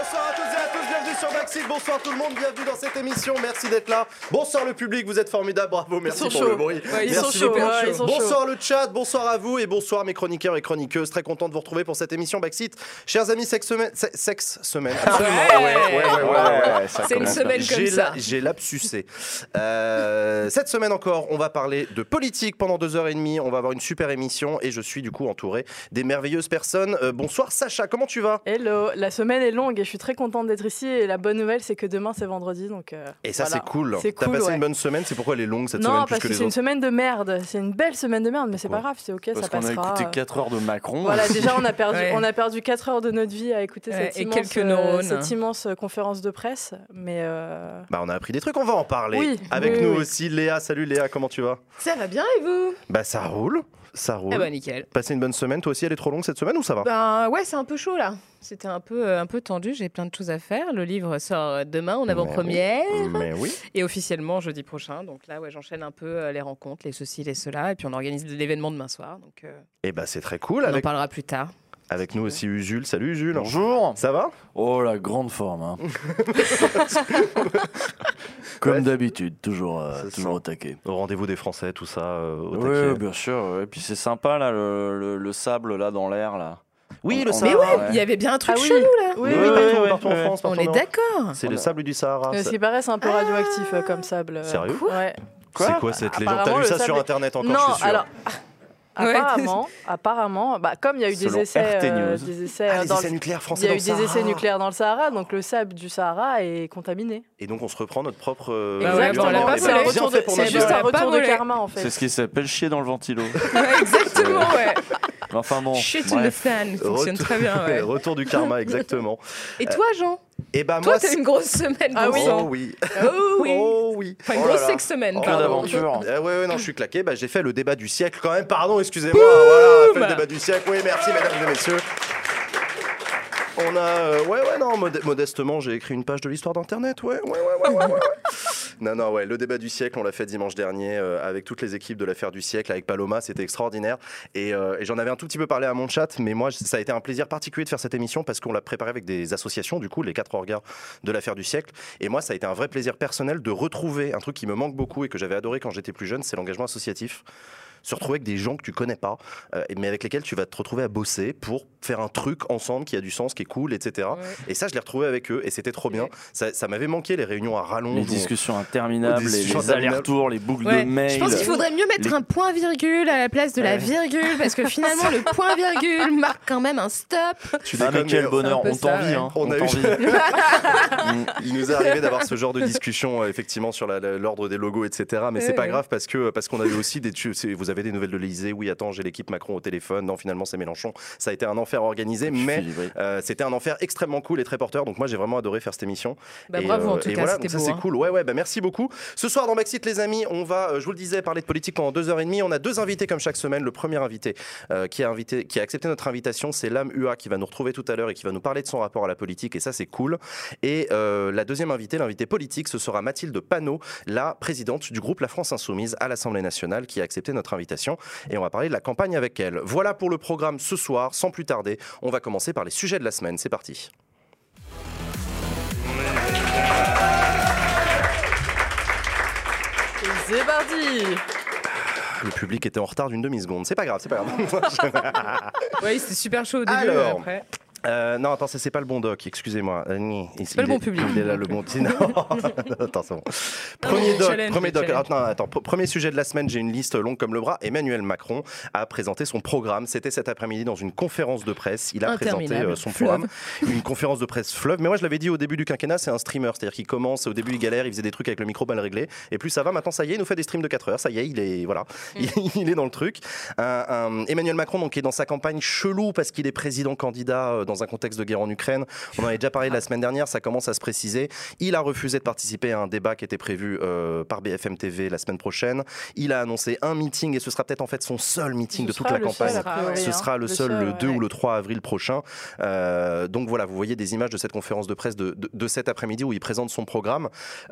Bonsoir à toutes et à tous, bienvenue sur Backseat, bonsoir tout le monde, bienvenue dans cette émission, merci d'être là. Bonsoir le public, vous êtes formidable, bravo, merci pour le bruit. Ouais, merci beaucoup. Bonsoir le chat, bonsoir à vous et bonsoir mes chroniqueurs et chroniqueuses, très content de vous retrouver pour cette émission Backseat. Chers amis, sexe semaine, absolument. Ouais, c'est une semaine comme ça. J'ai lapsusé. Cette semaine encore, on va parler de politique pendant 2h30, on va avoir une super émission et je suis du coup entouré des merveilleuses personnes. Bonsoir Sacha, comment tu vas ? Hello, la semaine est longue et je suis très contente d'être ici et la bonne nouvelle c'est que demain c'est vendredi donc et ça voilà. c'est cool. T'as passé une bonne semaine, c'est pourquoi elle est longue cette semaine Non, plus parce que que les c'est une autres. semaine de merde, c'est une belle semaine de merde mais c'est pas grave, c'est ok, parce ça passera. qu'on a écouté 4 heures de Macron. Voilà, déjà on a perdu 4 heures de notre vie à écouter cette immense conférence de presse, mais on a appris des trucs, on va en parler. Oui, avec nous aussi Léa. Salut Léa, comment tu vas ? Ça va bien et vous ? Bah ça roule. Ça roule. Ah bah nickel. Passez une bonne semaine, toi aussi elle est trop longue cette semaine ou ça va ? Ben ouais, c'est un peu chaud là. C'était un peu tendu, j'ai plein de choses à faire. Le livre sort demain en avant-première. Mais oui. Et officiellement jeudi prochain. Donc là, ouais, j'enchaîne un peu les rencontres, les ceci, les cela. Et puis on organise l'événement demain soir. Donc et bah c'est très cool. On en parlera plus tard. Avec nous aussi Usul. Salut Usul. Bonjour. Ça va ? Oh la grande forme. Hein. Comme d'habitude, toujours au taquet. Au rendez-vous des Français, tout ça. Au Oui, taquet. bien sûr. Et puis c'est sympa là, le sable là dans l'air là. Oui, le Mais Sahara. ouais, il y avait bien un truc oui. chelou là. Oui, partout en France. On partout en est Europe. d'accord. C'est le sable du Sahara. ce qui paraît c'est un peu radioactif comme sable. Sérieux ? Ouais. C'est quoi cette légende ? T'as Apparemment, lu ça le sur sable- internet encore, Non, je suis sûr. alors apparemment, comme il y a eu des Selon essais, RT News. des essais, Les dans essais le- nucléaires il français y a dans eu le des Sahara. essais nucléaires dans le Sahara, donc le sable du Sahara est contaminé. Et donc on se reprend notre propre. Exactement. on l'a pas C'est un volé. retour Bien fait pour c'est notre juste gueule. un retour de volé. karma en fait. C'est ce qui s'appelle chier dans le ventilo. Ouais, exactement, ouais. Enfin bon. Shit in the bref. fan, fonctionne très bien. Ouais. Retour du karma, exactement. Et toi, Jean ? Et bah Toi, moi. t'as une grosse semaine. Ah oui. Vincent. Oh oui. Oh oui. Oh oui. Enfin, une Oh là grosse là. sex-semaine, Oh, Plein pardon. d'aventures. Ouais, non, je suis claqué. Bah, j'ai fait le débat du siècle quand même. Pardon, excusez-moi. Voilà, on a fait le débat du siècle. Oui, merci, mesdames et messieurs. On a. Modestement, j'ai écrit une page de l'histoire d'Internet. Ouais. Non, le débat du siècle, on l'a fait dimanche dernier avec toutes les équipes de l'affaire du siècle, avec Paloma, c'était extraordinaire. Et j'en avais un tout petit peu parlé à mon chat, mais moi, ça a été un plaisir particulier de faire cette émission parce qu'on l'a préparée avec des associations, du coup, les 4 regards de l'affaire du siècle. Et moi, ça a été un vrai plaisir personnel de retrouver un truc qui me manque beaucoup et que j'avais adoré quand j'étais plus jeune, c'est l'engagement associatif. Se retrouver avec des gens que tu connais pas, mais avec lesquels tu vas te retrouver à bosser pour faire un truc ensemble qui a du sens, qui est cool, etc. Ouais. Et ça, je l'ai retrouvé avec eux et c'était trop bien. Ça m'avait manqué, les réunions à rallonge. Les discussions interminables, Des discussions les allers-retours, les boucles de mails. Je pense qu'il faudrait mieux mettre un point-virgule à la place de la virgule, parce que finalement, le point-virgule marque quand même un stop. Tu Ah mais déconnes, quel mais bonheur, un peu on ça, t'envie. ouais. Hein. On a eu- t'envie. Il nous est arrivé d'avoir ce genre de discussion effectivement sur l'ordre des logos, etc. Mais c'est pas grave parce qu'on avait aussi vous avez des nouvelles de l'Élysée. Oui, attends, j'ai l'équipe Macron au téléphone. Non, finalement, c'est Mélenchon. Ça a été un enfer organisé, mais c'était un enfer extrêmement cool et très porteur. Donc moi, j'ai vraiment adoré faire cette émission. Bravo en tout cas, voilà, c'était donc ça beau. c'est Hein. cool. Ouais, merci beaucoup. Ce soir dans Backseat, les amis, on va, je vous le disais, parler de politique pendant 2h30. On a 2 invités comme chaque semaine. Le premier invité qui a accepté notre invitation, c'est Lame UA qui va nous retrouver tout à l'heure et qui va nous parler de son rapport à la politique. Et ça, c'est cool. Et la deuxième invitée, l'invité politique, ce sera Mathilde Panot, la présidente du groupe La France Insoumise à l'Assemblée nationale, qui a accepté notre invitation. Et on va parler de la campagne avec elle. Voilà pour le programme ce soir. Sans plus tarder, on va commencer par les sujets de la semaine. C'est parti. C'est parti. Le public était en retard d'une demi-seconde. C'est pas grave. Oui, c'était super chaud au début. Alors, après. Non, attends, c'est pas le bon doc, excusez-moi. C'est pas le bon public. Il est là, le bon. Non. Attends, c'est bon. Premier sujet de la semaine, j'ai une liste longue comme le bras. Emmanuel Macron a présenté son programme. C'était cet après-midi dans une conférence de presse. Il a présenté son programme. Une conférence de presse fleuve. Mais moi, je l'avais dit au début du quinquennat, c'est un streamer. C'est-à-dire qu'il commence, au début, il galère, il faisait des trucs avec le micro mal réglé. Et plus ça va, maintenant, ça y est, il nous fait des streams de 4 heures. Ça y est, il est, voilà. Il est dans le truc. Emmanuel Macron, donc, est dans sa campagne chelou parce qu'il est président candidat dans un contexte de guerre en Ukraine. On en avait déjà parlé la semaine dernière, ça commence à se préciser. Il a refusé de participer à un débat qui était prévu par BFM TV la semaine prochaine. Il a annoncé un meeting et ce sera peut-être en fait son seul meeting de toute la campagne. Ce sera le seul le 2 ou le 3 avril prochain. Donc voilà, vous voyez des images de cette conférence de presse de cet après-midi où il présente son programme.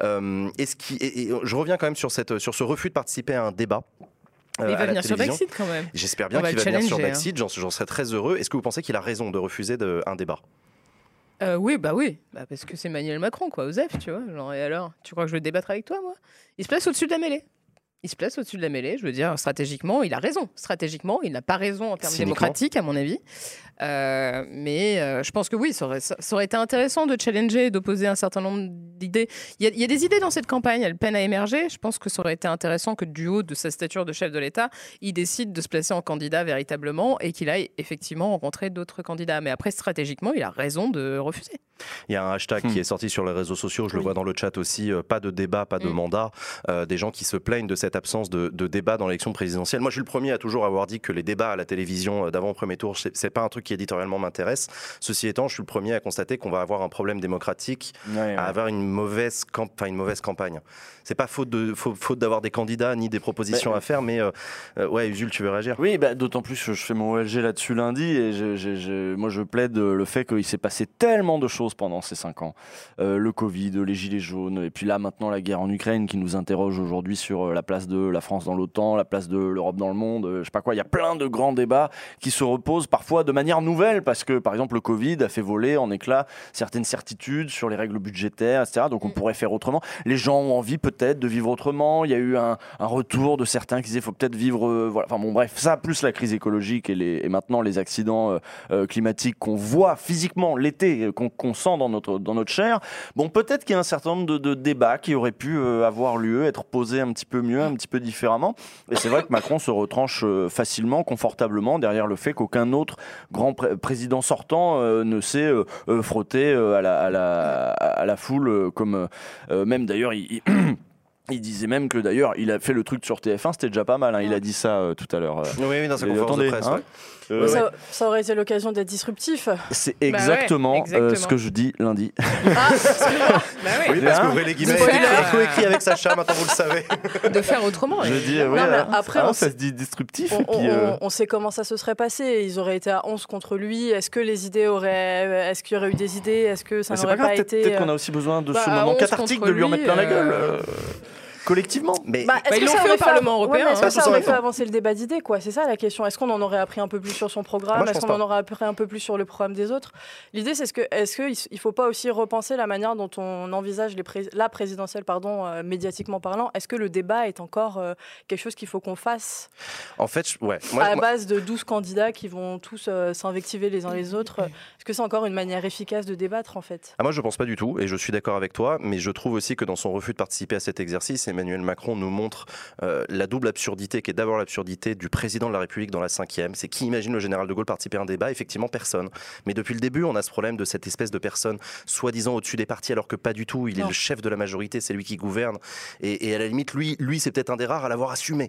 Je reviens quand même sur ce refus de participer à un débat. Il va venir sur Backseat quand même. J'espère bien qu'il va venir sur Backseat, j'en serais très heureux. Est-ce que vous pensez qu'il a raison de refuser un débat ? Oui, parce que c'est Emmanuel Macron, quoi, Osef, tu vois. Genre, et alors, tu crois que je vais débattre avec toi, moi ? Il se place au-dessus de la mêlée. Je veux dire, stratégiquement, il a raison. Stratégiquement, il n'a pas raison en termes démocratiques, à mon avis. Mais je pense que oui, ça aurait été intéressant de challenger et d'opposer un certain nombre d'idées. Il y a des idées dans cette campagne, elles peinent à émerger. Je pense que ça aurait été intéressant que du haut de sa stature de chef de l'État, il décide de se placer en candidat véritablement et qu'il aille effectivement rencontrer d'autres candidats. Mais après, stratégiquement, il a raison de refuser. Il y a un hashtag qui est sorti sur les réseaux sociaux, je le vois dans le chat aussi, pas de débat, pas de mandat. Des gens qui se plaignent de cette absence de débat dans l'élection présidentielle. Moi, je suis le premier à toujours avoir dit que les débats à la télévision d'avant premier tour, c'est pas un truc qui éditorialement m'intéresse. Ceci étant, je suis le premier à constater qu'on va avoir un problème démocratique, à avoir une mauvaise campagne. C'est pas faute d'avoir des candidats ni des propositions à faire, mais Usul, tu veux réagir ? Oui, d'autant plus que je fais mon OLG là-dessus lundi et moi je plaide le fait qu'il s'est passé tellement de choses pendant ces 5 ans. Le Covid, les gilets jaunes, et puis là maintenant la guerre en Ukraine qui nous interroge aujourd'hui sur la place de la France dans l'OTAN, la place de l'Europe dans le monde, je sais pas quoi. Il y a plein de grands débats qui se reposent parfois de manière nouvelle parce que par exemple le Covid a fait voler en éclats certaines certitudes sur les règles budgétaires, etc. Donc on pourrait faire autrement. Les gens ont envie peut-être de vivre autrement. Il y a eu un retour de certains qui disaient faut peut-être vivre. Voilà. Enfin bon, bref, ça plus la crise écologique et maintenant les accidents climatiques qu'on voit physiquement l'été, qu'on sent dans notre chair. Bon, peut-être qu'il y a un certain nombre de débats qui auraient pu avoir lieu, être posés un petit peu mieux, un petit peu différemment. Et c'est vrai que Macron se retranche facilement, confortablement derrière le fait qu'aucun autre grand président sortant ne s'est frotté à la foule, comme même d'ailleurs il disait même que d'ailleurs il a fait le truc sur TF1, c'était déjà pas mal, hein. Il a dit ça tout à l'heure. Oui, dans sa conférence de presse. Ça aurait été l'occasion d'être disruptif. C'est exactement ce que je dis lundi. Oui, parce que ouvrez les guillemets, coécrit avec Sacha, maintenant vous le savez. De faire autrement. Je dis, après, ça se dit disruptif. On sait comment ça se serait passé. Ils auraient été à 11 contre lui. Est-ce qu'il y aurait eu des idées ? Est-ce que ça n'aurait pas été... Peut-être qu'on a aussi besoin de ce moment cathartique de lui en mettre plein la gueule. Collectivement. Mais ils l'ont fait au Parlement européen. Est-ce que ça aurait fait avancer le débat d'idées, quoi ? C'est ça la question. Est-ce qu'on en aurait appris un peu plus sur son programme ? Est-ce qu'on en aurait appris un peu plus sur le programme des autres ? L'idée, c'est est-ce qu'il ne faut pas aussi repenser la manière dont on envisage la présidentielle, médiatiquement parlant ? Est-ce que le débat est encore quelque chose qu'il faut qu'on fasse ? En fait, à la base de 12 candidats qui vont tous s'invectiver les uns les autres, est-ce que c'est encore une manière efficace de débattre, en fait ? Moi, je ne pense pas du tout, et je suis d'accord avec toi, mais je trouve aussi que dans son refus de participer à cet exercice, Emmanuel Macron nous montre la double absurdité qui est d'abord l'absurdité du président de la République dans la 5e. C'est qui imagine le général de Gaulle participer à un débat ? Effectivement, personne. Mais depuis le début, on a ce problème de cette espèce de personne soi-disant au-dessus des partis, alors que pas du tout. Il est le chef de la majorité, c'est lui qui gouverne. Et à la limite, lui c'est peut-être un des rares à l'avoir assumé.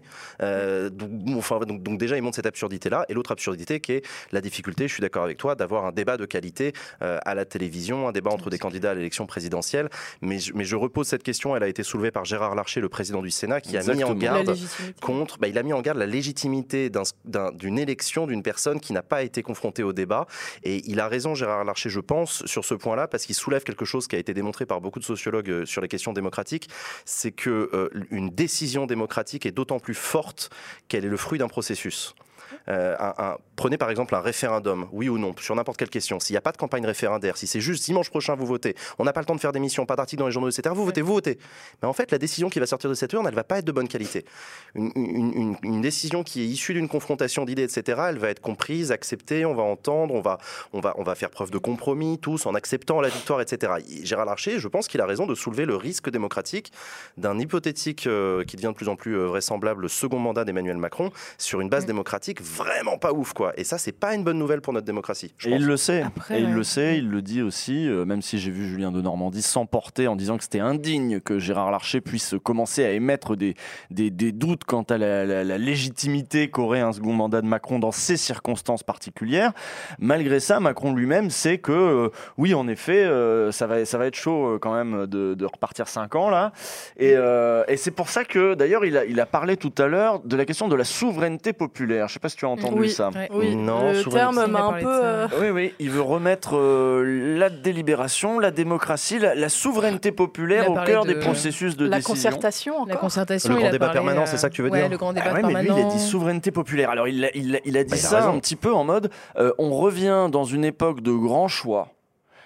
Donc déjà, il montre cette absurdité-là. Et l'autre absurdité qui est la difficulté, je suis d'accord avec toi, d'avoir un débat de qualité à la télévision, un débat entre des candidats à l'élection présidentielle. Mais je repose cette question, elle a été soulevée par Gérard Larcher, le président du Sénat, qui a mis en garde contre... il a mis en garde la légitimité d'une élection d'une personne qui n'a pas été confrontée au débat. Et il a raison, Gérard Larcher, je pense, sur ce point-là, parce qu'il soulève quelque chose qui a été démontré par beaucoup de sociologues sur les questions démocratiques, c'est qu'une décision démocratique est d'autant plus forte qu'elle est le fruit d'un processus. Prenez par exemple un référendum, oui ou non, sur n'importe quelle question. S'il n'y a pas de campagne référendaire, si c'est juste dimanche prochain vous votez, on n'a pas le temps de faire d'émissions, pas d'articles dans les journaux, etc. Vous votez. Mais en fait, la décision qui va sortir de cette urne, elle ne va pas être de bonne qualité. Une décision qui est issue d'une confrontation d'idées, etc., elle va être comprise, acceptée, on va entendre, on va faire preuve de compromis, tous, en acceptant la victoire, etc. Gérard Larcher, je pense qu'il a raison de soulever le risque démocratique d'un hypothétique qui devient de plus en plus vraisemblable second mandat d'Emmanuel Macron sur une base démocratique vraiment pas ouf, quoi. Et ça, c'est pas une bonne nouvelle pour notre démocratie. Il le sait. Après, il le sait, il le dit aussi, même si j'ai vu Julien de Normandie s'emporter en disant que c'était indigne que Gérard Larcher puisse commencer à émettre des doutes quant à la légitimité qu'aurait un second mandat de Macron dans ces circonstances particulières. Malgré ça, Macron lui-même sait que, oui, en effet, ça va être chaud quand même de repartir 5 ans, là. Et c'est pour ça que, d'ailleurs, il a parlé tout à l'heure de la question de la souveraineté populaire. Je ne sais pas si tu as entendu ça. Oui, non, le terme m'a un peu... Oui, il veut remettre la délibération, la démocratie, la souveraineté populaire au cœur des processus de décision. Concertation, encore. La concertation, le grand débat permanent, c'est ça que tu veux dire ? Le grand débat permanent. Mais lui, il a dit souveraineté populaire. Alors, il a dit ça un petit peu en mode, on revient dans une époque de grands choix.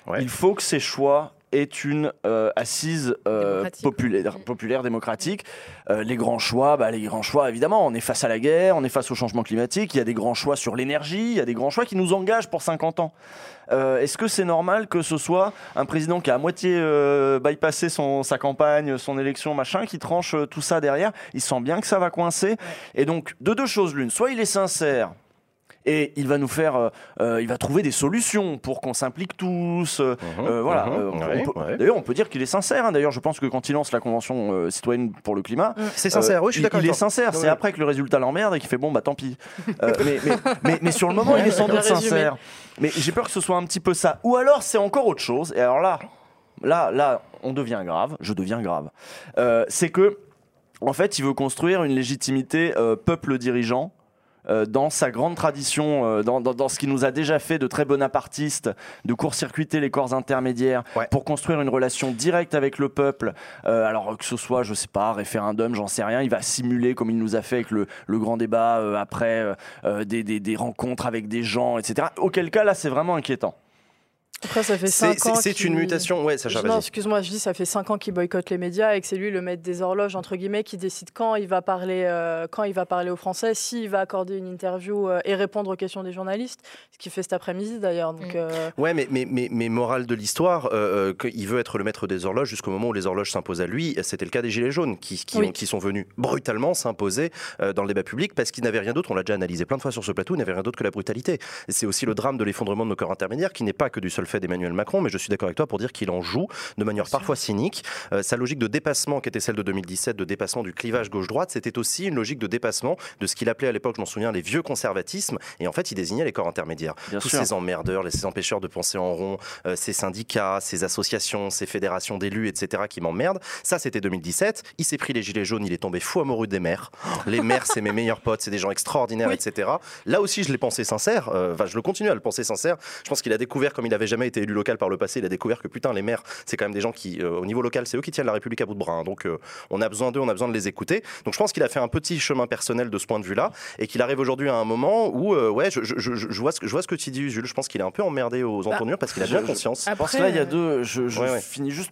il faut que ces choix est une assise populaire, démocratique. Les grands choix, évidemment, on est face à la guerre, on est face au changement climatique, il y a des grands choix sur l'énergie, il y a des grands choix qui nous engagent pour 50 ans. Est-ce que c'est normal que ce soit un président qui a à moitié bypassé sa campagne, son élection, machin, qui tranche tout ça derrière? Il sent bien que ça va coincer. Et donc, de deux choses l'une, soit il est sincère, et il va nous faire, il va trouver des solutions pour qu'on s'implique tous. D'ailleurs, on peut dire qu'il est sincère. Hein. D'ailleurs, je pense que quand il lance la Convention citoyenne pour le climat, c'est sincère. Oui, je suis d'accord. Il est sincère. C'est après que le résultat l'emmerde et qu'il fait bon, tant pis. Mais sur le moment, il est sans doute sincère. Mais j'ai peur que ce soit un petit peu ça. Ou alors, c'est encore autre chose. Et alors là, on devient grave. Je deviens grave. C'est que, en fait, il veut construire une légitimité peuple dirigeant. Dans sa grande tradition, dans ce qui nous a déjà fait de très bonapartistes, de court-circuiter les corps intermédiaires pour construire une relation directe avec le peuple, alors que ce soit, je sais pas, référendum, j'en sais rien, il va simuler comme il nous a fait avec le grand débat après des rencontres avec des gens, etc. Auquel cas, là, c'est vraiment inquiétant. Après, ça fait 5 ans. C'est une mutation. Ouais, Sacha, non, excuse-moi, je dis ça fait 5 ans qu'il boycotte les médias et que c'est lui le maître des horloges, entre guillemets, qui décide quand il va parler aux Français, s'il va accorder une interview et répondre aux questions des journalistes, ce qu'il fait cet après-midi d'ailleurs. Donc, Ouais, mais morale de l'histoire, qu'il veut être le maître des horloges jusqu'au moment où les horloges s'imposent à lui. C'était le cas des Gilets jaunes qui sont venus brutalement s'imposer dans le débat public parce qu'ils n'avaient rien d'autre. On l'a déjà analysé plein de fois sur ce plateau, ils n'avaient rien d'autre que la brutalité. Et c'est aussi le drame de l'effondrement de nos corps intermédiaires qui n'est pas que du seul fait d'Emmanuel Macron, mais je suis d'accord avec toi pour dire qu'il en joue de manière parfois cynique. Sa logique de dépassement qui était celle de 2017, de dépassement du clivage gauche-droite, c'était aussi une logique de dépassement de ce qu'il appelait à l'époque, je m'en souviens, les vieux conservatismes, et en fait il désignait les corps intermédiaires. Tous ces emmerdeurs, ces empêcheurs de penser en rond, ces syndicats, ces associations, ces fédérations d'élus, etc. qui m'emmerdent. Ça c'était 2017, il s'est pris les gilets jaunes, il est tombé fou amoureux des maires. Les maires c'est mes meilleurs potes, c'est des gens extraordinaires, etc. Là aussi je l'ai pensé sincère, je le continue à le penser sincère. Je pense qu'il a découvert, comme il n'avait jamais été élu local par le passé, il a découvert que putain les maires c'est quand même des gens qui au niveau local c'est eux qui tiennent la République à bout de bras, donc on a besoin d'eux, on a besoin de les écouter. Donc je pense qu'il a fait un petit chemin personnel de ce point de vue là et qu'il arrive aujourd'hui à un moment où je vois ce que tu dis, Jules. Je pense qu'il est un peu emmerdé aux entournures parce qu'il a bien conscience. Parce que là il y a deux, je finis juste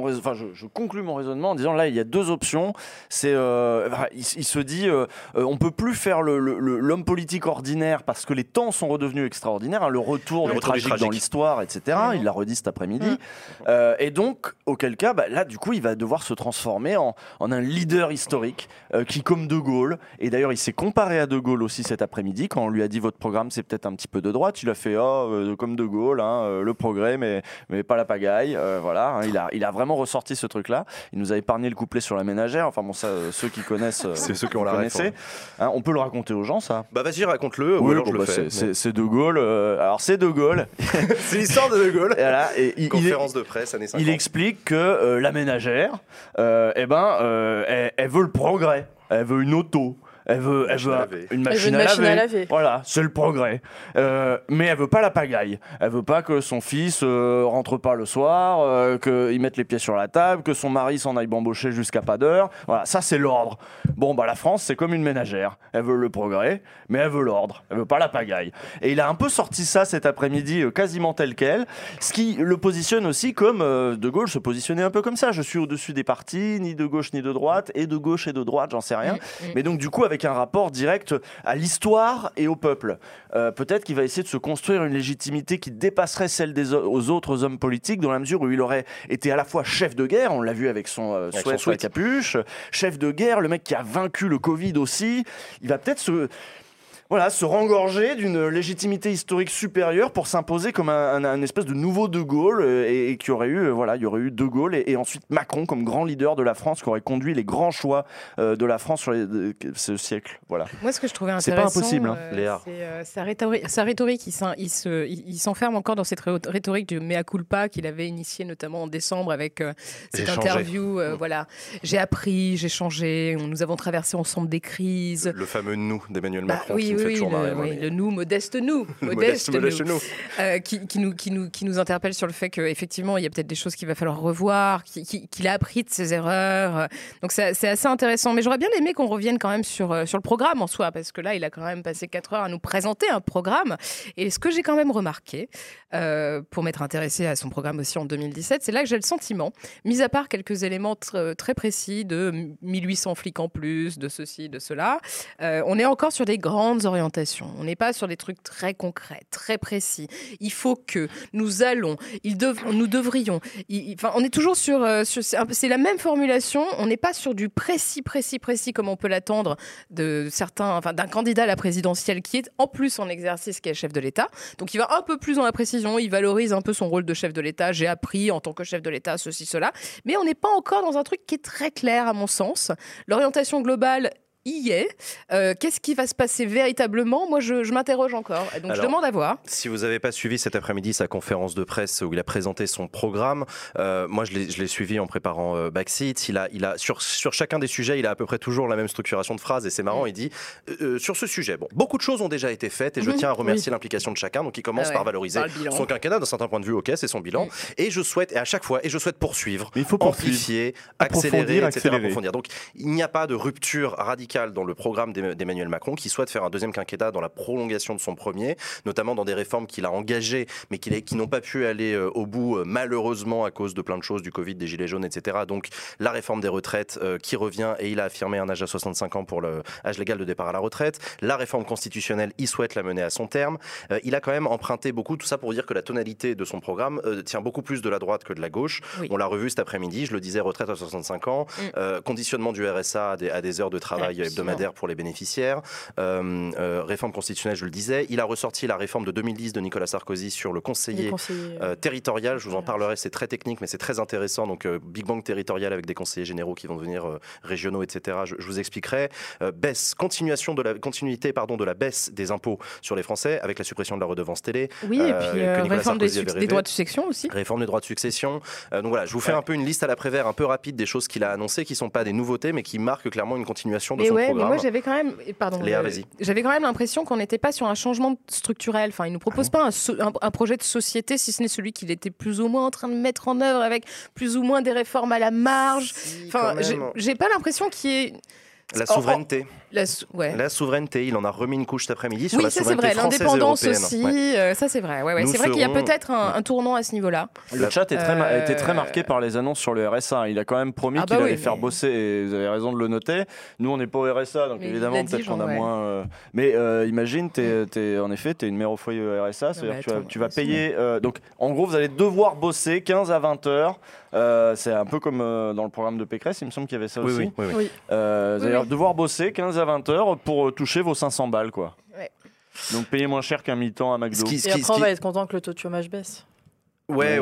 je conclus mon raisonnement en disant là il y a deux options. C'est il se dit on peut plus faire l'homme politique ordinaire parce que les temps sont redevenus extraordinaires, hein, le retour du tragique dans l'histoire, etc. Il l'a redit cet après-midi. Et donc, auquel cas, là, du coup, il va devoir se transformer en un leader historique qui, comme De Gaulle, et d'ailleurs, il s'est comparé à De Gaulle aussi cet après-midi, quand on lui a dit votre programme, c'est peut-être un petit peu de droite, il a fait comme De Gaulle, le progrès, mais pas la pagaille. Voilà, hein, il a vraiment ressorti ce truc-là. Il nous a épargné le couplet sur la ménagère. Enfin, bon, ça, ceux qui connaissent, c'est ceux qui ont la référence. Hein, on peut le raconter aux gens, ça. Bah, vas-y, raconte-le. Oui, alors je le fais. C'est De Gaulle. Alors, c'est De Gaulle. C'est l'histoire de Gaulle. Voilà, conférence de presse années 50. Il explique que la ménagère, elle veut le progrès, elle veut une auto. Elle veut une machine à laver. Voilà, c'est le progrès. Mais elle veut pas la pagaille. Elle veut pas que son fils rentre pas le soir, qu'il mette les pieds sur la table, que son mari s'en aille bambocher jusqu'à pas d'heure. Voilà, ça c'est l'ordre. Bon, la France c'est comme une ménagère. Elle veut le progrès, mais elle veut l'ordre. Elle veut pas la pagaille. Et il a un peu sorti ça cet après-midi, quasiment tel quel. Ce qui le positionne aussi comme De Gaulle se positionnait un peu comme ça. Je suis au-dessus des partis, ni de gauche ni de droite, et de gauche et de droite, j'en sais rien. Mais donc du coup avec un rapport direct à l'histoire et au peuple. Peut-être qu'il va essayer de se construire une légitimité qui dépasserait celle aux autres hommes politiques, dans la mesure où il aurait été à la fois chef de guerre, on l'a vu avec son sweat sur la capuche, chef de guerre, le mec qui a vaincu le Covid aussi. Il va peut-être se rengorger d'une légitimité historique supérieure pour s'imposer comme un espèce de nouveau De Gaulle et qu'il y aurait eu, il y aurait eu De Gaulle et ensuite Macron comme grand leader de la France qui aurait conduit les grands choix de la France sur ce siècle. Voilà. Moi, ce que je trouvais c'est intéressant, pas impossible, hein, Léa. C'est sa rhétorique. Il s'enferme encore dans cette rhétorique du mea culpa qu'il avait initiée notamment en décembre avec cette interview. Voilà, j'ai appris, j'ai changé, nous avons traversé ensemble des crises. Le fameux nous d'Emmanuel Macron. Oui. fait toujours marrer. Le nous, modeste nous. Qui nous interpelle sur le fait qu'effectivement, il y a peut-être des choses qu'il va falloir revoir, qu'il a appris de ses erreurs. Donc c'est assez intéressant. Mais j'aurais bien aimé qu'on revienne quand même sur le programme en soi, parce que là, il a quand même passé 4 heures à nous présenter un programme. Et ce que j'ai quand même remarqué, pour m'être intéressée à son programme aussi en 2017, c'est là que j'ai le sentiment, mis à part quelques éléments très précis de 1800 flics en plus, de ceci, de cela, on est encore sur des grandes orientations. On n'est pas sur des trucs très concrets, très précis. Il faut que nous allons, nous devrions. On est toujours sur c'est la même formulation. On n'est pas sur du précis comme on peut l'attendre de certains, d'un candidat à la présidentielle qui est en plus en exercice, qui est chef de l'État. Donc il va un peu plus dans la précision. Il valorise un peu son rôle de chef de l'État. J'ai appris en tant que chef de l'État ceci, cela. Mais on n'est pas encore dans un truc qui est très clair à mon sens. L'orientation globale y est. Qu'est-ce qui va se passer véritablement ? Moi, je m'interroge encore. Donc, je demande à voir. Si vous n'avez pas suivi cet après-midi sa conférence de presse où il a présenté son programme, moi, je l'ai suivi en préparant Backseat. Il a sur chacun des sujets, il a à peu près toujours la même structuration de phrase. Et c'est marrant, il dit sur ce sujet, beaucoup de choses ont déjà été faites et je tiens à remercier l'implication de chacun. Donc, il commence par valoriser son quinquennat d'un certain point de vue. Ok, c'est son bilan. Et je souhaite poursuivre, amplifier, accélérer, etc. Approfondir. Donc, il n'y a pas de rupture radicale dans le programme d'Emmanuel Macron, qui souhaite faire un deuxième quinquennat dans la prolongation de son premier, notamment dans des réformes qu'il a engagées, mais qui n'ont pas pu aller au bout, malheureusement, à cause de plein de choses, du Covid, des gilets jaunes, etc. Donc la réforme des retraites qui revient, et il a affirmé un âge à 65 ans pour l'âge légal de départ à la retraite. La réforme constitutionnelle, il souhaite la mener à son terme. Il a quand même emprunté beaucoup, tout ça pour dire que la tonalité de son programme tient beaucoup plus de la droite que de la gauche. On l'a revu cet après-midi, je le disais, retraite à 65 ans, conditionnement du RSA à des heures de travail hebdomadaire pour les bénéficiaires, réforme constitutionnelle, je le disais. Il a ressorti la réforme de 2010 de Nicolas Sarkozy sur le conseiller territorial. Je vous en parlerai, c'est très technique, mais c'est très intéressant. Donc, Big Bang territorial avec des conseillers généraux qui vont devenir régionaux, etc. Je vous expliquerai. Continuité de la baisse des impôts sur les Français avec la suppression de la redevance télé. Oui, et puis réforme des droits de succession aussi. Réforme des droits de succession. Donc voilà, je vous fais un peu une liste à l'après-vert, un peu rapide des choses qu'il a annoncées, qui ne sont pas des nouveautés, mais qui marquent clairement une continuation de son programme. Mais moi j'avais quand même, Léa, vas-y. J'avais quand même l'impression qu'on n'était pas sur un changement structurel. Enfin, il nous propose pas un projet de société, si ce n'est celui qu'il était plus ou moins en train de mettre en œuvre avec plus ou moins des réformes à la marge. Enfin, j'ai pas l'impression qu'il y ait la souveraineté. La souveraineté, il en a remis une couche cet après-midi sur la souveraineté française et européenne. L'indépendance aussi, ça c'est vrai. C'est vrai qu'il y a peut-être un tournant à ce niveau-là. Le chat a été très marqué par les annonces sur le RSA. Il a quand même promis qu'il allait faire bosser, et vous avez raison de le noter. Nous, on n'est pas au RSA, donc évidemment, peut-être qu'on a moins... Mais imagine, en effet, tu es une mère au foyer au RSA, c'est-à-dire que tu vas payer... Donc, en gros, vous allez devoir bosser 15 à 20 heures. C'est un peu comme dans le programme de Pécresse, il me semble qu'il y avait ça aussi. Oui. Vous allez devoir bosser 15 à 20 heures pour toucher vos 500 balles, quoi. Ouais. Donc payer moins cher qu'un mi-temps à McDo. Et après, on va être content que le taux de chômage baisse. Ouais.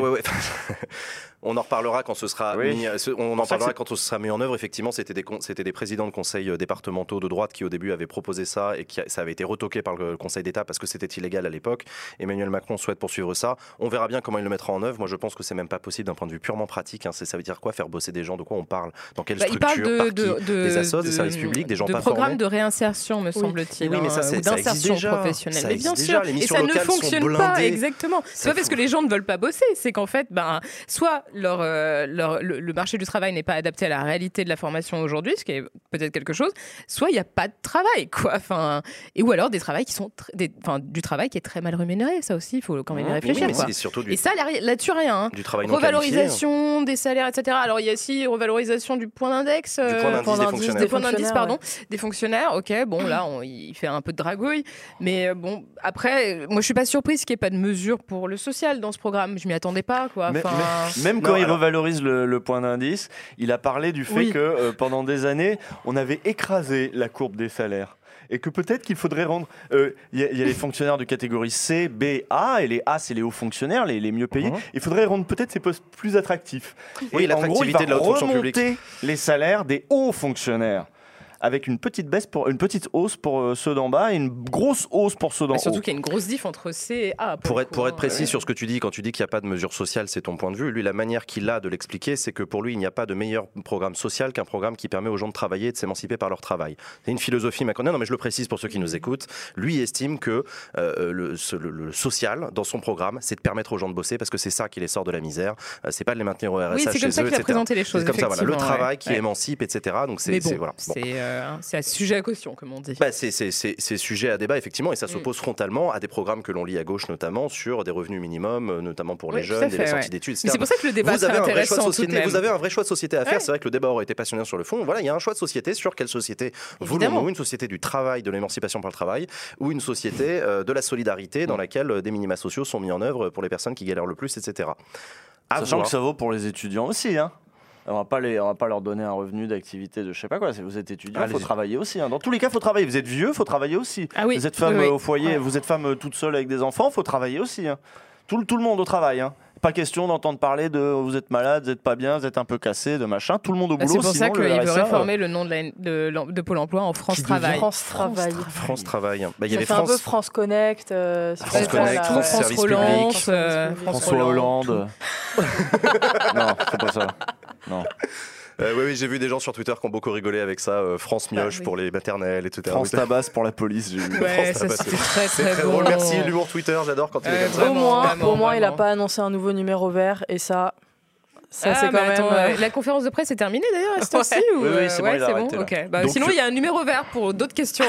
On en reparlera quand ce sera mis, quand ce sera mis en œuvre. Effectivement, c'était des présidents de conseils départementaux de droite qui au début avaient proposé ça et ça avait été retoqué par le Conseil d'État parce que c'était illégal à l'époque. Emmanuel Macron souhaite poursuivre ça. On verra bien comment il le mettra en œuvre. Moi, je pense que c'est même pas possible d'un point de vue purement pratique. Ça veut dire quoi, faire bosser des gens? De quoi on parle? Dans quelle structure? Des assos, des services publics, des gens pas formés? De programmes de réinsertion, me semble-t-il. Oui, mais ça, ou d'insertion professionnelle. Mais bien sûr, et ça ne fonctionne pas exactement. C'est pas parce que les gens ne veulent pas bosser, c'est qu'en fait, soit le marché du travail n'est pas adapté à la réalité de la formation aujourd'hui, ce qui est peut-être quelque chose, soit il n'y a pas de travail, quoi. Ou alors des travails qui sont du travail qui est très mal rémunéré, ça aussi, il faut quand même y réfléchir. Oui, quoi. Et ça, là-dessus, rien. Du travail non revalorisation des salaires, etc. Alors, il y a aussi revalorisation du point d'index. Des points d'indice, des fonctionnaires. Ok, bon, là, il fait un peu de dragouille. Mais bon, après, moi, je ne suis pas surprise qu'il n'y ait pas de mesures pour le social dans ce programme. Je ne m'y attendais pas, quoi. Même quand il revalorise le point d'indice, il a parlé du fait que pendant des années, on avait écrasé la courbe des salaires. Et que peut-être qu'il faudrait rendre... Il y a les fonctionnaires de catégorie C, B, A, et les A, c'est les hauts fonctionnaires, les mieux payés. Il faudrait rendre peut-être ces postes plus attractifs. Oui, l'attractivité de la haute fonction publique. Les salaires des hauts fonctionnaires. avec une petite hausse pour ceux d'en bas et une grosse hausse pour ceux d'en haut. Surtout qu'il y a une grosse diff entre C et A. Pour être précis sur ce que tu dis, quand tu dis qu'il n'y a pas de mesure sociale, c'est ton point de vue. Lui, la manière qu'il a de l'expliquer, c'est que pour lui, il n'y a pas de meilleur programme social qu'un programme qui permet aux gens de travailler et de s'émanciper par leur travail. C'est une philosophie macronienne. Non, mais je le précise pour ceux qui nous écoutent. Lui estime que le social, dans son programme, c'est de permettre aux gens de bosser parce que c'est ça qui les sort de la misère. C'est pas de les maintenir au RSA chez eux, etc. C'est comme ça qu'il a présenté les choses. C'est comme ça, voilà. Le travail qui émancipe, etc. Donc c'est un sujet à caution, comme on dit. C'est sujet à débat, effectivement, et ça s'oppose frontalement à des programmes que l'on lit à gauche, notamment sur des revenus minimums, notamment pour les jeunes, des sorties d'études, etc. Mais c'est pour ça que le débat est intéressant. Vous avez un vrai choix de société à faire. C'est vrai que le débat aurait été passionnant sur le fond. Voilà, il y a un choix de société sur quelle société voulons-nous, une société du travail, de l'émancipation par le travail, ou une société de la solidarité dans laquelle des minima sociaux sont mis en œuvre pour les personnes qui galèrent le plus, etc. Sachant que ça vaut pour les étudiants aussi, hein. On va pas leur donner un revenu d'activité de je sais pas quoi. Si vous êtes étudiant, il faut travailler aussi. Hein. Dans tous les cas, il faut travailler. Vous êtes vieux, il faut travailler aussi. Vous êtes femme au foyer, vous êtes femme toute seule avec des enfants, il faut travailler aussi. Hein. Tout le monde au travail. Hein. Pas question d'entendre parler de vous êtes malade, vous êtes pas bien, vous êtes un peu cassé, de machin. Tout le monde au boulot. C'est pour ça qu'il veut réformer le nom de Pôle emploi en France Travail. France Travail. Il y avait un peu France Connect. France Connect, France Service Public. François Hollande. Non, c'est pas ça. Non. Oui, j'ai vu des gens sur Twitter qui ont beaucoup rigolé avec ça. France Mioche pour les maternelles, etc. France Tabasse pour la police. J'ai vu. Ouais, ça c'était très drôle. Merci l'humour Twitter, j'adore quand il est comme ça. Au moins, il n'a pas annoncé un nouveau numéro vert et ça. C'est quand même. La conférence de presse est terminée d'ailleurs à cette heure-ci Oui, c'est bon. Okay. Sinon, il y a un numéro vert pour d'autres questions.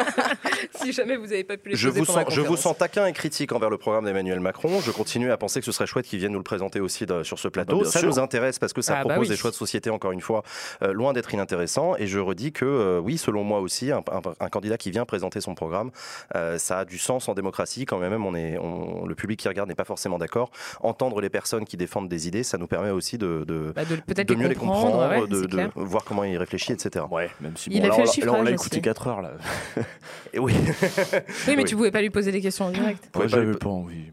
Si jamais vous n'avez pas pu les poser pendant la conférence. Je vous sens taquin et critique envers le programme d'Emmanuel Macron. Je continue à penser que ce serait chouette qu'il vienne nous le présenter aussi sur ce plateau. Ça nous intéresse parce que ça propose des choix de société, encore une fois, loin d'être inintéressant. Et je redis que, oui, selon moi aussi, un candidat qui vient présenter son programme, ça a du sens en démocratie. Quand même, le public qui regarde n'est pas forcément d'accord. Entendre les personnes qui défendent des idées, ça nous permet aussi de mieux les comprendre, de voir comment il réfléchit, etc. Ouais, même si là on l'a écouté 4 heures là. Et oui. Oui, mais tu pouvais pas lui poser des questions en direct. J'avais pas envie.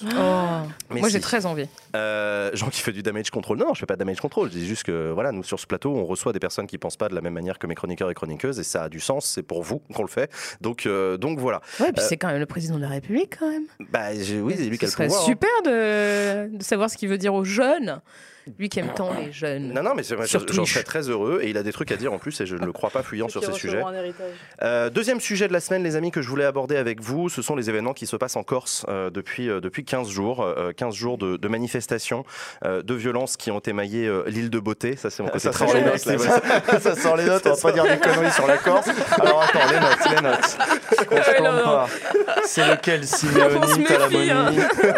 Moi j'ai très envie. Jean qui fait du damage control. Non, je fais pas de damage control. Je dis juste que voilà, nous sur ce plateau, on reçoit des personnes qui pensent pas de la même manière que mes chroniqueurs et chroniqueuses, et ça a du sens. C'est pour vous qu'on le fait. Donc voilà. Ouais, puis c'est quand même le président de la République quand même. Oui, c'est lui qui a le pouvoir. Ce serait super de savoir ce qu'il veut dire aux jeunes. Lui qui aime tant les jeunes. Non, mais c'est vrai, j'en serais très heureux. Et il a des trucs à dire en plus, et je ne le crois pas fuyant sur ces sujets. Deuxième sujet de la semaine, les amis, que je voulais aborder avec vous, ce sont les événements qui se passent en Corse depuis 15 jours. 15 jours de manifestations, de violences qui ont émaillé l'île de Beauté. Ça, c'est mon côté très génial. Ça sort les notes, on va pas dire des conneries sur la Corse. Alors attends, les notes. On se plante pas. C'est lequel Simeonite à la Monie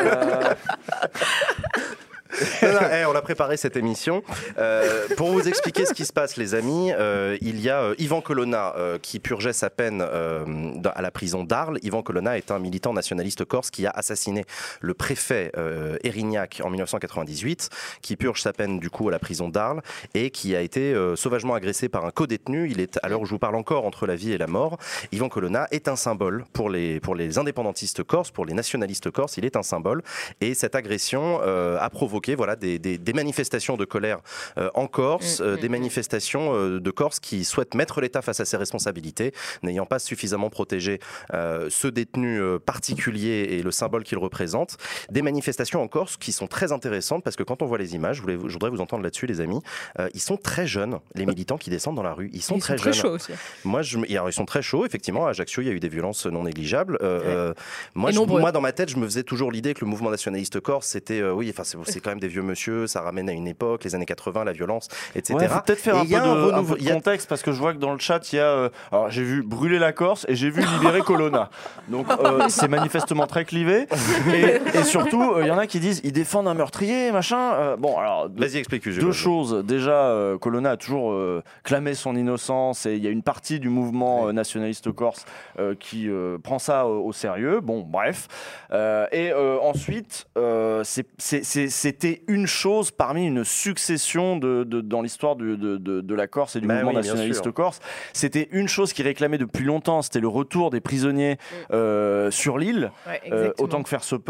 on a préparé cette émission. Pour vous expliquer ce qui se passe, les amis, il y a Ivan Colonna qui purgeait sa peine à la prison d'Arles. Ivan Colonna est un militant nationaliste corse qui a assassiné le préfet Erignac en 1998, qui purge sa peine du coup à la prison d'Arles et qui a été sauvagement agressé par un codétenu. Il est, à l'heure où je vous parle, encore entre la vie et la mort. Ivan Colonna est un symbole pour les indépendantistes corses, pour les nationalistes corses. Il est un symbole et cette agression a provoqué des manifestations de colère en Corse, des manifestations de Corse qui souhaitent mettre l'État face à ses responsabilités, n'ayant pas suffisamment protégé ce détenu particulier et le symbole qu'il représente. Des manifestations en Corse qui sont très intéressantes parce que quand on voit les images, je voudrais vous entendre là-dessus, les amis, ils sont très jeunes, les militants qui descendent dans la rue. Ils sont très jeunes. Chauds aussi. Ils sont très chauds, effectivement. À Ajaccio, il y a eu des violences non négligeables. Moi, dans ma tête, je me faisais toujours l'idée que le mouvement nationaliste corse, c'était, c'est quand même des vieux monsieur, ça ramène à une époque, les années 80, la violence, etc. Ouais, faut peut-être faire un peu de contexte parce que je vois que dans le chat, il y a. Alors, j'ai vu brûler la Corse et j'ai vu libérer Colonna. Donc, c'est manifestement très clivé. Et surtout, il y en a qui disent ils défendent un meurtrier, machin. Bon, alors. Vas-y, explique. Deux choses. Déjà, Colonna a toujours clamé son innocence et il y a une partie du mouvement nationaliste corse qui prend ça au sérieux. Bon, bref. Et ensuite, c'était une chose parmi une succession dans l'histoire de la Corse et du mouvement nationaliste corse. C'était une chose qui réclamait depuis longtemps, c'était le retour des prisonniers sur l'île, autant que faire se peut.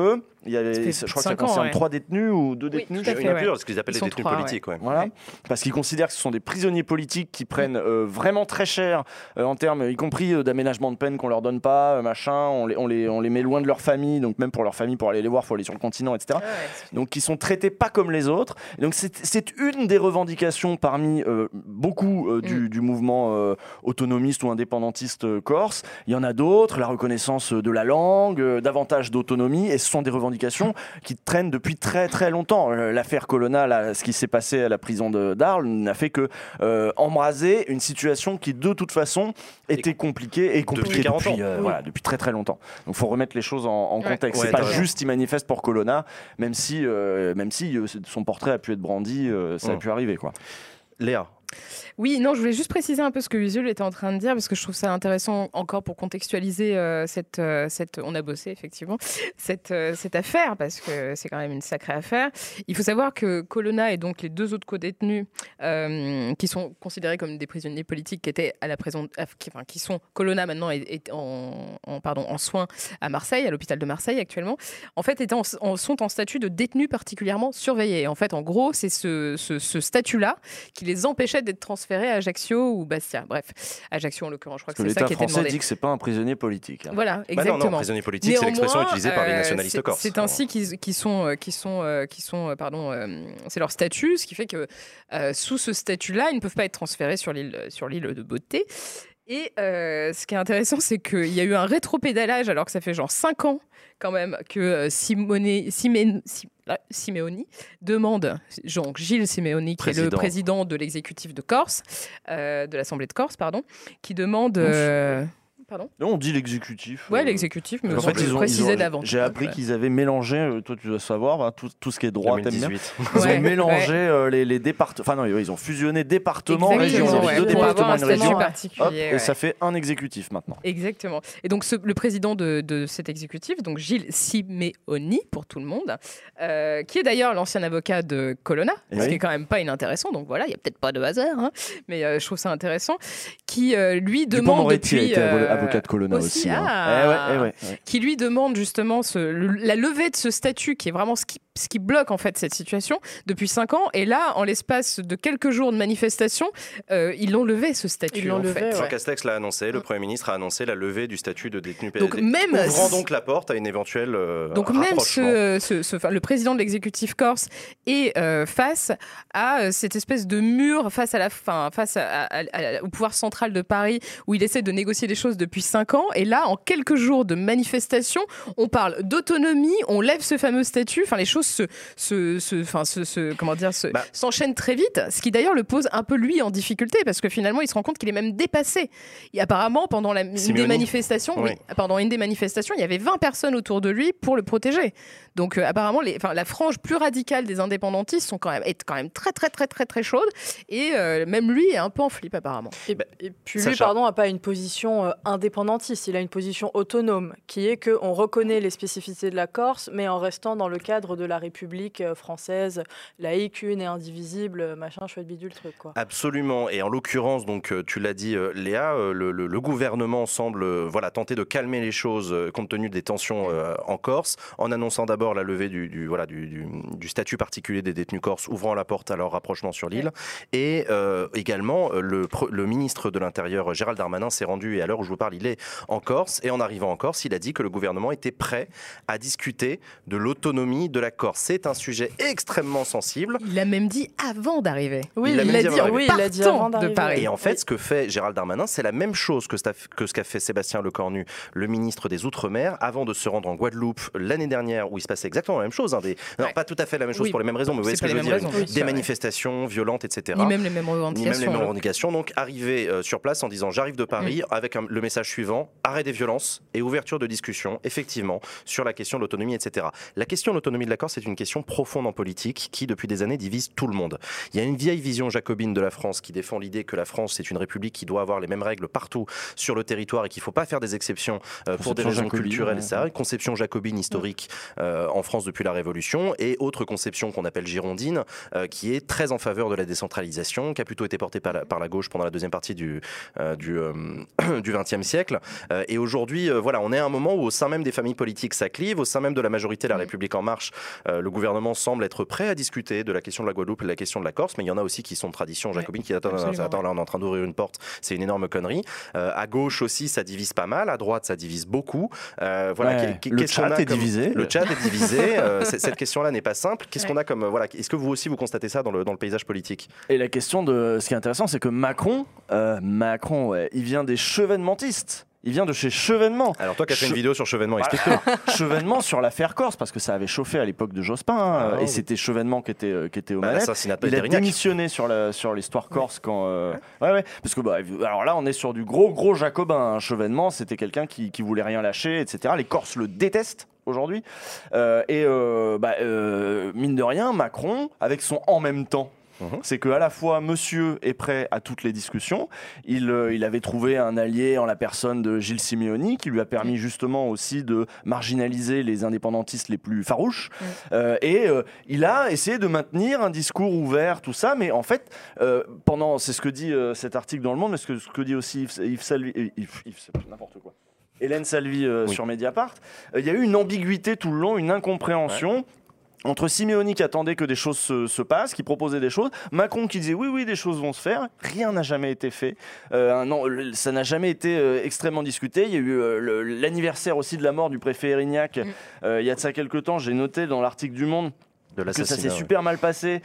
je crois que ça concerne 3 détenus ou 2 détenus. Il y en a plusieurs, ce qu'ils appellent des détenus politiques. Voilà. Parce qu'ils considèrent que ce sont des prisonniers politiques qui prennent vraiment très cher en termes, y compris d'aménagement de peine qu'on leur donne pas, on les met loin de leur famille, donc même pour leur famille, pour aller les voir, il faut aller sur le continent, etc. Donc qui sont traités pas comme les autres. Et donc c'est une des revendications parmi beaucoup du mouvement autonomiste ou indépendantiste corse. Il y en a d'autres, la reconnaissance de la langue, davantage d'autonomie, et ce sont des revendications qui traînent depuis très très longtemps. L'affaire Colonna, ce qui s'est passé à la prison d'Arles, n'a fait que embraser une situation qui de toute façon était compliquée et compliquée depuis très très longtemps. Donc il faut remettre les choses en contexte. C'est pas juste il manifeste pour Colonna, même si son portrait a pu être brandi, ça a pu arriver, quoi. Léa. Oui, non, je voulais juste préciser un peu ce que Usul était en train de dire, parce que je trouve ça intéressant encore pour contextualiser on a bossé effectivement, cette affaire, parce que c'est quand même une sacrée affaire. Il faut savoir que Colonna et donc les 2 autres co-détenus qui sont considérés comme des prisonniers politiques qui étaient à la prison, qui sont Colonna maintenant est en soins à Marseille, à l'hôpital de Marseille actuellement, en fait sont en statut de détenus particulièrement surveillés. En fait, en gros, c'est ce statut-là qui les empêchait d'être transférés à Ajaccio ou Bastia. Bref, Ajaccio en l'occurrence, je crois que c'est ça qui était demandé. L'État français dit que c'est pas un prisonnier politique. Voilà, exactement. Non, prisonnier politique, c'est l'expression utilisée par les nationalistes corses. C'est ainsi c'est leur statut, ce qui fait que sous ce statut-là, ils ne peuvent pas être transférés sur l'île de Beauté. Et ce qui est intéressant, c'est qu'il y a eu un rétropédalage, alors que ça fait genre 5 ans quand même que Simeoni demande, donc Gilles Simeoni, qui est le président de l'exécutif de Corse, de l'Assemblée de Corse, qui demande... Pardon ? Non, on dit l'exécutif. Ouais, l'exécutif, mais en fait, ils précisaient d'avant. J'ai appris qu'ils avaient mélangé, toi tu dois savoir, tout ce qui est droit, 2018. Ils ont mélangé les départements. Enfin non, ils ont fusionné départements, régions. Ils ont mis 2 départements, une région. Et ça fait un exécutif maintenant. Exactement. Et donc le président de cet exécutif, donc Gilles Simeoni, pour tout le monde, qui est d'ailleurs l'ancien avocat de Colonna, ce qui est quand même pas inintéressant. Donc voilà, il n'y a peut-être pas de hasard, hein, mais je trouve ça intéressant. Qui lui demande depuis... avocat de Colonna aussi. Qui lui demande justement la levée de ce statut, qui est vraiment ce qui bloque en fait cette situation depuis 5 ans. Et là, en l'espace de quelques jours de manifestation, ils l'ont levé, ce statut. Jean Castex l'a annoncé, le Premier ministre a annoncé la levée du statut de détenu donc même ouvrant donc la porte à une éventuelle donc même le président de l'exécutif corse est face à cette espèce de mur, face au pouvoir central de Paris, où il essaie de négocier des choses depuis 5 ans. Et là, en quelques jours de manifestation, on parle d'autonomie, on lève ce fameux statut. Enfin, les choses s'enchaînent très vite, ce qui d'ailleurs le pose un peu lui en difficulté, parce que finalement, il se rend compte qu'il est même dépassé. Et apparemment, pendant une des manifestations, il y avait 20 personnes autour de lui pour le protéger. Donc apparemment, la frange plus radicale des indépendantistes est quand même très très très très très chaude, et même lui est un peu en flip apparemment. Et puis lui, n'a pas une position indépendantiste, il a une position autonome, qui est qu'on reconnaît les spécificités de la Corse, mais en restant dans le cadre de la République française, laïque, une et indivisible, machin, chouette bidule, truc, quoi. Absolument. Et en l'occurrence, donc tu l'as dit, Léa, le gouvernement semble tenter de calmer les choses compte tenu des tensions en Corse, en annonçant d'abord la levée du statut particulier des détenus corses, ouvrant la porte à leur rapprochement sur l'île. Et également, le ministre de l'Intérieur, Gérald Darmanin, s'est rendu, et à l'heure où je vous parle, il est en Corse. Et en arrivant en Corse, il a dit que le gouvernement était prêt à discuter de l'autonomie de la Corse. C'est un sujet extrêmement sensible. Il l'a même dit avant d'arriver. Oui, il l'a dit avant d'arriver. De Paris. Et en fait, ce que fait Gérald Darmanin, c'est la même chose que ce qu'a fait Sébastien Lecornu, le ministre des Outre-mer, avant de se rendre en Guadeloupe l'année dernière, où il se passait exactement la même chose. Non, pas tout à fait la même chose pour les mêmes raisons, mais vous voyez ce que je veux dire. Des manifestations violentes, etc. Ni même les mêmes revendications. Donc, arriver sur place en disant j'arrive de Paris avec le message suivant, arrêt des violences et ouverture de discussion, effectivement, sur la question de l'autonomie, etc. La question de l'autonomie de la Corse, c'est une question profonde en politique qui, depuis des années, divise tout le monde. Il y a une vieille vision jacobine de la France qui défend l'idée que la France, c'est une république qui doit avoir les mêmes règles partout sur le territoire et qu'il ne faut pas faire des exceptions pour des raisons culturelles. C'est vrai, conception jacobine historique en France depuis la Révolution, et autre conception qu'on appelle girondine, qui est très en faveur de la décentralisation, qui a plutôt été portée par la gauche pendant la deuxième partie du XXe siècle. Et aujourd'hui, voilà, on est à un moment où au sein même des familles politiques ça clive, au sein même de la majorité de la République En Marche, le gouvernement semble être prêt à discuter de la question de la Guadeloupe et de la question de la Corse, mais il y en a aussi qui sont de tradition jacobine, qui attendent, là on est en train d'ouvrir une porte, c'est une énorme connerie. À gauche aussi ça divise pas mal, à droite ça divise beaucoup. Voilà, le chat est divisé. Le chat est divisé. Cette question-là n'est pas simple. Qu'est-ce qu'on a comme est-ce que vous aussi vous constatez ça dans le paysage politique? Et la question de ce qui est intéressant, c'est que Macron, il vient des chevènementistes. Il vient de chez Chevènement. Alors toi qui as fait une vidéo sur Chevènement, explique-le. Chevènement sur l'affaire Corse, parce que ça avait chauffé à l'époque de Jospin, et c'était Chevènement qui était aux manettes. Il a démissionné sur l'histoire corse quand... parce que alors là on est sur du gros jacobin. Chevènement, c'était quelqu'un qui voulait rien lâcher, etc. Les Corses le détestent aujourd'hui. Mine de rien, Macron, avec son « en même temps », c'est qu'à la fois monsieur est prêt à toutes les discussions, il avait trouvé un allié en la personne de Gilles Simeoni qui lui a permis justement aussi de marginaliser les indépendantistes les plus farouches, il a essayé de maintenir un discours ouvert, tout ça, mais en fait c'est ce que dit cet article dans Le Monde, mais ce que dit aussi Yves Salvi, n'importe quoi, Hélène Salvi sur Mediapart, il y a eu une ambiguïté tout le long, une incompréhension entre Simeoni qui attendait que des choses se passent, qui proposait des choses, Macron qui disait oui, des choses vont se faire, rien n'a jamais été fait, ça n'a jamais été extrêmement discuté. Il y a eu l'anniversaire aussi de la mort du préfet Erignac, il y a de ça quelques temps, j'ai noté dans l'article du Monde que ça s'est super mal passé.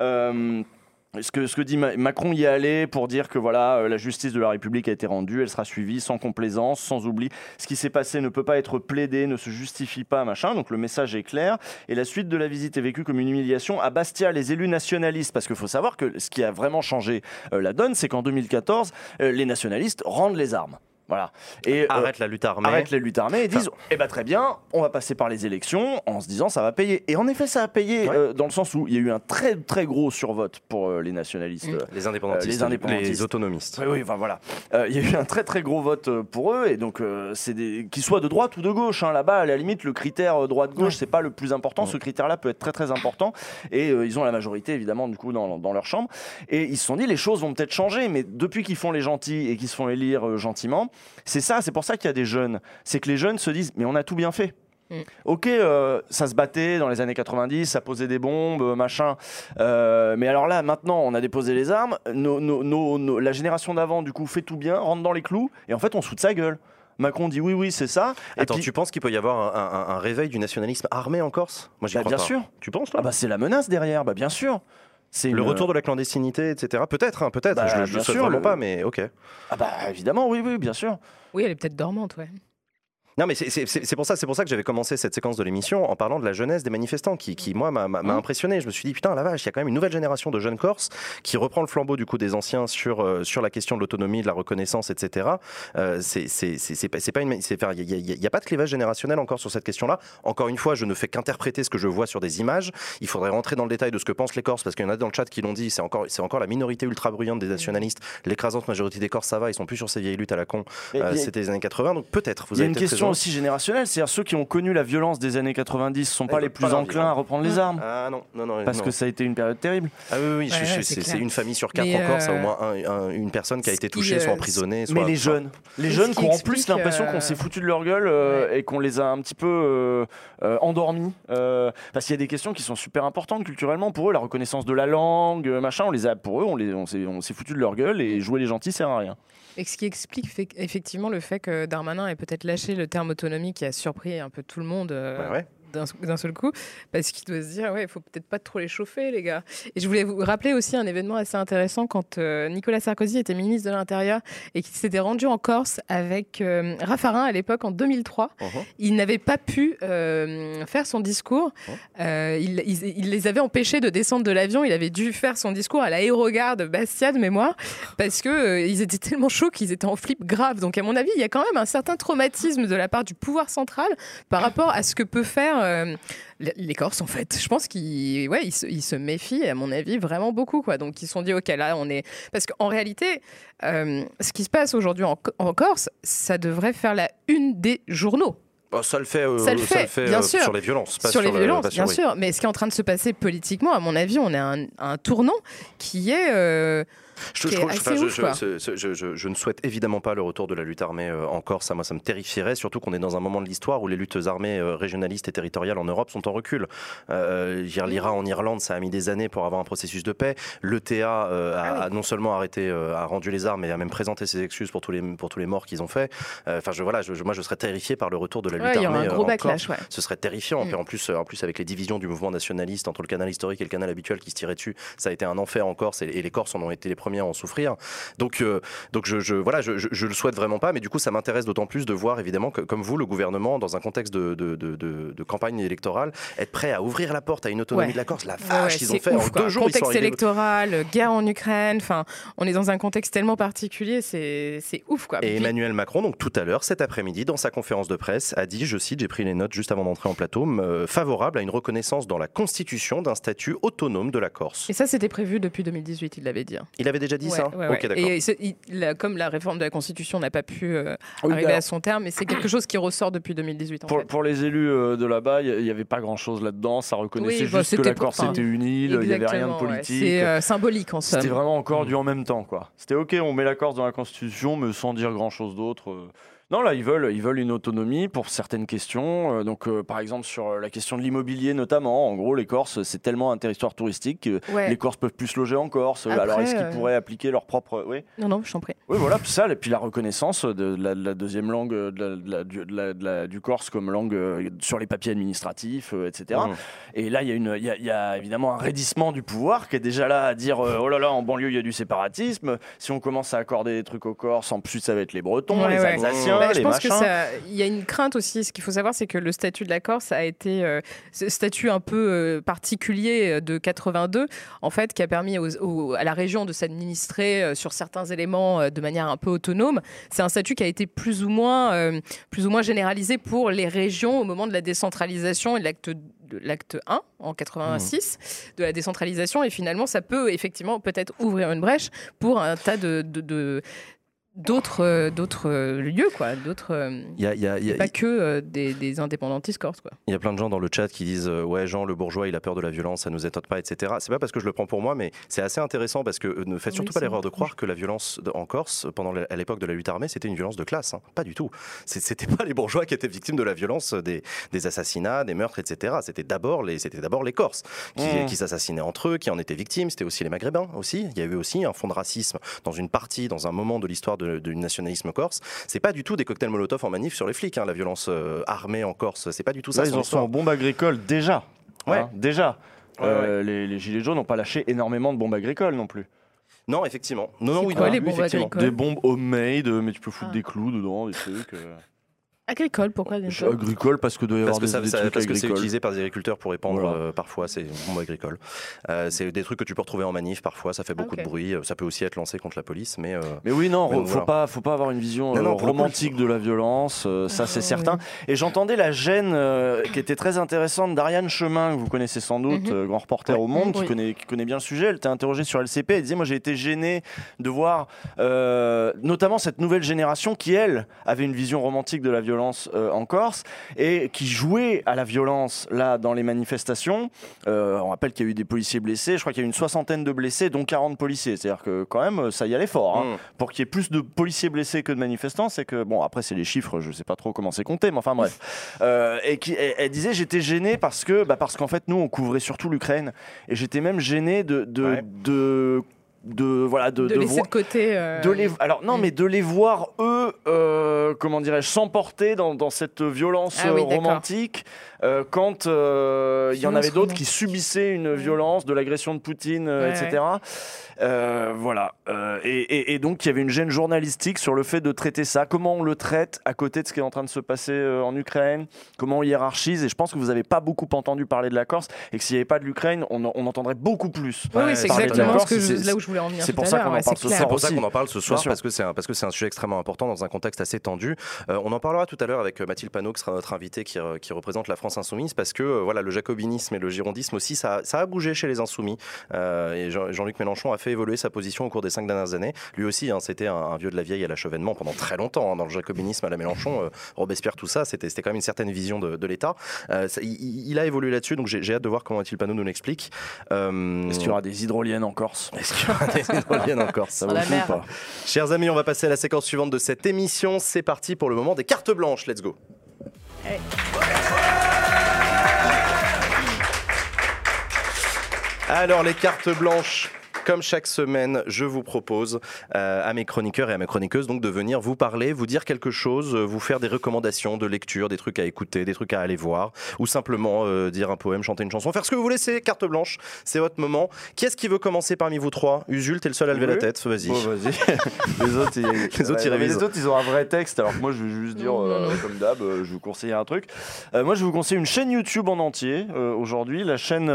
Ce que dit Macron y est allé pour dire que la justice de la République a été rendue, elle sera suivie sans complaisance, sans oubli. Ce qui s'est passé ne peut pas être plaidé, ne se justifie pas, machin. Donc le message est clair. Et la suite de la visite est vécue comme une humiliation. À Bastia, les élus nationalistes, parce qu'il faut savoir que ce qui a vraiment changé la donne, c'est qu'en 2014, les nationalistes rendent les armes. Voilà. Et arrête la lutte armée et disent très bien, on va passer par les élections en se disant ça va payer. Et en effet ça a payé dans le sens où il y a eu un très très gros survote pour les nationalistes, les indépendantistes, les autonomistes. Il y a eu un très très gros vote pour eux, et donc qu'ils soient de droite ou de gauche, là-bas à la limite le critère droite-gauche c'est pas le plus important, ce critère-là peut être très très important, et ils ont la majorité évidemment du coup dans leur chambre, et ils se sont dit les choses vont peut-être changer, mais depuis qu'ils font les gentils et qu'ils se font élire gentiment, c'est pour ça qu'il y a des jeunes. C'est que les jeunes se disent mais on a tout bien fait. Ok, ça se battait dans les années 90, ça posait des bombes, machin. Mais alors là, maintenant, on a déposé les armes. La génération d'avant, du coup, fait tout bien, rentre dans les clous, et en fait, on se fout de sa gueule. Macron dit oui, c'est ça. Attends, tu penses qu'il peut y avoir un réveil du nationalisme armé en Corse? Moi, j'y crois bien pas. Sûr. Tu penses, toi? C'est la menace derrière, bien sûr. C'est le retour de la clandestinité, etc. Peut-être. Je ne sais vraiment pas, mais ok. Évidemment, oui, bien sûr. Oui, elle est peut-être dormante, ouais. Non, mais c'est pour ça que j'avais commencé cette séquence de l'émission en parlant de la jeunesse des manifestants qui moi, m'a impressionné. Je me suis dit, putain, la vache, il y a quand même une nouvelle génération de jeunes Corses qui reprend le flambeau du coup des anciens sur la question de l'autonomie, de la reconnaissance, etc. Il n'y a pas de clivage générationnel encore sur cette question-là. Encore une fois, je ne fais qu'interpréter ce que je vois sur des images. Il faudrait rentrer dans le détail de ce que pensent les Corses, parce qu'il y en a dans le chat qui l'ont dit, c'est encore la minorité ultra bruyante des nationalistes. L'écrasante majorité des Corses, ça va, ils sont plus sur ces vieilles luttes à la con. C'était les années 80, donc peut-être. Vous avez une question aussi générationnelle, c'est-à-dire ceux qui ont connu la violence des années 90 ne sont pas les plus enclins à reprendre les armes. Ah non. Parce que ça a été une période terrible. Ah oui, c'est une famille sur 4 en Corse, a au moins une personne qui a été touchée, soit emprisonnée. Mais les jeunes qui ont en plus l'impression qu'on s'est foutu de leur gueule et qu'on les a un petit peu endormis. Parce qu'il y a des questions qui sont super importantes culturellement pour eux, la reconnaissance de la langue, machin, on s'est foutu de leur gueule, et jouer les gentils sert à rien. Et ce qui explique effectivement le fait que Darmanin ait peut-être lâché le terme autonomie qui a surpris un peu tout le monde d'un seul coup, parce qu'il doit se dire il faut peut-être pas trop les chauffer, les gars. Et je voulais vous rappeler aussi un événement assez intéressant quand Nicolas Sarkozy était ministre de l'Intérieur et qu'il s'était rendu en Corse avec Raffarin à l'époque en 2003. Il n'avait pas pu faire son discours. Il les avait empêchés de descendre de l'avion. Il avait dû faire son discours à l'aérogare de Bastia de mémoire, parce que ils étaient tellement chauds qu'ils étaient en flip grave. Donc à mon avis, il y a quand même un certain traumatisme de la part du pouvoir central par rapport à ce que peut faire bien les Corses, en fait. Je pense qu'ils se méfient, à mon avis, vraiment beaucoup, quoi. Donc, ils se sont dit, OK, là, on est... Parce qu'en réalité, ce qui se passe aujourd'hui en Corse, ça devrait faire la une des journaux. Ça le fait, bien sûr. Sur les violences. Sur les violences, bien sûr. Mais ce qui est en train de se passer politiquement, à mon avis, on est à un tournant qui est... Je ne souhaite évidemment pas le retour de la lutte armée en Corse. Moi, ça me terrifierait, surtout qu'on est dans un moment de l'histoire où les luttes armées régionalistes et territoriales en Europe sont en recul. L'IRA en Irlande, ça a mis des années pour avoir un processus de paix. L'ETA a non seulement a rendu les armes, mais a même présenté ses excuses pour tous les morts qu'ils ont fait. Moi, je serais terrifié par le retour de la lutte armée en Corse. Ce serait terrifiant. En plus, avec les divisions du mouvement nationaliste entre le canal historique et le canal habituel qui se tiraient dessus, ça a été un enfer en Corse et les Corses en ont été les premiers à en souffrir. Donc je le souhaite vraiment pas, mais du coup ça m'intéresse d'autant plus de voir évidemment que, comme vous, le gouvernement, dans un contexte de campagne électorale, être prêt à ouvrir la porte à une autonomie de la Corse. La vache, ils ont fait en 2 jours. Contexte électoral, guerre en Ukraine, enfin, on est dans un contexte tellement particulier, c'est ouf, quoi. Et Emmanuel Macron, donc tout à l'heure, cet après-midi, dans sa conférence de presse, a dit, je cite, j'ai pris les notes juste avant d'entrer en plateau, favorable à une reconnaissance dans la Constitution d'un statut autonome de la Corse. Et ça, c'était prévu depuis 2018, il l'avait dit. Il avait déjà dit ça. Okay, et comme la réforme de la Constitution n'a pas pu arriver à son terme, mais c'est quelque chose qui ressort depuis 2018. Pour les élus de là-bas, il n'y avait pas grand-chose là-dedans. Ça reconnaissait juste que la Corse était une île, il n'y avait rien de politique. C'est symbolique en somme. C'était vraiment encore du en même temps, quoi. C'était OK, on met la Corse dans la Constitution, mais sans dire grand-chose d'autre. Non, là, ils veulent une autonomie pour certaines questions. Par exemple, sur la question de l'immobilier notamment. En gros, les Corses, c'est tellement un territoire touristique que les Corses peuvent plus se loger en Corse. Après, alors, est-ce qu'ils pourraient appliquer leur propre... Oui. Non, je t'en prie. Oui, voilà, ça. Et puis la reconnaissance de la deuxième langue du Corse comme langue sur les papiers administratifs, etc. Et là, il y a évidemment un raidissement du pouvoir qui est déjà là à dire oh là là, en banlieue, il y a du séparatisme. Si on commence à accorder des trucs aux Corses, en plus, ça va être les Bretons, les Alsaciens. Je pense qu'il y a une crainte aussi. Ce qu'il faut savoir, c'est que le statut de la Corse a été ce statut un peu particulier de 82, en fait, qui a permis à la région de s'administrer sur certains éléments de manière un peu autonome. C'est un statut qui a été plus ou moins généralisé pour les régions au moment de la décentralisation et de l'acte 1 en 86 de la décentralisation. Et finalement, ça peut effectivement peut-être ouvrir une brèche pour un tas d'autres lieux, quoi, pas que des indépendantistes corses, quoi. Il y a plein de gens dans le chat qui disent ouais, Jean le bourgeois il a peur de la violence, ça nous étonne pas, etc. C'est pas parce que je le prends pour moi, mais c'est assez intéressant parce que ne faites surtout pas l'erreur de croire que la violence en Corse à l'époque de la lutte armée c'était une violence de classe, pas du tout. C'était pas les bourgeois qui étaient victimes de la violence, des assassinats, des meurtres, etc. C'était d'abord les Corses qui s'assassinaient entre eux, qui en étaient victimes. C'était aussi les Maghrébins aussi. Il y a eu aussi un fond de racisme dans un moment de l'histoire du nationalisme corse. C'est pas du tout des cocktails Molotov en manif sur les flics, la violence armée en Corse, c'est pas du tout ça. Là, ils en sont en bombe agricole déjà. Déjà. Les Gilets jaunes n'ont pas lâché énormément de bombes agricoles non plus. Non, effectivement. Des bombes homemade, mais tu peux foutre des clous dedans, des trucs. Agricole, pourquoi agricole parce que doit y avoir des trucs agricoles. Parce que c'est utilisé par des agriculteurs pour répandre, parfois c'est une bombe agricole. C'est des trucs que tu peux retrouver en manif parfois, ça fait beaucoup de bruit, ça peut aussi être lancé contre la police, mais oui, non, faut pas avoir une vision romantique de la violence, ça c'est certain. Et j'entendais la gêne qui était très intéressante d'Ariane Chemin, que vous connaissez sans doute, grand reporter au Monde, qui connaît bien le sujet. Elle était interrogée sur LCP, elle disait moi j'ai été gênée de voir notamment cette nouvelle génération qui elle avait une vision romantique de la violence en Corse et qui jouait à la violence là dans les manifestations. On rappelle qu'il y a eu des policiers blessés, je crois qu'il y a eu une 60aine de blessés dont 40 policiers, c'est-à-dire que quand même ça y allait fort pour qu'il y ait plus de policiers blessés que de manifestants. C'est que bon, après c'est les chiffres, je sais pas trop comment c'est compté, mais enfin bref. Elle disait j'étais gêné parce qu'en fait nous on couvrait surtout l'Ukraine et j'étais même gêné de laisser de côté mais de les voir eux s'emporter dans cette violence romantique quand il y en avait d'autres qui subissaient une violence de l'agression de Poutine, etc. Et donc il y avait une gêne journalistique sur le fait de traiter ça, comment on le traite à côté de ce qui est en train de se passer en Ukraine, comment on hiérarchise. Et je pense que vous n'avez pas beaucoup entendu parler de la Corse et que s'il n'y avait pas de l'Ukraine on entendrait beaucoup plus c'est exactement là où je voulais en venir. C'est pour ça qu'on en parle ce soir. C'est pour ça qu'on en parle ce soir parce que c'est un sujet extrêmement important dans un contexte assez tendu. vue. On en parlera tout à l'heure avec Mathilde Panot, qui sera notre invitée, qui représente la France Insoumise, parce que voilà, le jacobinisme et le girondisme aussi, ça a bougé chez les Insoumis. Et Jean-Luc Mélenchon a fait évoluer sa position au cours des 5 dernières années. Lui aussi, c'était un vieux de la vieille à l'achevènement pendant très longtemps, dans le jacobinisme à la Mélenchon, Robespierre, tout ça, c'était quand même une certaine vision de l'État. Il a évolué là-dessus, donc j'ai hâte de voir comment Mathilde Panot nous l'explique. Est-ce qu'il y aura des hydroliennes en Corse ? Est-ce qu'il y aura des hydroliennes en Corse ? Ça vaut le coup ou pas ? Chers amis, on va passer à la séquence suivante de cette émission. C'est parti pour le moment des cartes blanches. Let's go. Hey. Alors, les cartes blanches. Comme chaque semaine, je vous propose à mes chroniqueurs et à mes chroniqueuses donc de venir vous parler, vous dire quelque chose, vous faire des recommandations de lecture, des trucs à écouter, des trucs à aller voir, ou simplement dire un poème, chanter une chanson, faire ce que vous voulez. C'est carte blanche, c'est votre moment. Qui est-ce qui veut commencer parmi vous trois ? Usul, t'es le seul à lever la tête, vas-y. Oh, vas-y. Les autres, ils ont un vrai texte, alors que moi je vais juste dire, comme d'hab, je vais vous conseiller un truc. Moi je vais vous conseiller une chaîne YouTube en entier aujourd'hui, la chaîne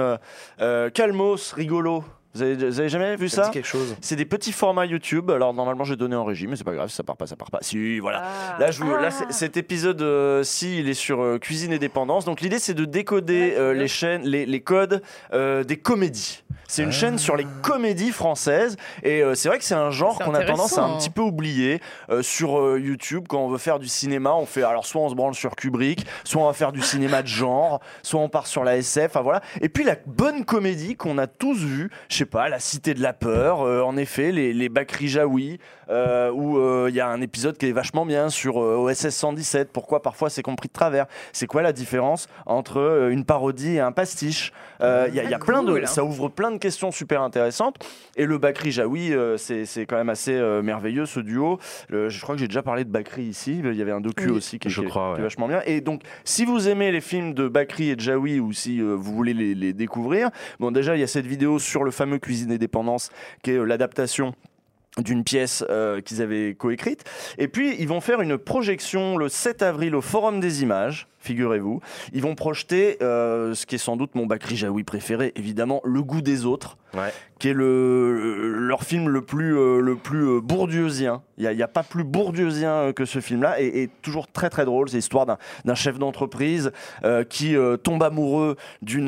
Calmos Rigolo. Vous avez jamais vu ça ? Quelque chose. C'est des petits formats YouTube. Alors normalement j'ai donné en régie, mais c'est pas grave, ça part pas. Si, voilà. Là, cet épisode-ci, il est sur cuisine et dépendance. Donc l'idée c'est de décoder les chaînes, les codes des comédies. C'est une chaîne sur les comédies françaises et c'est vrai que c'est un genre qu'on a tendance à un petit peu oublier sur YouTube. Quand on veut faire du cinéma, on fait alors soit on se branle sur Kubrick, soit on va faire du cinéma de genre, soit on part sur la SF. Enfin voilà. Et puis la bonne comédie qu'on a tous vue, je sais pas, La Cité de la Peur, en effet, les Bakri Jaoui, où il y a un épisode qui est vachement bien sur OSS 117. Pourquoi parfois c'est compris de travers ? C'est quoi la différence entre une parodie et un pastiche ? Il y a plein de, ça ouvre plein de questions super intéressantes. Et le Bakri Jaoui, c'est quand même assez merveilleux ce duo. Je crois que j'ai déjà parlé de Bakri ici. Il y avait un docu aussi qui est vachement bien. Et donc, si vous aimez les films de Bakri et de Jaoui ou si vous voulez les découvrir, bon déjà il y a cette vidéo sur le fameux Cuisine et Dépendance qui est l'adaptation d'une pièce qu'ils avaient coécrite. Et puis, ils vont faire une projection le 7 avril au Forum des Images, figurez-vous. Ils vont projeter ce qui est sans doute mon Bakri Jaoui préféré, évidemment, Le Goût des Autres, qui est leur film le plus bourdieusien. Il n'y a pas plus bourdieusien que ce film-là, et toujours très très drôle. C'est l'histoire d'un chef d'entreprise qui tombe amoureux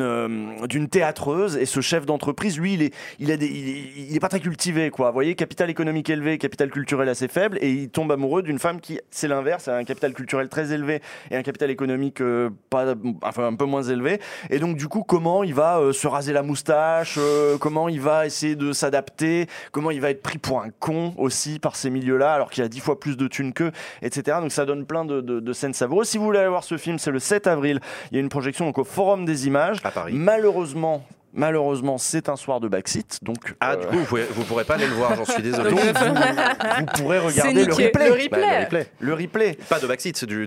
d'une théâtreuse, et ce chef d'entreprise, lui, il est pas très cultivé, quoi. Vous voyez, capital économique élevé, capital culturel assez faible, et il tombe amoureux d'une femme qui, c'est l'inverse, a un capital culturel très élevé et un capital économique un peu moins élevé. Et donc du coup, comment il va se raser la moustache, comment il va essayer de s'adapter, comment il va être pris pour un con aussi par ces milieux-là, alors qu'il a 10 fois plus de thunes qu'eux, etc. Donc ça donne plein de scènes savoureuses. Si vous voulez aller voir ce film, c'est le 7 avril. Il y a une projection donc au Forum des Images. À Paris. Malheureusement, c'est un soir de backseat, donc... du coup, vous pourrez pas aller le voir, j'en suis désolé. Donc, vous pourrez regarder le replay. Le replay. Pas de backseat, du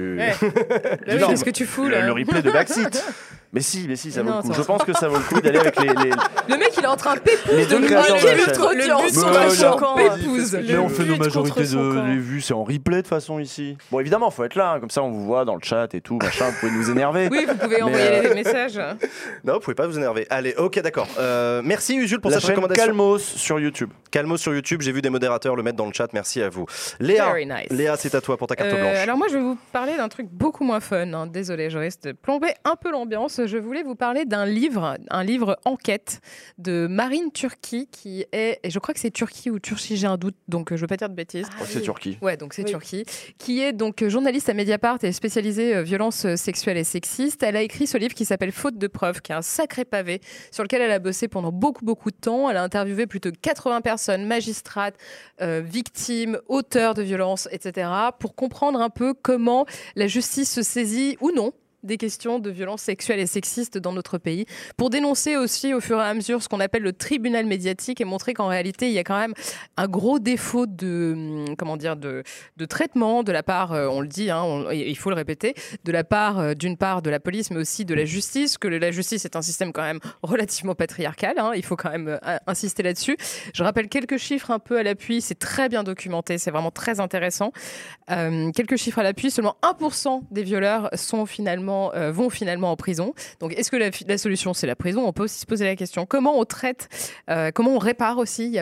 qu'est-ce que tu fous, là ? Le replay de backseat. Mais si, ça vaut le coup. Je pense que ça vaut le coup d'aller avec les... Le mec, il est en train de pépouze. Les deux créateurs de la chaîne. Le but sur la champ, pépouze. Mais on fait nos majorités les vues, c'est en replay de toute façon ici. Bon, évidemment, faut être là, comme ça on vous voit dans le chat et tout, machin, vous pouvez nous énerver. Oui, vous pouvez envoyer des messages. Non, vous pouvez pas vous énerver. Allez, ok, d'accord. Merci Usul pour cette recommandation. Calmos sur YouTube. Calmos sur YouTube, j'ai vu des modérateurs le mettre dans le chat, merci à vous. Léa, c'est à toi pour ta carte blanche. Alors moi, je vais vous parler d'un truc beaucoup moins fun. Désolée, je risque de plomber un peu l'ambiance. Je voulais vous parler d'un livre enquête de Marine Turki, qui est, et je crois que c'est Turquie ou Turquie, j'ai un doute, donc je veux pas dire de bêtises. C'est Turquie. Ouais, donc c'est Turquie, qui est donc journaliste à Mediapart et spécialisée violences sexuelles et sexistes. Elle a écrit ce livre qui s'appelle Faute de preuves, qui est un sacré pavé sur lequel elle a bossé pendant beaucoup de temps. Elle a interviewé plus de 80 personnes, magistrates, victimes, auteurs de violences, etc., pour comprendre un peu comment la justice se saisit ou non des questions de violences sexuelles et sexistes dans notre pays, pour dénoncer aussi au fur et à mesure ce qu'on appelle le tribunal médiatique et montrer qu'en réalité il y a quand même un gros défaut de traitement de la part, on le dit, il faut le répéter, de la part d'une part de la police mais aussi de la justice, que la justice est un système quand même relativement patriarcal, il faut quand même insister là-dessus. Je rappelle quelques chiffres un peu à l'appui, c'est très bien documenté, c'est vraiment très intéressant. Quelques chiffres à l'appui, seulement 1% des violeurs sont finalement évidemment, vont finalement en prison. Donc, est-ce que la solution, c'est la prison ? On peut aussi se poser la question comment on traite, comment on répare aussi. Il y a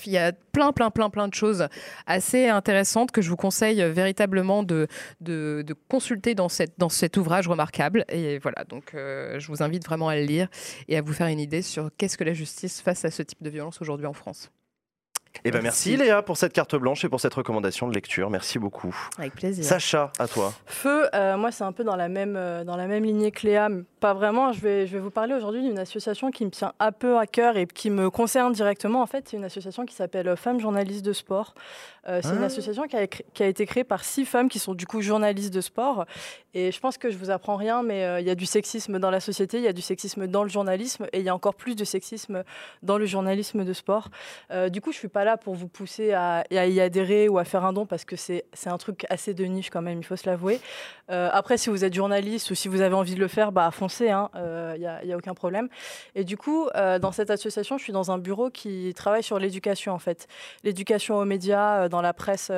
plein de choses assez intéressantes que je vous conseille véritablement de consulter dans cet ouvrage remarquable. Et voilà, donc je vous invite vraiment à le lire et à vous faire une idée sur qu'est-ce que la justice face à ce type de violence aujourd'hui en France. Eh ben merci Léa pour cette carte blanche et pour cette recommandation de lecture. Merci beaucoup. Avec plaisir. Sacha, à toi. Feu, moi c'est un peu dans la même lignée que Léa, mais pas vraiment. Je vais vous parler aujourd'hui d'une association qui me tient un peu à cœur et qui me concerne directement. En fait, c'est une association qui s'appelle Femmes journalistes de sport. C'est une association qui a été créée par 6 femmes qui sont du coup journalistes de sport. Et je pense que je vous apprends rien, mais il y a du sexisme dans la société, il y a du sexisme dans le journalisme et il y a encore plus de sexisme dans le journalisme de sport. Du coup, je suis pas là pour vous pousser à y adhérer ou à faire un don parce que c'est un truc assez de niche quand même, il faut se l'avouer. Après, si vous êtes journaliste ou si vous avez envie de le faire, foncez, y a aucun problème. Et du coup, dans cette association, je suis dans un bureau qui travaille sur l'éducation en fait. L'éducation aux médias, dans la presse,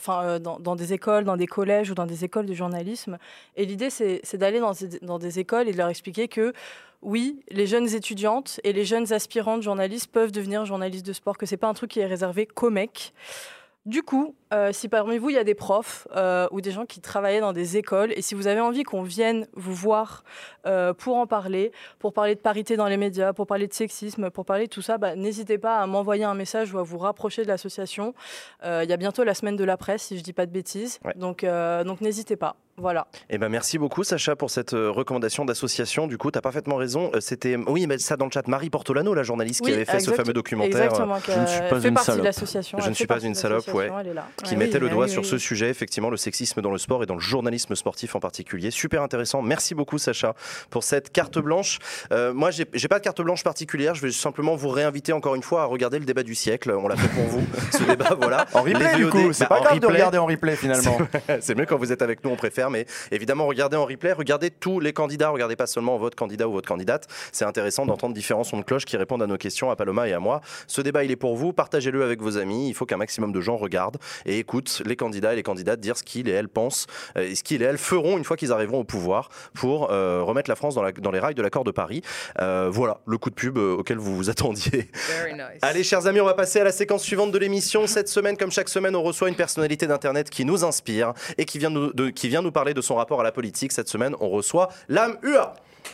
dans des écoles, dans des collèges ou dans des écoles de journalisme. Et l'idée, c'est d'aller dans des écoles et de leur expliquer que oui, les jeunes étudiantes et les jeunes aspirantes journalistes peuvent devenir journalistes de sport, que c'est pas un truc qui est réservé qu'aux mecs. Du coup, si parmi vous, il y a des profs ou des gens qui travaillaient dans des écoles, et si vous avez envie qu'on vienne vous voir pour en parler, pour parler de parité dans les médias, pour parler de sexisme, pour parler de tout ça, n'hésitez pas à m'envoyer un message ou à vous rapprocher de l'association. Il y a bientôt la semaine de la presse, si je ne dis pas de bêtises. Ouais. Donc n'hésitez pas. Voilà. Eh ben merci beaucoup Sacha pour cette recommandation d'association. Du coup, tu as parfaitement raison. C'était mais ça dans le chat, Marie Portolano, la journaliste qui avait fait ce fameux documentaire. Exactement. Je ne suis pas une salope. Je ne suis pas une salope, ouais. Qui mettait le doigt sur ce sujet, effectivement, le sexisme dans le sport et dans le journalisme sportif en particulier. Super intéressant. Merci beaucoup Sacha pour cette carte blanche. Moi, j'ai pas de carte blanche particulière. Je vais simplement vous réinviter encore une fois à regarder le débat du siècle. On l'a fait pour vous. Ce débat, voilà. En replay, du coup. C'est pas grave de regarder en replay finalement. C'est mieux quand vous êtes avec nous, on préfère. Mais évidemment, regardez en replay, regardez tous les candidats, regardez pas seulement votre candidat ou votre candidate. C'est intéressant d'entendre différents sons de cloche qui répondent à nos questions, à Paloma et à moi. Ce débat, il est pour vous, partagez-le avec vos amis. Il faut qu'un maximum de gens regardent et écoutent les candidats et les candidates dire ce qu'ils et elles pensent et ce qu'ils et elles feront une fois qu'ils arriveront au pouvoir pour remettre la France dans les rails de l'accord de Paris. Voilà, le coup de pub auquel vous vous attendiez. Nice. Allez, chers amis, on va passer à la séquence suivante de l'émission. Cette semaine, comme chaque semaine, on reçoit une personnalité d'Internet qui nous inspire et qui vient nous parler de son rapport à la politique. Cette semaine, on reçoit Lame UA.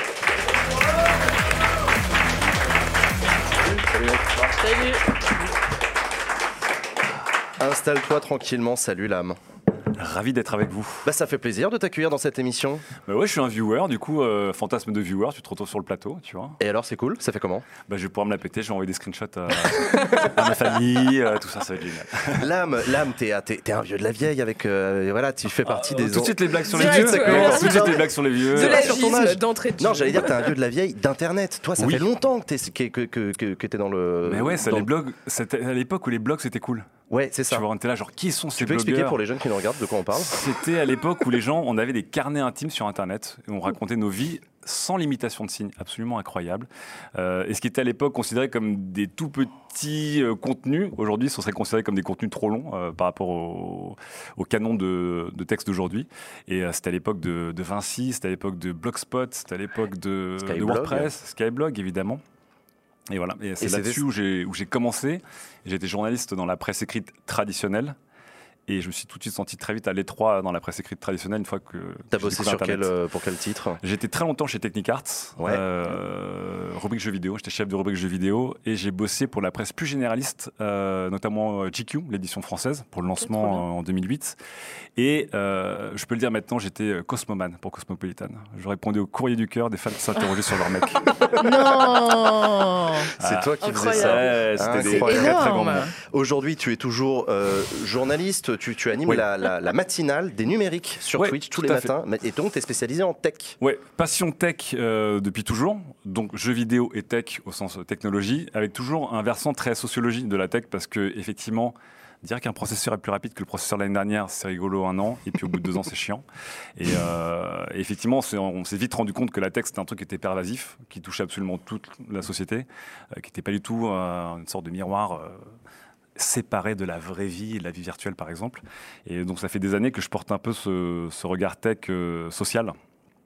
Salut. Installe-toi tranquillement. Salut Lame. Ravi d'être avec vous. Ça fait plaisir de t'accueillir dans cette émission. Ouais, je suis un viewer, du coup, fantasme de viewer, tu te retrouves sur le plateau, tu vois. Et alors, c'est cool, ça fait comment ? Je vais pouvoir me la péter, je vais envoyer des screenshots à ma famille, tout ça, ça va être génial. Lame, t'es un vieux de la vieille avec, voilà, tu fais partie des... Tout de suite les blagues sur les vieux. Tout de suite les blagues sur les vieux. De l'agisme d'entrée de jeu. Non, j'allais dire, t'es un vieux de la vieille d'Internet. Toi, ça fait longtemps que t'es dans le... Mais ouais, c'est les blogs, c'était à l'époque où les blogs c'était cool. Ouais, c'est ça. Tu vois, t'es là, genre, qui sont ces blogueurs ? Tu peux expliquer pour les jeunes qui nous regardent de quoi on parle ? C'était à l'époque où les gens, on avait des carnets intimes sur Internet, et on racontait nos vies sans limitation de signes, absolument incroyable. Et ce qui était à l'époque considéré comme des tout petits contenus, aujourd'hui, ce serait considéré comme des contenus trop longs par rapport au canon de texte d'aujourd'hui. Et c'était à l'époque de Vinci, c'était à l'époque de Blogspot, c'était à l'époque de WordPress, Skyblog, évidemment. Et voilà, et c'est là-dessus où j'ai commencé. J'étais journaliste dans la presse écrite traditionnelle. Et je me suis tout de suite senti très vite à l'étroit dans la presse écrite traditionnelle une fois que... T'as bossé pour quel titre ? J'ai été très longtemps chez Technic Arts, rubrique jeux vidéo. J'étais chef de rubrique jeux vidéo et j'ai bossé pour la presse plus généraliste, notamment GQ, l'édition française, pour le lancement en 2008. Et je peux le dire maintenant, j'étais Cosmoman pour Cosmopolitan. Je répondais au courrier du cœur des fans qui s'interrogeaient sur leur mec. Non. C'est toi qui faisais ça. C'était très très grand. Aujourd'hui, tu es toujours journaliste. Tu animes la matinale des numériques sur Twitch tous les matins. Et donc, tu es spécialisé en tech. Oui, passion tech depuis toujours. Donc, jeux vidéo et tech au sens technologie, avec toujours un versant très sociologie de la tech, parce que effectivement, dire qu'un processeur est plus rapide que le processeur de l'année dernière, c'est rigolo 1 an, et puis au bout de 2 ans, c'est chiant. Et effectivement, on s'est vite rendu compte que la tech, c'était un truc qui était pervasif, qui touchait absolument toute la société, qui n'était pas du tout une sorte de miroir séparé de la vraie vie et de la vie virtuelle, par exemple. Et donc, ça fait des années que je porte un peu ce regard tech social.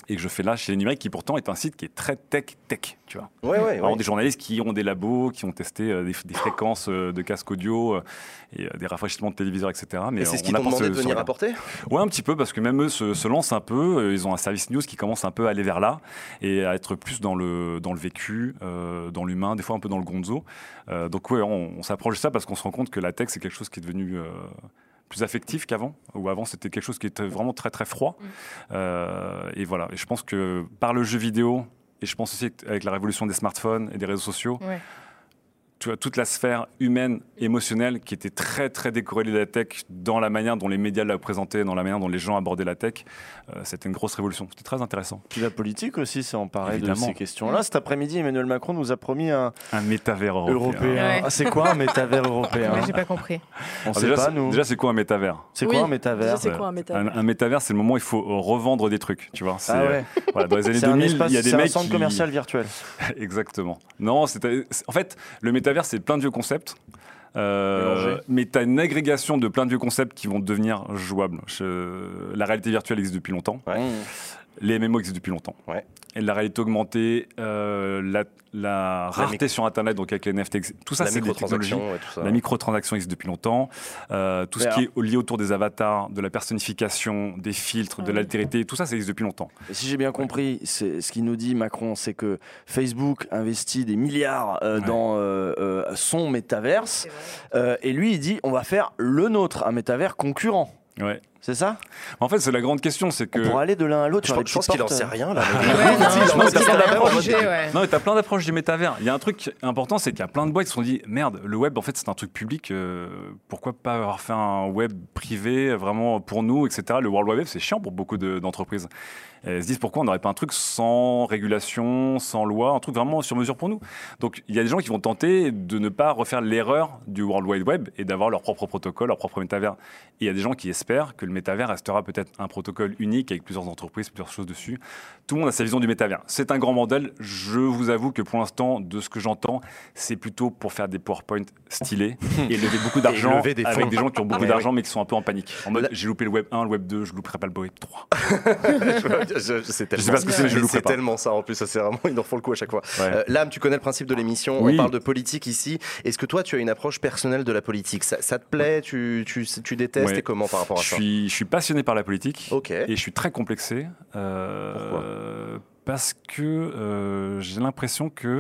et que je fais là chez Les Numériques, qui pourtant est un site qui est très tech, tu vois. Ouais. Des journalistes qui ont des labos, qui ont testé des fréquences de casque audio et des rafraîchissements de téléviseurs, etc. Mais c'est ce qu'ils t'ont demandé de venir apporter ? Ouais, un petit peu, parce que même eux se lancent un peu. Ils ont un service news qui commence un peu à aller vers là et à être plus dans le vécu, dans l'humain, des fois un peu dans le gonzo. Donc ouais, on s'approche de ça parce qu'on se rend compte que la tech, c'est quelque chose qui est devenu plus affectif qu'avant, où avant c'était quelque chose qui était vraiment très très froid. Et voilà, et je pense que par le jeu vidéo, et je pense aussi avec la révolution des smartphones et des réseaux sociaux, tu vois, toute la sphère humaine, émotionnelle, qui était très très décorrélée de la tech, dans la manière dont les médias la présentaient, dans la manière dont les gens abordaient la tech, c'était une grosse révolution. C'était très intéressant. Puis la politique aussi s'est emparée de ces questions-là. Cet après-midi, Emmanuel Macron nous a promis un métavers européen. Ouais. Ah, c'est quoi un métavers européen ? J'ai pas compris. On sait pas, nous. Déjà, c'est quoi un métavers ? C'est quoi un métavers ? Un métavers, c'est le moment où il faut revendre des trucs, tu vois. Voilà, dans les années 2000, il y a des mecs c'est un centre commercial virtuel. Exactement. Non, en fait, le métavers, c'est plein de vieux concepts. Mais tu as une agrégation de plein de vieux concepts qui vont devenir jouables. La réalité virtuelle existe depuis longtemps. Les MMO existent depuis longtemps. Et la réalité augmentée, la rareté sur Internet, donc avec les NFT, tout ça, c'est des technologies. La microtransaction existe depuis longtemps. Tout ce qui est lié autour des avatars, de la personnification, des filtres, de l'altérité, tout ça, ça existe depuis longtemps. Et si j'ai bien compris, ce qu'il nous dit Macron, c'est que Facebook investit des milliards dans son métaverse. Et lui, il dit, on va faire le nôtre, un métavers concurrent. Ouais. C'est ça ? En fait, c'est la grande question, c'est que... Pour aller de l'un à l'autre, je pense qu'il en sait rien, là. Non, mais t'as plein d'approches du métavers. Il y a un truc important, c'est qu'il y a plein de boîtes qui se sont dit, merde, le web, en fait, c'est un truc public. Pourquoi pas avoir fait un web privé, vraiment pour nous, etc. Le World Wide Web, c'est chiant pour beaucoup d'entreprises. Et elles se disent, pourquoi on n'aurait pas un truc sans régulation, sans loi, un truc vraiment sur mesure pour nous ? Donc, il y a des gens qui vont tenter de ne pas refaire l'erreur du World Wide Web et d'avoir leur propre protocole, leur propre métavers. Et il y a des gens qui espèrent que le métavers restera peut-être un protocole unique avec plusieurs entreprises, plusieurs choses dessus. Tout le monde a sa vision du métavers. C'est un grand modèle. Je vous avoue que pour l'instant, de ce que j'entends, c'est plutôt pour faire des PowerPoint stylés et lever beaucoup d'argent avec des gens qui ont beaucoup d'argent mais qui sont un peu en panique. En mode, j'ai loupé le Web 1, le Web 2, je louperai pas le Web 3. C'est tellement ça en plus, ça c'est vraiment, ils en font le coup à chaque fois. Lame, tu connais le principe de l'émission, on parle de politique ici. Est-ce que toi tu as une approche personnelle de la politique ? Ça te plaît ? Tu détestes et comment par rapport à ça ? Je suis passionné par la politique et je suis très complexé. Pourquoi ? Parce que j'ai l'impression que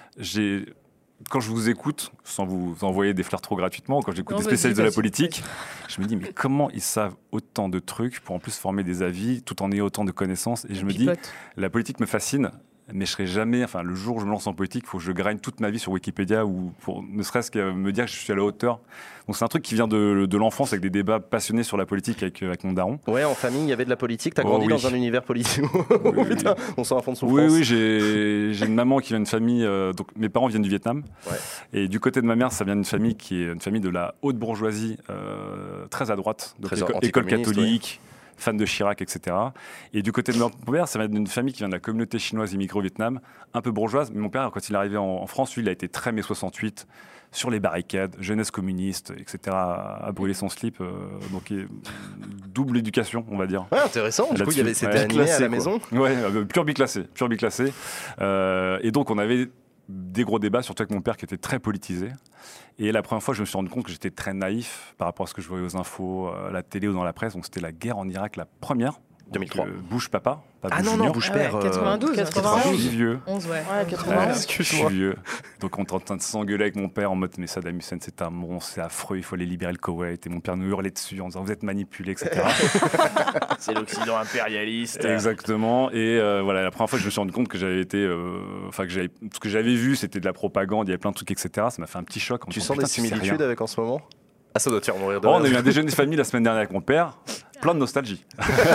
quand je vous écoute, sans vous envoyer des fleurs trop gratuitement, quand j'écoute des spécialistes de la politique, je me dis, mais comment ils savent autant de trucs pour en plus former des avis tout en ayant autant de connaissances ? Et je me dis, la politique me fascine, mais je serai jamais, enfin le jour où je me lance en politique, il faut que je graine toute ma vie sur Wikipédia ou pour ne serait-ce que me dire que je suis à la hauteur. Donc c'est un truc qui vient de l'enfance avec des débats passionnés sur la politique avec mon daron. Ouais, en famille, il y avait de la politique, t'as grandi dans un univers politique. Putain, on sent à fond de souffrance. Oui, j'ai une maman qui vient d'une famille, donc mes parents viennent du Vietnam. Et du côté de ma mère, ça vient d'une famille qui est une famille de la haute bourgeoisie, très à droite, donc école catholique. Fan de Chirac, etc. Et du côté de mon père, ça vient d'une famille qui vient de la communauté chinoise immigrée au Vietnam, un peu bourgeoise. Mais mon père, quand il est arrivé en France, lui, il a été très mai 68, sur les barricades, jeunesse communiste, etc., à brûler son slip. Donc, double éducation, on va dire. Ouais, intéressant. Du coup, il y avait cette animé à la maison. Ouais, pur biclassé. Et donc, on avait des gros débats, surtout avec mon père qui était très politisé. Et la première fois, je me suis rendu compte que j'étais très naïf par rapport à ce que je voyais aux infos, à la télé ou dans la presse. Donc c'était la guerre en Irak, la première. 2003. Bush papa. Non, Bush père. 92. 92. Je suis vieux. 11, ouais. 91. Je suis vieux. Donc on est en train de s'engueuler avec mon père en mode, mais Saddam Hussein, c'est un monstre, c'est affreux, il faut aller libérer le Koweït. Et mon père nous hurlait dessus en disant, vous êtes manipulés, etc. C'est l'Occident impérialiste. Exactement. Et voilà, la première fois que je me suis rendu compte que j'avais été. Ce que j'avais vu, c'était de la propagande, il y avait plein de trucs, etc. Ça m'a fait un petit choc. Tu sens des similitudes avec en ce moment ? Ah, ça doit te faire mourir de rire. On a eu un déjeuner de famille la semaine dernière avec mon père. Plein de nostalgie.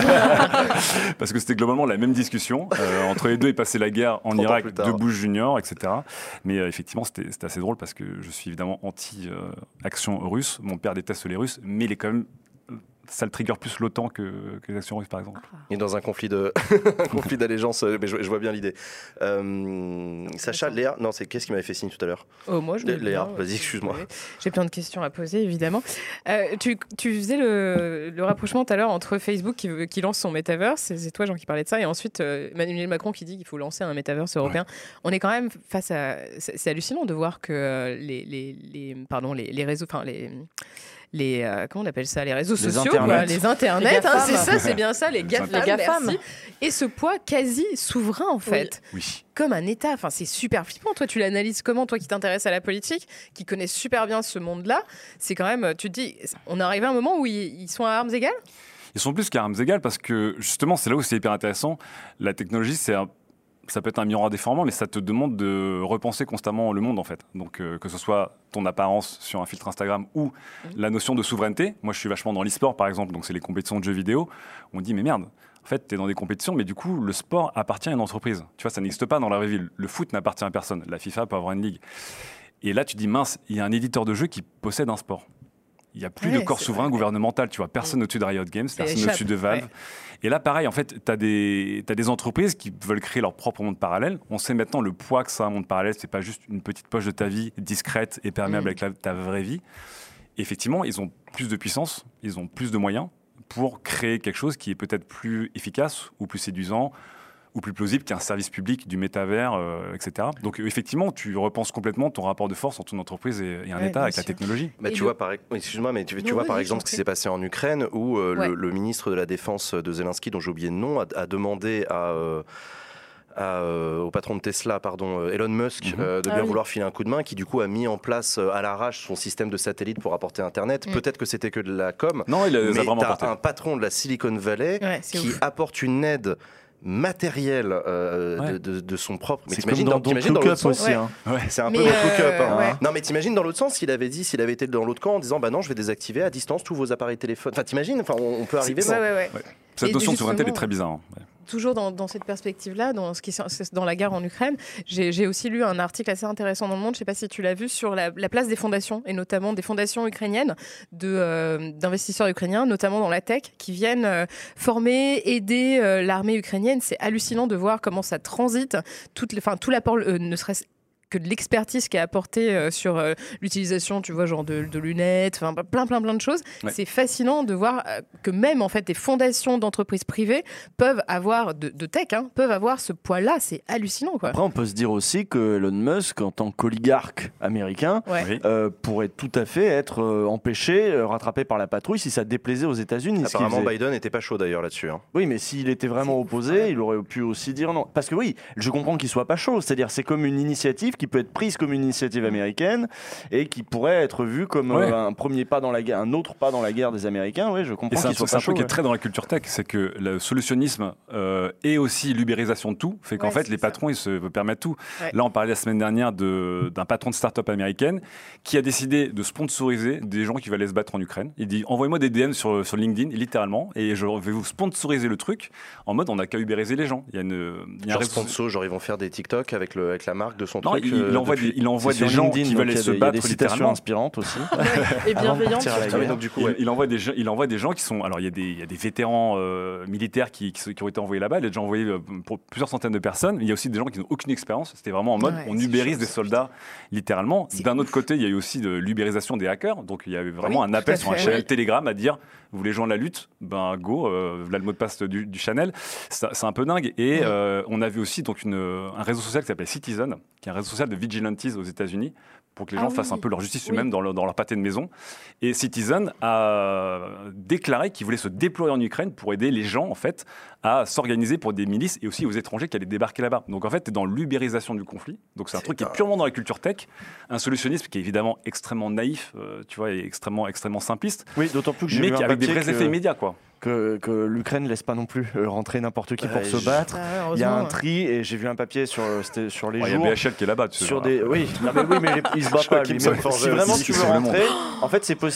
Parce que c'était globalement la même discussion. Entre les deux, il passait la guerre en Irak de Bush Junior, etc. Mais effectivement, c'était assez drôle parce que je suis évidemment anti-action russe. Mon père déteste les Russes, mais il est quand même ça le trigger plus l'OTAN que les actions russes, par exemple. Et dans un conflit d'allégeance, mais je vois bien l'idée. Sacha, Léa, non, qu'est-ce qui m'avait fait signe tout à l'heure? Moi, je Léa, vas-y, excuse-moi. J'ai plein de questions à poser, évidemment. Tu faisais le rapprochement tout à l'heure entre Facebook qui lance son métaverse, c'est toi, Jean, qui parlait de ça, et ensuite Emmanuel Macron qui dit qu'il faut lancer un métaverse européen. Ouais. On est quand même face à... C'est hallucinant de voir que les réseaux... Enfin, comment on appelle ça, les réseaux sociaux, les internets, c'est ça, c'est bien ça, les GAFAM, et ce poids quasi souverain en fait, comme un État. Enfin, c'est super flippant. Toi, tu l'analyses comment, toi qui t'intéresses à la politique, qui connais super bien ce monde-là, c'est quand même, tu te dis, on est arrivé à un moment où ils sont à armes égales. Ils sont plus qu'à armes égales parce que justement, c'est là où c'est hyper intéressant. La technologie, ça peut être un miroir déformant, mais ça te demande de repenser constamment le monde, en fait. Donc, que ce soit ton apparence sur un filtre Instagram ou la notion de souveraineté. Moi, je suis vachement dans l'e-sport, par exemple, donc c'est les compétitions de jeux vidéo. On dit, mais merde, en fait, tu es dans des compétitions, mais du coup, le sport appartient à une entreprise. Tu vois, ça n'existe pas dans la vraie vie. Le foot n'appartient à personne. La FIFA peut avoir une ligue. Et là, tu dis, mince, il y a un éditeur de jeu qui possède un sport. Il n'y a plus de corps souverain gouvernemental, tu vois, personne au-dessus de Riot Games, personne au-dessus de Valve. Ouais. Et là, pareil, en fait, tu as des entreprises qui veulent créer leur propre monde parallèle. On sait maintenant le poids que ça a un monde parallèle, c'est pas juste une petite poche de ta vie discrète et perméable avec ta vraie vie. Et effectivement, ils ont plus de puissance, ils ont plus de moyens pour créer quelque chose qui est peut-être plus efficace ou plus séduisant ou plus plausible qu'un service public du métavers, etc. Donc effectivement, tu repenses complètement ton rapport de force entre une entreprise et un État avec la technologie. Bah, tu vois, excuse-moi, mais tu vois par exemple ce qui s'est passé en Ukraine où le ministre de la Défense de Zelensky, dont j'ai oublié le nom, a demandé au patron de Tesla, Elon Musk, de bien vouloir filer un coup de main, qui du coup a mis en place à l'arrache son système de satellite pour apporter Internet. Peut-être que c'était que de la com, non, mais t'as un patron de la Silicon Valley qui apporte une aide matériel de son propre. Mais t'imagines dans l'autre sens aussi. C'est un peu le hook-up. Non, mais t'imagines dans l'autre sens, s'il avait été dans l'autre camp en disant bah non, je vais désactiver à distance tous vos appareils téléphones. Enfin, t'imagines, on peut arriver. Cette notion de souveraineté elle est très bizarre. Toujours dans cette perspective-là, dans la guerre en Ukraine, j'ai aussi lu un article assez intéressant dans Le Monde, je ne sais pas si tu l'as vu, sur la place des fondations, et notamment des fondations ukrainiennes, d'investisseurs ukrainiens, notamment dans la tech, qui viennent former, aider l'armée ukrainienne. C'est hallucinant de voir comment ça transite, tout l'apport, ne serait-ce que de l'expertise qui est apportée sur l'utilisation, tu vois, genre de lunettes, enfin plein de choses. Ouais. C'est fascinant de voir que même en fait des fondations d'entreprises privées peuvent avoir de tech, peuvent avoir ce poids-là. C'est hallucinant, quoi. Après, on peut se dire aussi que Elon Musk, en tant qu'oligarque américain, pourrait tout à fait être empêché, rattrapé par la patrouille si ça déplaisait aux États-Unis. Apparemment, Biden n'était pas chaud d'ailleurs là-dessus. Oui, mais s'il était vraiment opposé, il aurait pu aussi dire non. Parce que oui, je comprends qu'il soit pas chaud. C'est-à-dire, c'est comme une initiative qui peut être prise comme une initiative américaine et qui pourrait être vue comme un premier pas dans la guerre, un autre pas dans la guerre des Américains. Oui, je comprends. Et c'est un truc qui est très dans la culture tech, c'est que le solutionnisme et aussi l'ubérisation de tout fait qu'en fait les patrons ils se permettent tout. Ouais. Là, on parlait la semaine dernière d'un patron de start-up américaine qui a décidé de sponsoriser des gens qui veulent aller se battre en Ukraine. Il dit envoyez-moi des DM sur LinkedIn littéralement et je vais vous sponsoriser le truc en mode on n'a qu'à ubériser les gens. Il y a un sponsor, genre ils vont faire des TikTok avec la marque de son truc. Il envoie des gens qui veulent se battre. Il y a des citations inspirantes aussi. Et bienveillantes. Il envoie des gens qui sont. Alors, il y a des vétérans militaires qui ont été envoyés là-bas. Il a déjà envoyé pour plusieurs centaines de personnes. Il y a aussi des gens qui n'ont aucune expérience. C'était vraiment en mode on ubérise des soldats, littéralement. D'un autre côté, il y a eu aussi de l'ubérisation des hackers. Donc, il y a eu vraiment un appel sur un channel Telegram à dire vous voulez joindre la lutte, ben go, là le mot de passe du channel. C'est un peu dingue. Et on a vu aussi donc un réseau social qui s'appelle Citizen, qui est un réseau social de vigilantes aux États-Unis pour que les gens fassent un peu leur justice humaine dans leur pâté de maison. Et Citizen a déclaré qu'il voulait se déployer en Ukraine pour aider les gens en fait à s'organiser pour des milices et aussi aux étrangers qui allaient débarquer là-bas. Donc en fait, tu es dans l'ubérisation du conflit. Donc c'est un truc qui est purement dans la culture tech, un solutionnisme qui est évidemment extrêmement naïf, tu vois, et extrêmement simpliste. Oui, d'autant plus que j'ai vu un avec des vrais effets immédiats, quoi. Que l'Ukraine ne laisse pas non plus rentrer n'importe qui pour se battre. Il y a un tri et j'ai vu un papier sur les jours. Il y a BHL qui est là-bas. Oui, mais il se bat pas. Lui. Si vraiment tu veux rentrer, en fait c'est possible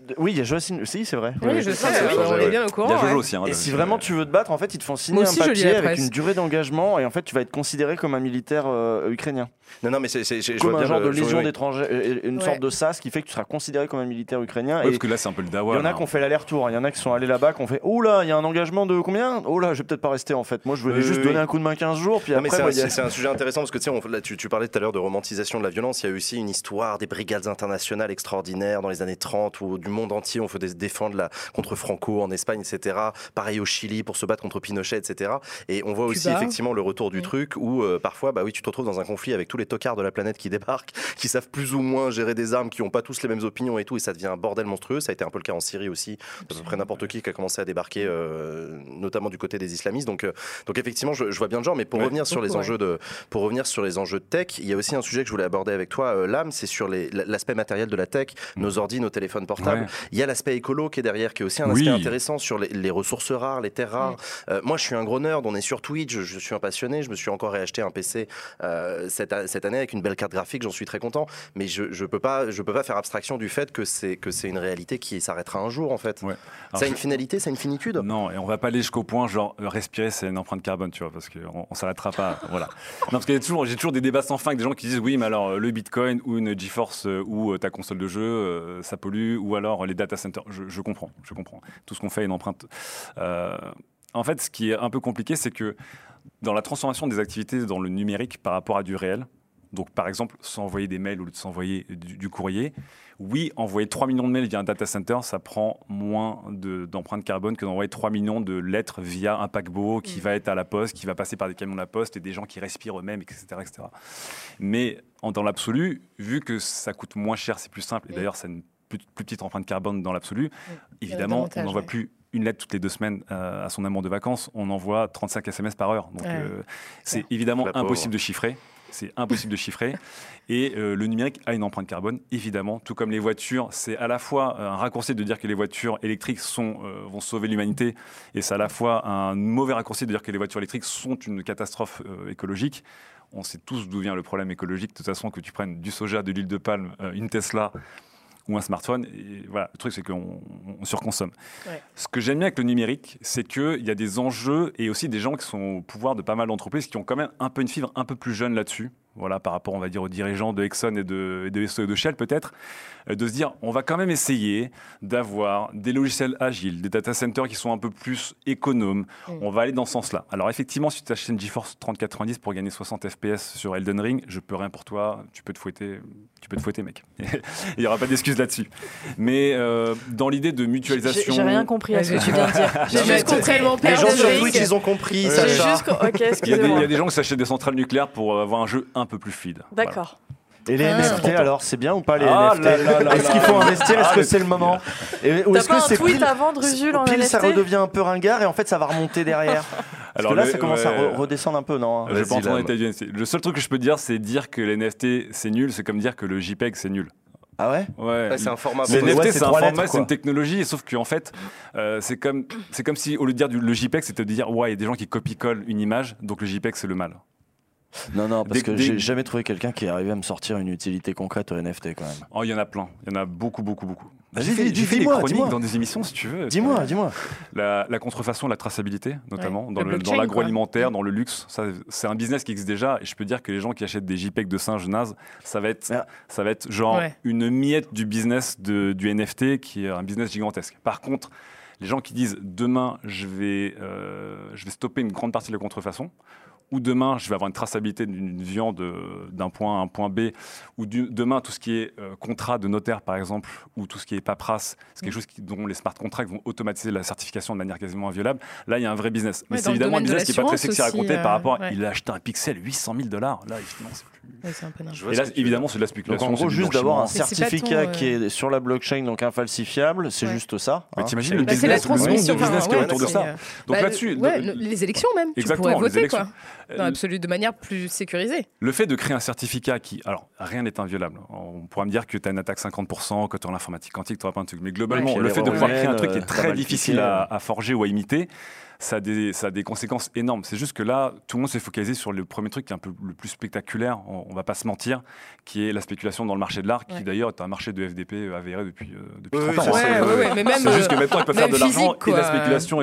Oui, il y a Joachim aussi, c'est vrai. Oui, je sais, on est bien au courant. Il y a Jojo aussi. Et si vraiment tu veux te battre, en fait, ils te font signer un papier avec une durée d'engagement et en fait, tu vas être considéré comme un militaire ukrainien. Non, mais c'est comme un genre de légion d'étrangers, une sorte de SAS qui fait que tu seras considéré comme un militaire ukrainien. Oui, parce que là, c'est un peu le dawa. Il y en a qui ont fait l'aller-retour. Il y en a qui sont allés là-bas, qui ont fait oh là, il y a un engagement de combien ? Oh là, je vais peut-être pas rester en fait. Moi, je voulais juste donner un coup de main 15 jours. Puis après, c'est un sujet intéressant parce que tu parlais tout à l'heure de romantisation de la violence. Il y a aussi une histoire des brigades internationales extraordinaires dans les années 30 où du monde entier on faisait se défendre contre Franco en Espagne, etc. Pareil au Chili pour se battre contre Pinochet, etc. Et on voit aussi effectivement le retour du truc où parfois, tu te retrouves dans un conflit avec tous les tocards de la planète qui débarquent, qui savent plus ou moins gérer des armes, qui n'ont pas tous les mêmes opinions et tout, et ça devient un bordel monstrueux. Ça a été un peu le cas en Syrie aussi. À peu près n'importe qui a commencé à débarquer, notamment du côté des islamistes. Donc effectivement, je vois bien le genre. Mais pour revenir sur les enjeux de tech, il y a aussi un sujet que je voulais aborder avec toi, Lame, c'est sur l'aspect matériel de la tech, nos ordi, nos téléphones portables. Ouais. Il y a l'aspect écolo qui est derrière, qui est aussi un aspect intéressant sur les ressources rares, les terres rares. Moi, je suis un gros nerd, on est sur Twitch, je suis un passionné, je me suis encore réacheté un PC cette année avec une belle carte graphique, j'en suis très content, mais je peux pas faire abstraction du fait que c'est une réalité qui s'arrêtera un jour en fait. Ouais. Ça a une finalité, ça a une finitude. Non, et on va pas aller jusqu'au point genre respirer c'est une empreinte carbone, tu vois, parce qu'on s'arrêtera pas. Voilà. Non, parce qu'il y a j'ai toujours des débats sans fin avec des gens qui disent oui, mais alors le Bitcoin ou une GeForce ou ta console de jeu, ça pollue, ou alors les data centers. Je comprends. Tout ce qu'on fait a une empreinte. En fait, ce qui est un peu compliqué, c'est que dans la transformation des activités dans le numérique par rapport à du réel, donc par exemple, s'envoyer des mails au lieu de s'envoyer du courrier, oui, envoyer 3 millions de mails via un data center, ça prend moins d'empreintes carbone que d'envoyer 3 millions de lettres via un paquebot qui va être à la poste, qui va passer par des camions de la poste et des gens qui respirent eux-mêmes, etc. Mais dans l'absolu, vu que ça coûte moins cher, c'est plus simple, et d'ailleurs, c'est une plus petite empreinte carbone dans l'absolu, évidemment, on n'envoie plus une lettre toutes les 2 semaines à son amour de vacances, on envoie 35 SMS par heure. Donc c'est évidemment impossible de chiffrer. C'est impossible de chiffrer. Et le numérique a une empreinte carbone, évidemment, tout comme les voitures. C'est à la fois un raccourci de dire que les voitures électriques vont sauver l'humanité, et c'est à la fois un mauvais raccourci de dire que les voitures électriques sont une catastrophe écologique. On sait tous d'où vient le problème écologique. De toute façon, que tu prennes du soja, de l'huile de palme, une Tesla ou un smartphone, et voilà, le truc c'est qu'on surconsomme. Ouais. Ce que j'aime bien avec le numérique, c'est qu'il y a des enjeux et aussi des gens qui sont au pouvoir de pas mal d'entreprises qui ont quand même un peu une fibre un peu plus jeune là-dessus, voilà, par rapport, on va dire, aux dirigeants de Exxon et de Shell peut-être, de se dire, on va quand même essayer d'avoir des logiciels agiles, des data centers qui sont un peu plus économes. On va aller dans ce sens-là. Alors effectivement, si tu achètes une GeForce 3090 pour gagner 60 FPS sur Elden Ring, je peux rien pour toi, tu peux te fouetter, mec. Il n'y aura pas d'excuses là-dessus. Mais dans l'idée de mutualisation... J'ai rien compris à ce que tu viens de dire. J'ai juste complètement perdu. Les gens sur Twitch, ils ont compris, Sacha. Il y a des gens qui s'achètent des centrales nucléaires pour avoir un jeu un peu plus fluide. D'accord. Voilà. Et les NFT, alors, c'est bien ou pas les NFT Est-ce qu'il faut investir ? Est-ce que c'est le moment ? Ou est-ce que c'est tweet à vendre, Jules, en NFT ? NFT ? Ça redevient un peu ringard et en fait, ça va remonter derrière. Alors que là, ça commence à redescendre un peu, non ? Je vais pas entrer dans les détails du NFT. Le seul truc que je peux dire, c'est dire que les NFT, c'est nul. C'est comme dire que le JPEG, c'est nul. Ah ouais ? Ouais, c'est un format. Les NFT, c'est un format, c'est une technologie, sauf qu'en fait, c'est comme si, au lieu de dire le JPEG, c'était de dire, ouais, il y a des gens qui copie-collent une image, donc le JPEG, c'est le mal. Non, parce que j'ai jamais trouvé quelqu'un qui est arrivé à me sortir une utilité concrète au NFT quand même. Oh, il y en a plein, il y en a beaucoup. J'ai fait des chroniques dans des émissions si tu veux. Dis-moi. La contrefaçon, la traçabilité, notamment dans l'agroalimentaire, dans le luxe, c'est un business qui existe déjà. Et je peux dire que les gens qui achètent des JPEG de singes nazes, ça va être genre une miette du business du NFT qui est un business gigantesque. Par contre, les gens qui disent demain je vais stopper une grande partie de la contrefaçon, ou demain, je vais avoir une traçabilité d'une viande d'un point A à un point B, ou demain, tout ce qui est contrat de notaire, par exemple, ou tout ce qui est paperasse, c'est quelque chose dont les smart contracts vont automatiser la certification de manière quasiment inviolable. Là, il y a un vrai business. Mais c'est évidemment un business qui n'est pas très sexy à raconter par rapport à il a acheté un pixel $800 000. Là, évidemment, c'est plus... c'est un peu n'importe. Et là, évidemment, c'est de la spéculation. Donc, en gros, juste d'avoir un certificat qui est sur la blockchain, donc infalsifiable, c'est juste ça. Mais t'imagines le business qui est autour de ça. Donc là-dessus... Les élections même, tu pourrais voter, quoi. Dans l'absolu, de manière plus sécurisée. Le fait de créer un certificat qui... Alors, rien n'est inviolable. On pourra me dire que tu as une attaque 50%, que tu as l'informatique quantique, tu n'auras pas un truc. Mais globalement, le fait de pouvoir créer un truc qui est très difficile à forger ou à imiter, ça a des conséquences énormes. C'est juste que là, tout le monde s'est focalisé sur le premier truc qui est un peu le plus spectaculaire, on va pas se mentir, qui est la spéculation dans le marché de l'art, qui d'ailleurs est un marché de FDP avéré depuis 30 ans. Mais même, c'est juste que maintenant, ils peuvent faire de l'argent physique, et de la spéculation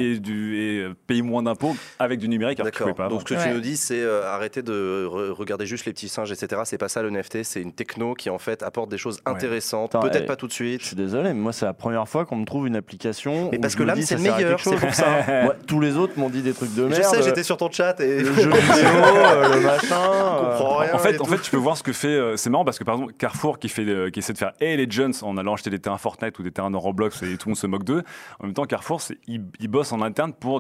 et payer moins d'impôts avec du numérique. D'accord. Donc ce que tu nous dis, c'est arrêter de regarder juste les petits singes, etc. C'est pas ça le NFT, c'est une techno qui en fait apporte des choses intéressantes, peut-être pas tout de suite. Je suis désolé, mais moi c'est la première fois qu'on me trouve une application. Mais parce que l'âme c'est le meilleur, c'est pour ça. Tous les autres m'ont dit des trucs de merde. Je sais, j'étais sur ton chat et le jeu vidéo, le machin. On comprend rien. En fait, tu peux voir ce que fait. C'est marrant parce que par exemple Carrefour qui essaie de faire les Jones en allant acheter des terrains Fortnite ou des terrains dans Roblox et tout le monde se moque d'eux. En même temps, Carrefour, ils bossent en interne pour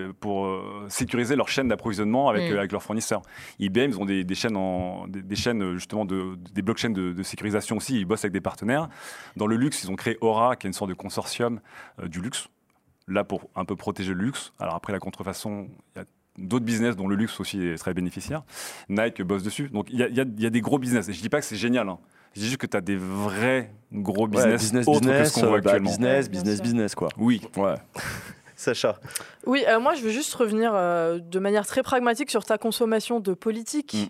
sécuriser leur chaîne d'approvisionnement avec leurs fournisseurs. IBM, ils ont des chaînes justement des blockchains de sécurisation aussi. Ils bossent avec des partenaires. Dans le luxe, ils ont créé Aura, qui est une sorte de consortium du luxe. Là, pour un peu protéger le luxe. Alors après, la contrefaçon, il y a d'autres business dont le luxe aussi est très bénéficiaire. Nike bosse dessus. Donc il y a des gros business. Et je dis pas que c'est génial. Je dis juste que tu as des vrais gros business autres que ce qu'on voit actuellement. Business, quoi. Oui. Ouais. Sacha. Oui, moi je veux juste revenir de manière très pragmatique sur ta consommation de politique.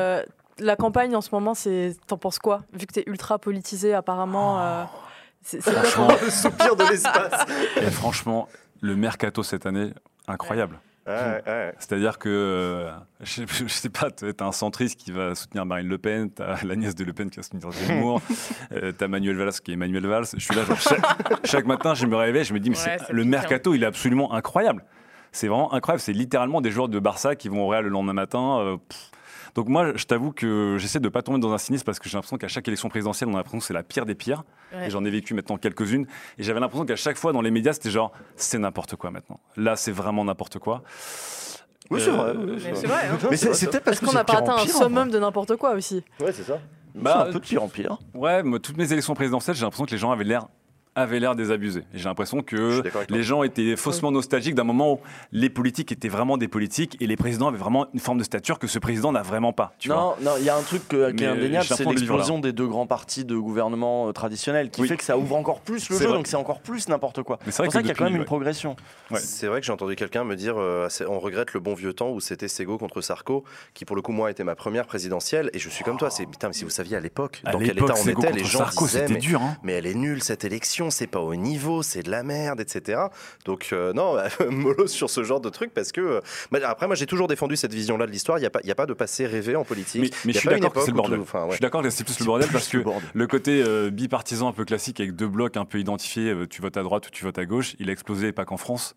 La campagne en ce moment, t'en penses quoi? Vu que t'es ultra politisé apparemment. C'est quoi le soupir de l'espace. Et franchement, le mercato cette année, incroyable. C'est-à-dire que, je sais pas, t'as un centriste qui va soutenir Marine Le Pen, t'as la nièce de Le Pen qui va soutenir Zemmour, t'as Manuel Valls qui est Manuel Valls. Je suis là, genre, chaque matin, je me réveille, je me dis, mais le mercato, il est absolument incroyable. C'est vraiment incroyable. C'est littéralement des joueurs de Barça qui vont au Real le lendemain matin. Donc moi, je t'avoue que j'essaie de ne pas tomber dans un cynisme parce que j'ai l'impression qu'à chaque élection présidentielle, on a l'impression que c'est la pire des pires. Et j'en ai vécu maintenant quelques-unes. Et j'avais l'impression qu'à chaque fois dans les médias, c'était genre, c'est n'importe quoi maintenant. Là, c'est vraiment n'importe quoi. Oui, c'est vrai. C'est vrai. Mais c'est peut-être parce qu'on n'a pas atteint un summum de n'importe quoi aussi. Ouais, c'est ça. C'est un peu de pire en pire. Ouais, moi, toutes mes élections présidentielles, j'ai l'impression que les gens avaient l'air désabusés. Et j'ai l'impression que les gens étaient faussement nostalgiques d'un moment où les politiques étaient vraiment des politiques et les présidents avaient vraiment une forme de stature que ce président n'a vraiment pas. Non, il y a un truc qui est indéniable, c'est l'explosion des deux grands partis de gouvernement traditionnels qui fait que ça ouvre encore plus le jeu, donc c'est encore plus n'importe quoi. C'est pour ça qu'il y a quand même une progression. C'est vrai que j'ai entendu quelqu'un me dire on regrette le bon vieux temps où c'était Ségo contre Sarko, qui pour le coup moi était ma première présidentielle, et je suis comme toi, putain, mais si vous saviez à l'époque dans quel état on était, les gens disaient mais elle est nulle cette élection, c'est pas au niveau, c'est de la merde, etc. Donc non, mollo sur ce genre de truc, parce que après moi j'ai toujours défendu cette vision-là de l'histoire. Il y a pas de passé rêvé en politique. Mais je suis d'accord que c'est le bordel. Je suis d'accord que c'est plus le bordel parce que le côté bipartisan un peu classique avec deux blocs un peu identifiés, tu votes à droite ou tu votes à gauche, il a explosé, pas qu'en France.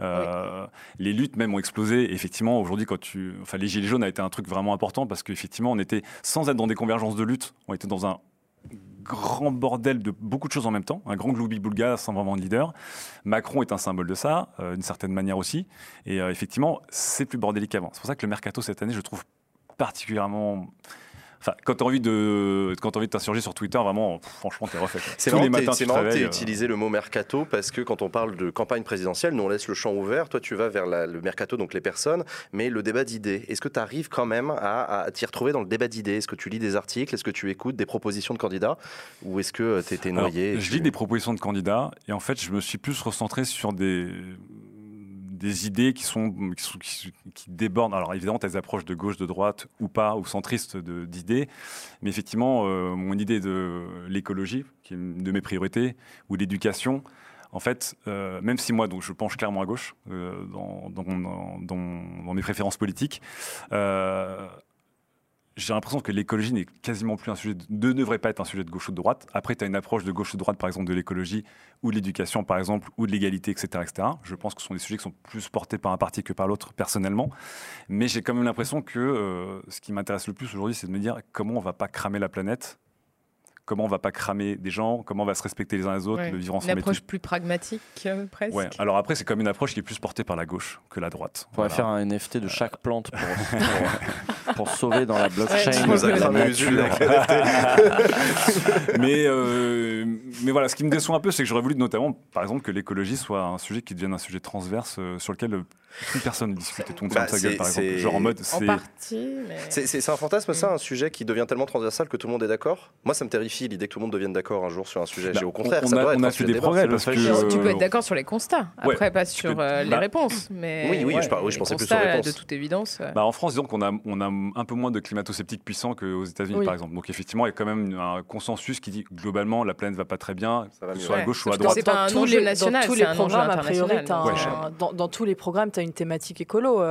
Les luttes même ont explosé. Et effectivement, aujourd'hui, les gilets jaunes a été un truc vraiment important parce qu'effectivement, on était, sans être dans des convergences de lutte, on était dans un grand bordel de beaucoup de choses en même temps, un grand gloubi-boulga sans vraiment de leader. Macron est un symbole de ça, d'une certaine manière aussi. Et effectivement, c'est plus bordélique qu'avant. C'est pour ça que le mercato cette année, je trouve particulièrement... Enfin, quand tu as envie de t'insurger sur Twitter, vraiment, franchement, t'es refait. C'est marrant que tu utilisé le mot mercato parce que quand on parle de campagne présidentielle, nous on laisse le champ ouvert. Toi, tu vas vers le mercato, donc les personnes, mais le débat d'idées. Est-ce que tu arrives quand même à t'y retrouver dans le débat d'idées? Est-ce que tu lis des articles? Est-ce que tu écoutes des propositions de candidats? Ou est-ce que tu étais noyé? Je lis des propositions de candidats et en fait, je me suis plus recentré sur des idées qui débordent. Alors évidemment, tu as des approches de gauche, de droite ou pas, ou centristes d'idées. Mais effectivement, mon idée de l'écologie, qui est une de mes priorités, ou l'éducation, en fait, même si moi, donc, je penche clairement à gauche dans mes préférences politiques, j'ai l'impression que l'écologie n'est quasiment plus ne devrait pas être un sujet de gauche ou de droite. Après, tu as une approche de gauche ou de droite, par exemple, de l'écologie ou de l'éducation, par exemple, ou de l'égalité, etc., etc. Je pense que ce sont des sujets qui sont plus portés par un parti que par l'autre, personnellement. Mais j'ai quand même l'impression que ce qui m'intéresse le plus aujourd'hui, c'est de me dire comment on ne va pas cramer la planète, comment on ne va pas cramer des gens, comment on va se respecter les uns les autres, le vivre ensemble. Une approche plus pragmatique, presque. Ouais. Alors après, c'est comme une approche qui est plus portée par la gauche que la droite. On va faire un NFT de chaque plante pour sauver dans la blockchain. Mais voilà, ce qui me déçoit un peu, c'est que j'aurais voulu notamment, par exemple, que l'écologie soit un sujet qui devienne un sujet transverse sur lequel plus personne ne discute et tout le monde ferme sa gueule, par exemple. Genre en mode, en partie, mais... C'est un fantasme, ça, un sujet qui devient tellement transversal que tout le monde est d'accord? Moi, ça me terrifie aussi l'idée que tout le monde devienne d'accord un jour sur un sujet. Au contraire, on a fait des progrès. Tu peux être d'accord sur les constats, après pas sur les réponses. Mais oui, je pensais plus aux réponses. De toute évidence. En France, disons qu'on a un peu moins de climato-sceptiques puissants qu'aux États-Unis, par exemple. Donc effectivement, il y a quand même un consensus qui dit globalement la planète va pas très bien, soit à gauche, soit à droite. C'est pas un enjeu national, c'est un enjeu international. Dans tous les programmes, tu as une thématique écolo.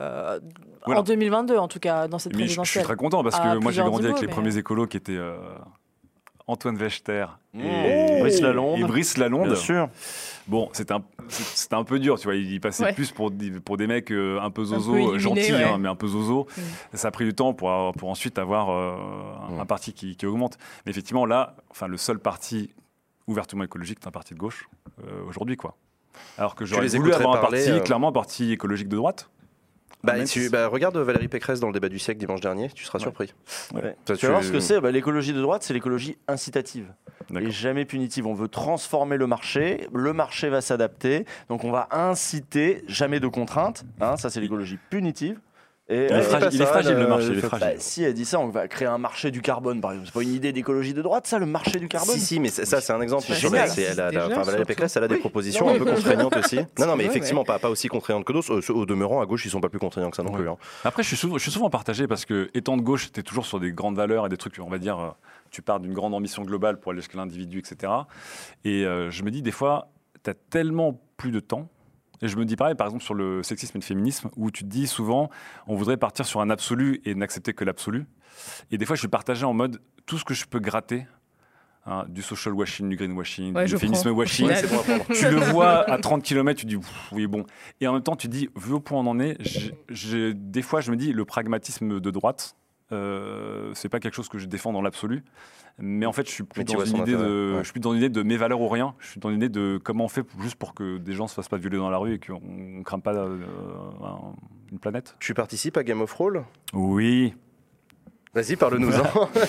En 2022, en tout cas, dans cette présidentielle. Je suis très content parce que moi, j'ai grandi avec les premiers écolos qui étaient Antoine Wechter et Brice Lalonde. Bien sûr. Bon, c'était un peu dur, tu vois. Il passait plus pour des mecs un peu zozo, gentils, mais un peu zozo. Ça a pris du temps pour ensuite avoir un parti qui augmente. Mais effectivement, là, le seul parti ouvertement écologique, c'est un parti de gauche aujourd'hui, quoi. Alors que j'aurais voulu avoir un parti, clairement un parti écologique de droite. Regarde Valérie Pécresse dans le débat du siècle dimanche dernier, tu seras surpris. Tu vas voir ce que c'est. L'écologie de droite, c'est l'écologie incitative et jamais punitive. On veut transformer le marché va s'adapter, donc on va inciter, jamais de contraintes. Ça, c'est l'écologie punitive. Et il est fragile le marché. Si elle dit ça, on va créer un marché du carbone, par exemple. C'est pas une idée d'écologie de droite, ça, le marché du carbone. Si, mais ça, c'est un exemple. Valérie Pécresse, elle a des propositions un peu contraignantes aussi. Non, mais effectivement, pas aussi contraignantes que d'autres. Au demeurant, à gauche, ils sont pas plus contraignants que ça non plus. Après, je suis souvent partagé parce que, étant de gauche, t'es toujours sur des grandes valeurs et des trucs, on va dire, tu pars d'une grande ambition globale pour aller jusqu'à l'individu, etc. Et je me dis, des fois, t'as tellement plus de temps. Et je me dis pareil, par exemple, sur le sexisme et le féminisme, où tu te dis souvent, on voudrait partir sur un absolu et n'accepter que l'absolu. Et des fois, je suis partagé en mode, tout ce que je peux gratter, du social washing, du green washing, du féminisme washing, tu le vois à 30 km, tu dis, oui, bon. Et en même temps, tu te dis, vu au point où on en est, des fois, je me dis, le pragmatisme de droite, c'est pas quelque chose que je défends dans l'absolu. Mais en fait, je suis plus dans une idée de mes valeurs ou rien. Je suis dans une idée de comment on fait juste pour que des gens se fassent pas violer dans la rue et qu'on ne crame pas une planète. Tu participes à Game of Thrones ? Oui. Vas-y, parle-nous-en.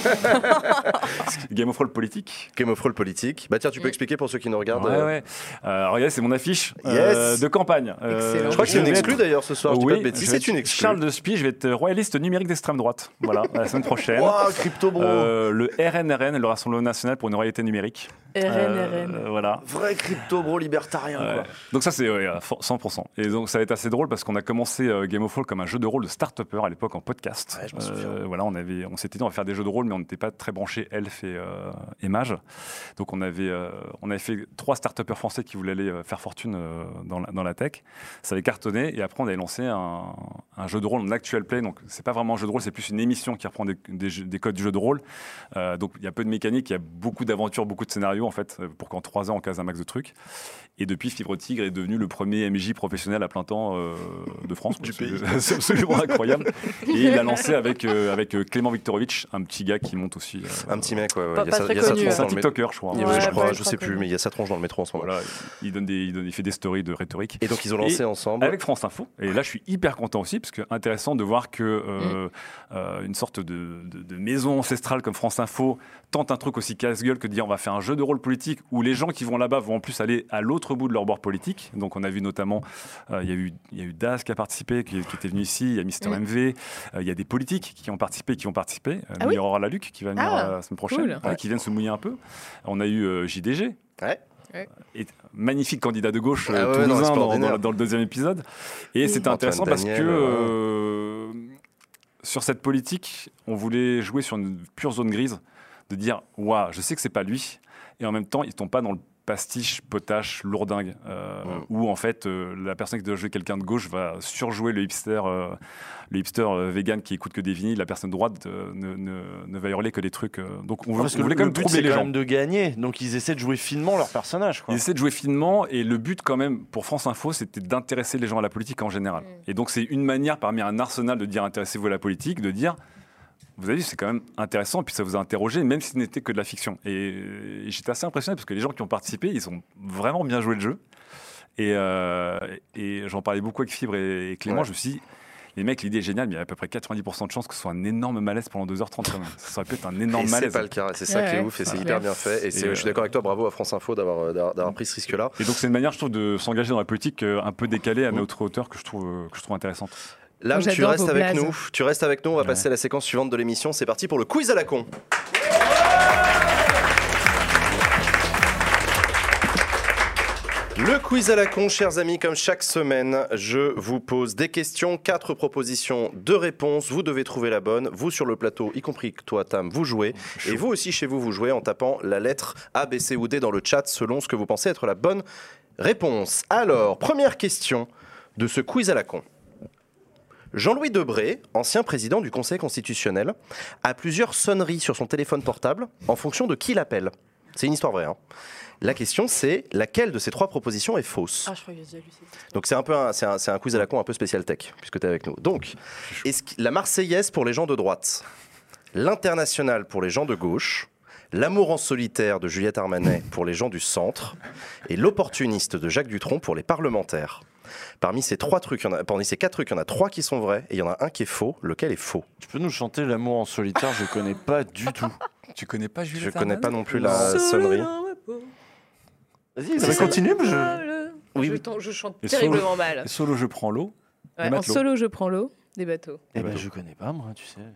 Game of Thrones politique. Game of Thrones politique. Tiens, tu peux expliquer pour ceux qui nous regardent. Alors, regardez, c'est mon affiche de campagne. Je crois que c'est une exclue d'ailleurs ce soir. Je dis pas de bêtises, c'est une exclue. Charles de Spie, je vais être royaliste numérique d'extrême droite. Voilà, la semaine prochaine. Crypto bro. Le RNRN, le Rassemblement National pour une royauté numérique. RNRN. Voilà. Vrai crypto bro libertarien. Quoi. Donc ça, c'est 100%. Et donc, ça va être assez drôle parce qu'on a commencé Game of Thrones comme un jeu de rôle de start-upper à l'époque en podcast. Ouais, je m'en souviens. Voilà, on s'était dit on va faire des jeux de rôle, mais on n'était pas très branchés elfes et mages. Donc on avait fait 3 start-upers français qui voulaient aller faire fortune dans la tech. Ça avait cartonné et après on avait lancé un jeu de rôle en actual play. Donc c'est pas vraiment un jeu de rôle, c'est plus une émission qui reprend des codes du jeu de rôle. Donc il y a peu de mécanique, il y a beaucoup d'aventures, beaucoup de scénarios en fait, pour qu'en 3 ans on case un max de trucs. Et depuis, Fibre Tigre est devenu le premier MJ professionnel à plein temps de France. C'est absolument incroyable. Et il a lancé avec Clément Viktorovitch, un petit gars qui monte aussi. Un petit mec, ouais. C'est un TikToker, je crois. Je sais plus, mais il y a sa tronche dans le métro en ce moment. Voilà, il fait des stories de rhétorique. Et donc ils ont lancé ensemble. Avec France Info. Et là, je suis hyper content aussi, parce que intéressant de voir que une sorte de maison ancestrale comme France Info tente un truc aussi casse-gueule que de dire on va faire un jeu de rôle politique où les gens qui vont là-bas vont en plus aller à l'autre bout de leur bord politique. Donc on a vu notamment, il y a eu Daz qui a participé, qui était venu ici, il y a Mister MV, il y a des politiques qui ont participé. Aurora Laluc qui va venir la semaine prochaine, qui viennent se mouiller un peu. On a eu JDG. Et magnifique candidat de gauche toulousain dans le deuxième épisode. Et c'était intéressant parce que sur cette politique, on voulait jouer sur une pure zone grise, de dire waouh, je sais que c'est pas lui, et en même temps ils tombent pas dans le pastiche, potache, lourdingue, où en fait la personne qui doit jouer quelqu'un de gauche va surjouer le hipster vegan qui écoute que des vinyles, la personne de droite ne va hurler que des trucs. Donc on voulait quand même troubler les gens. C'est quand même de gagner, donc ils essaient de jouer finement leur personnage. Ils essaient de jouer finement, et le but quand même pour France Info, c'était d'intéresser les gens à la politique en général. Et donc c'est une manière parmi un arsenal de dire intéressez-vous à la politique, de dire vous avez vu, c'est quand même intéressant, puis ça vous a interrogé, même si ce n'était que de la fiction. Et j'étais assez impressionné, parce que les gens qui ont participé, ils ont vraiment bien joué le jeu. Et j'en parlais beaucoup avec Fibre et Clément, je me suis dit, les mecs, l'idée est géniale, mais il y a à peu près 90% de chances que ce soit un énorme malaise pendant 2h30 quand même. Ça aurait pu être un énorme malaise. C'est pas le cas, c'est ça qui est ouf, et c'est hyper bien fait. Et je suis d'accord avec toi, bravo à France Info d'avoir pris ce risque-là. Et donc c'est une manière, je trouve, de s'engager dans la politique un peu décalée à notre hauteur que je trouve intéressante. Là, tu restes avec nous, on va passer à la séquence suivante de l'émission. C'est parti pour le quiz à la con. Le quiz à la con, chers amis, comme chaque semaine, je vous pose des questions, 4 propositions, 2 réponses. Vous devez trouver la bonne. Vous sur le plateau, y compris toi, Tam, vous jouez. Et vous aussi chez vous, vous jouez en tapant la lettre A, B, C ou D dans le chat selon ce que vous pensez être la bonne réponse. Alors, première question de ce quiz à la con. Jean-Louis Debré, ancien président du Conseil constitutionnel, a plusieurs sonneries sur son téléphone portable en fonction de qui l'appelle. C'est une histoire vraie, hein. La question, c'est laquelle de ces 3 propositions est fausse? Ah, je crois que j'ai déjà lu ça. Donc c'est un quiz à la con un peu spécial tech, puisque tu es avec nous. Donc, la Marseillaise pour les gens de droite, l'Internationale pour les gens de gauche, L'amour en solitaire de Juliette Armanet pour les gens du centre et L'opportuniste de Jacques Dutronc pour les parlementaires. Parmi ces 4 trucs, il y en a 3 qui sont vrais et il y en a un qui est faux. Lequel est faux? Tu peux nous chanter L'amour en solitaire? Je connais pas du tout. Tu connais pas Juliette Je connais Armanet? pas non plus la sonnerie. Vas-y, continue. Oui. Je chante Et terriblement mal. Solo, je prends l'eau. Ouais, en solo, je prends l'eau, des bateaux. Eh ben, je connais pas, moi, tu sais.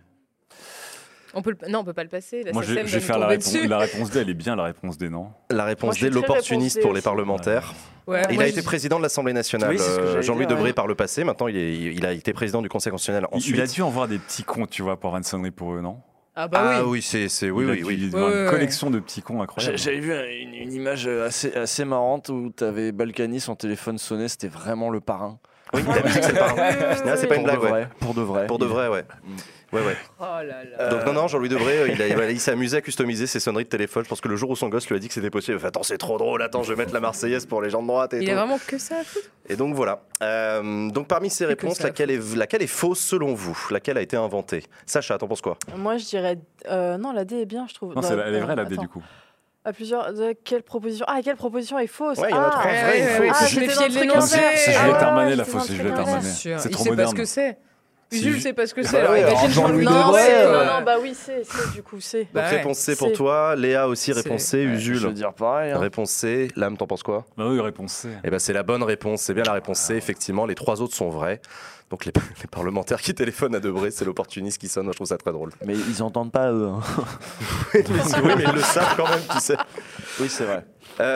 Non, on peut pas le passer. Moi, je vais faire la réponse D. Elle est bien, la réponse D, non? La réponse D, l'opportuniste pour les parlementaires. Ouais, il a été président de l'Assemblée nationale, Oui, Jean-Louis Debré, par le passé. Maintenant, il a été président du Conseil constitutionnel ensuite. Il a dû en voir des petits cons, tu vois, pour avoir une sonnerie pour eux, non? Ah bah oui. Oui, c'est Il doit avoir une collection de petits cons incroyable. J'avais vu une image assez marrante où t'avais Balkany, son téléphone sonnait, c'était vraiment le parrain. Oui, d'habitude, c'est le parrain. C'est pas une blague, ouais. Pour de vrai. Pour de vrai, ouais. Ouais. Oh là là. Donc non, Jean-Louis Debré, il s'est amusé à customiser ses sonneries de téléphone. Je pense que le jour où son gosse lui a dit que c'était possible, il a fait, attends, c'est trop drôle, attends, je vais mettre la Marseillaise pour les gens de droite et tout. Il a vraiment que ça à foutre. Et donc voilà. Donc parmi ces réponses, laquelle est fausse selon vous? Laquelle a été inventée? Sacha, t'en penses quoi? Moi, je dirais... non, la D est bien, je trouve. Non, elle est vraie, la D, du coup. À plusieurs... Quelle proposition? Ah, quelle proposition est fausse? Ouais, il y en a 3 vraies et fausses. Je méfiais de l'énoncé. C'est Juliette Armanet, la fausse, c'est Juliette Armanet. C'est trop il sait pas moderne. ce que c'est. Jules sait pas ce que c'est. Bah ouais, alors Jean-Louis Non, Debré. bah oui, c'est du coup, c'est. Donc réponse C pour toi, Léa aussi réponse C, Usul. Je veux dire pareil. Hein. Réponse C, Lame, t'en penses quoi? Bah oui, réponse C. Eh ben c'est la bonne réponse, c'est bien la réponse C, effectivement. Les 3 autres sont vrais. Donc les parlementaires qui téléphonent à Debré, c'est l'opportuniste qui sonne. Moi, je trouve ça très drôle. Mais ils entendent pas eux. Hein. Oui, mais ils le savent quand même, tu sais. Oui, c'est vrai.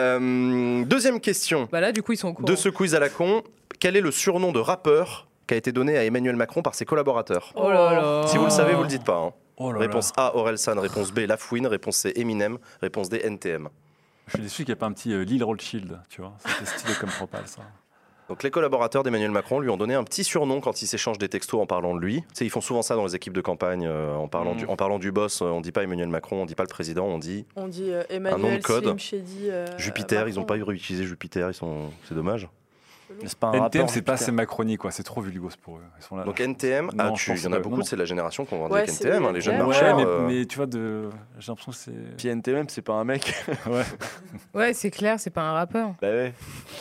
Deuxième question. Bah là, du coup, ils sont au courant. De ce quiz à la con, quel est le surnom de rappeur qui a été donné à Emmanuel Macron par ses collaborateurs? Oh là là. Si vous le savez, vous le dites pas. Hein. Oh là Réponse A, Orelsan. Réponse B, Lafouine. Réponse C, Eminem. Réponse D, NTM. Je suis déçu qu'il n'y ait pas un petit Lil Rothschild, tu vois. C'était stylé comme propale, ça. Donc les collaborateurs d'Emmanuel Macron lui ont donné un petit surnom quand ils s'échangent des textos en parlant de lui. Tu sais, ils font souvent ça dans les équipes de campagne, en parlant du boss. On dit pas Emmanuel Macron, on dit pas le président, on dit Emmanuel, un nom de code. Slim Shady, Jupiter. Macron. Ils n'ont pas réutilisé Jupiter. C'est dommage. C'est pas un NTM, rappeur, c'est pas Jupiter. assez Macronie, quoi. C'est trop vulgos pour eux. Ils sont là. Donc NTM, Non, il y en a beaucoup, c'est la génération qu'on grandit Ouais, avec c'est NTM, les les jeunes NTM. marcheurs. mais tu vois, j'ai l'impression que c'est. Puis NTM, c'est pas un mec. Ouais. Ouais, c'est clair, c'est pas un rappeur. Bah ouais.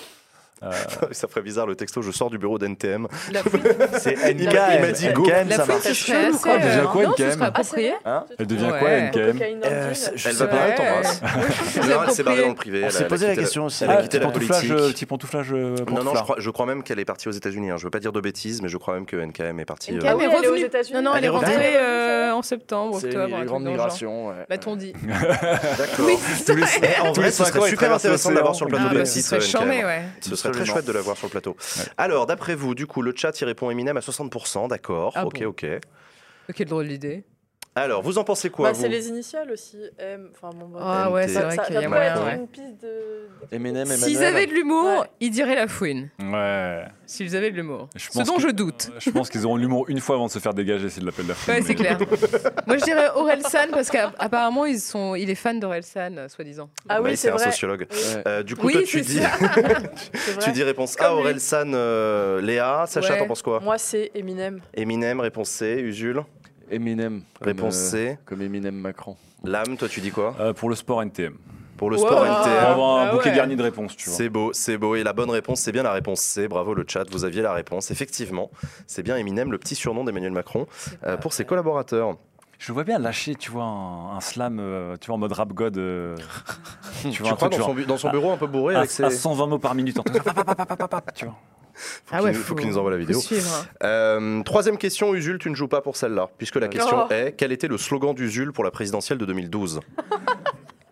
Ça ferait bizarre le texto, je sors du bureau d'NTM. La fouine, C'est NKM. il m'a dit go. NKM, la ça fouine, marche. ce serait assez. quoi, déjà quoi, non, ce NKM? serait approprié. Hein Elle devient quoi, Ouais. NKM? Cocaïne dans le jean. Elle va bien, elle t'embrasse. Non, elle s'est barrée dans le privé. On s'est posé la question aussi. Elle a quitté la politique. Petit pantouflage. Non, je crois même qu'elle est partie aux États-Unis. Je veux pas dire de bêtises, mais je crois même que NKM est partie. NKM, Ah, mais elle est aux revenue. États-Unis. Non, elle est Elle est rentrée en septembre, C'est octobre. les un grandes truc dans le genre. migrations. Ouais. M'a-t-on dit. D'accord. Oui, c'est ça. En vrai, ce serait super intéressant de l'avoir sur le plateau Ah, de bah, la ce site. serait charmé, ouais. Ce serait très chouette de l'avoir sur le plateau. Alors, d'après vous, du coup, le chat, il répond Eminem à 60%, d'accord. Ah ok. Quelle drôle d'idée. Alors, vous en pensez quoi, vous? C'est les initiales aussi. M. Enfin, bon, bref. Ah ouais, c'est vrai Ça qu'il y a peut moyen. être Ouais. une piste de... Eminem, S'ils Emmanuel. avaient de l'humour, Ouais. ils diraient la fouine. Ouais. S'ils avaient de l'humour. Je Ce pense dont que- je doute. Je pense qu'ils auront l'humour une fois avant de se faire dégager s'ils l'appellent la fouine. Ouais, c'est clair. Moi, je dirais Orelsan parce qu'apparemment, il est fan d'Orelsan, soi-disant. Ah oui, c'est c'est un vrai. sociologue. Ouais. Du coup, Oui, toi, tu c'est dis, ça. C'est vrai. tu dis réponse A, Comme lui. Orelsan, Léa. Sacha, Ouais. t'en penses quoi? Moi, c'est Eminem. Eminem, réponse C. Usul, Eminem. réponse C. Comme Eminem Macron. Lame, toi, tu dis quoi? Pour le sport NTM. Pour le Wow. sport Pour NTM. avoir un Ah bouquet ouais. garni de réponses, tu vois. C'est beau. Et la bonne réponse, c'est bien la réponse C. Bravo le chat, vous aviez la réponse. Effectivement, c'est bien Eminem, le petit surnom d'Emmanuel Macron, pour ses collaborateurs. Je vois bien lâcher, tu vois, un slam, tu vois, en mode rap god. Tu crois dans son bureau un peu bourré avec ses... à 120 mots par minute. Tu vois. Faut qu'il nous envoie la vidéo. Faut suivre, hein. Troisième question, Usul, tu ne joues pas pour celle-là, puisque la question Oh. est quel était le slogan d'Usul pour la présidentielle de 2012?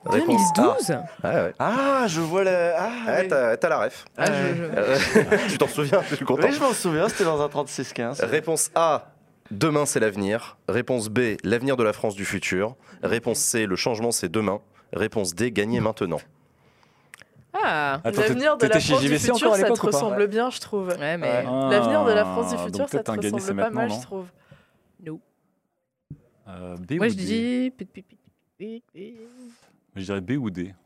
Réponse 2012 je vois la... t'as la ref. Tu t'en souviens, je suis content. Oui, je m'en souviens, c'était dans un 36-15. Réponse A, demain c'est l'avenir. Réponse B, l'avenir de la France du futur. Réponse C, le changement c'est demain. Réponse D, gagner maintenant. L'avenir de la France du futur, ça te ressemble bien, je trouve. Ouais, mais... L'avenir de la France du futur, ça te ressemble pas mal, je trouve. Non. B Moi, ou je D? dis... Je dirais B ou D.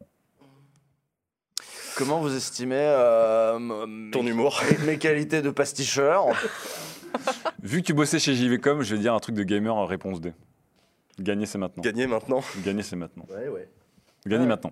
Comment vous estimez ton humour, mes qualités de pasticheur? Vu que tu bossais chez JVcom, je vais dire un truc de gamer, réponse D. Gagner, c'est maintenant. Gagner maintenant. Gagner, c'est maintenant. Ouais. Gagner maintenant.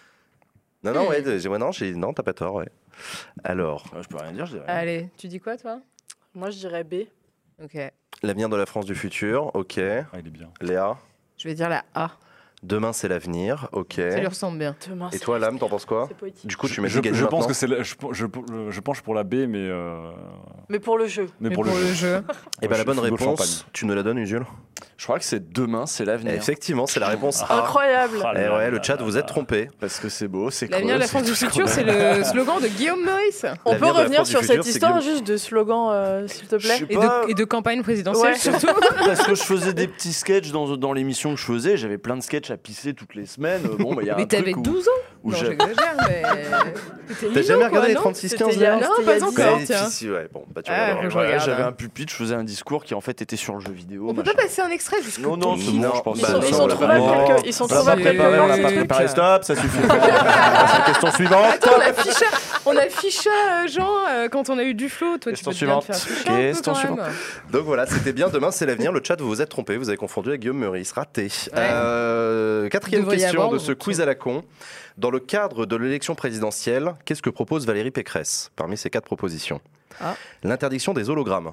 Non, t'as pas tort, ouais. Alors... je peux rien dire, je dirais. Allez, tu dis quoi, toi? Moi, je dirais B. Ok. L'avenir de la France du futur, ok. Il est bien. Léa? Je vais dire la A. Demain c'est l'avenir, ok. Ça lui ressemble bien. Et toi, Lame, t'en penses quoi? Du coup, tu m'as dit gagner je pense maintenant. que c'est je penche pour la B, mais mais pour le jeu. Mais pour le jeu. Et la bonne réponse, tu nous la donnes, Usul? Je crois que c'est demain, c'est l'avenir. Effectivement, c'est la réponse A. Incroyable. Le chat, vous êtes trompé. Parce que c'est beau, c'est L'avenir de la France du futur, c'est le slogan de Guillaume Meurice. On peut revenir sur cette histoire juste de slogan, s'il te plaît? Et de campagne présidentielle, surtout. Parce que je faisais des petits sketchs dans l'émission que je faisais. J'avais plein de sketchs à pisser toutes les semaines. Mais t'avais 12 ans? Non, j'exagère, mais... T'as jamais regardé les 36-15 là? Non, pas encore, tiens. J'avais un pupitre, je faisais un discours qui en fait était sur le jeu vidéo. On peut pas passer un extrait jusqu'au Non, c'est bon, je pense. Ils sont trop après. On l'a pas préparé, stop, ça suffit. Question suivante. Attends, on a Ficha, Jean, quand on a eu Duflo. Toi, question tu peux bien suivante. faire Question suivante. Donc voilà, c'était bien. Demain, c'est l'avenir. Le chat, vous vous êtes trompé. Vous avez confondu avec Guillaume Meurice. Raté. Quatrième question de ce quiz à la con. Dans le cadre de l'élection présidentielle, qu'est-ce que propose Valérie Pécresse parmi ces 4 propositions? L'interdiction des hologrammes.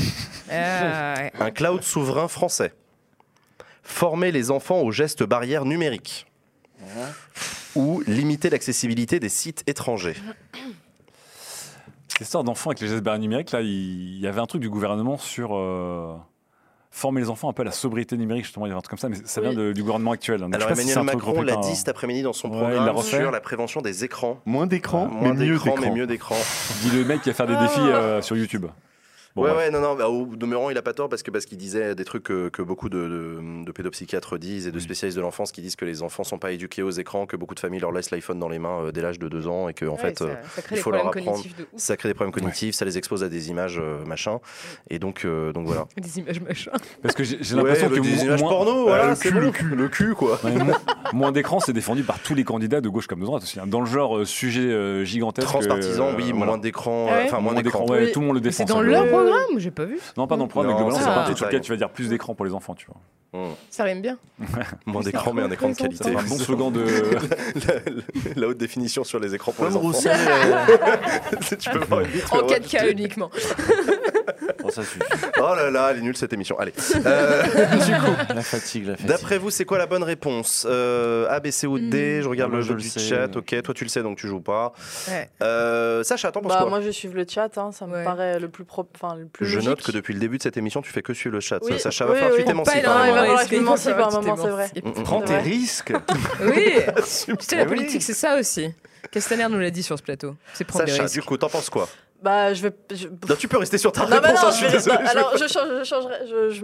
Un cloud souverain français. Former les enfants aux gestes barrières numériques. Ou limiter l'accessibilité des sites étrangers. Cette histoire d'enfants avec les gestes barrières numériques, là, il y avait un truc du gouvernement sur former les enfants un peu à la sobriété numérique, justement, il y avait un truc comme ça, mais ça vient du gouvernement actuel. Donc, alors Emmanuel Macron l'a dit cet après-midi dans son programme sur la prévention des écrans. Moins d'écrans, mais mieux d'écrans. Dit le mec qui va faire des défis sur YouTube. Bon, au demeurant, il a pas tort parce qu'il disait des trucs que beaucoup de pédopsychiatres disent et de spécialistes de l'enfance qui disent que les enfants sont pas éduqués aux écrans, que beaucoup de familles leur laissent l'iPhone dans les mains dès l'âge de 2 ans et que fait il faut leur apprendre. Ça crée des problèmes cognitifs, ça les expose à des images machin et donc voilà. Des images machin. Parce que j'ai l'impression que des images porno, voilà, c'est le cul quoi. Moins d'écran, c'est défendu par tous les candidats de gauche comme de droite aussi. Dans le genre sujet gigantesque. Transpartisan, oui, moins d'écran, moins d'écran. Tout le monde le défend. C'est dans leur programme, j'ai pas vu. Non, pas dans le programme, mais globalement, c'est un parti sur lequel tu vas dire plus d'écran pour les enfants, tu vois. Ça rime bien. Moins d'écran, mais un écran de qualité. C'est un bon slogan de la haute définition sur les écrans pour les enfants. Tu peux voir en 4K uniquement. Ça suffit. Oh là là, elle est nulle cette émission. Allez. Du coup, la fatigue. D'après vous, c'est quoi la bonne réponse? A, B, C ou D? Je regarde le jeu du chat. Ok, toi tu le sais donc tu joues pas. Sacha, t'en penses quoi? Moi je suis le chat, ça me paraît le plus Je logique. note que depuis le début de cette émission, tu fais que suivre le chat. Oui. Sacha va falloir que tu t'émancipes. Je m'émancipe par un moment, c'est vrai. Prends tes risques. Oui. La politique, c'est ça aussi. Castaner nous l'a dit sur ce plateau. C'est prendre des risques. Sacha, du coup, t'en penses quoi? Non, tu peux rester sur ta réponse. Je changerai.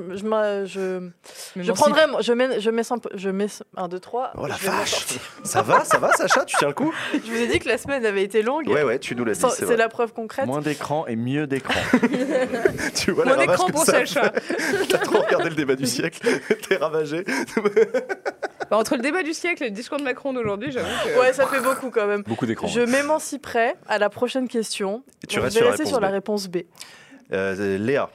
Je prendrai. Je mets 1, 2, 3. Oh la vache. Ça va, Sacha, tu tiens le coup? Je vous ai dit que la semaine avait été longue. Ouais, tu nous l'as dit. C'est la preuve concrète. Moins d'écran et mieux d'écran. Tu vois moins d'écran pour Sacha. T'as trop regardé le débat du siècle. T'es ravagé. Entre le débat du siècle et le discours de Macron d'aujourd'hui, j'avoue que... Ouais, ça fait beaucoup quand même. Beaucoup d'écran. Je m'émanciperai à la prochaine question. Et tu restes sur la réponse B. Léa.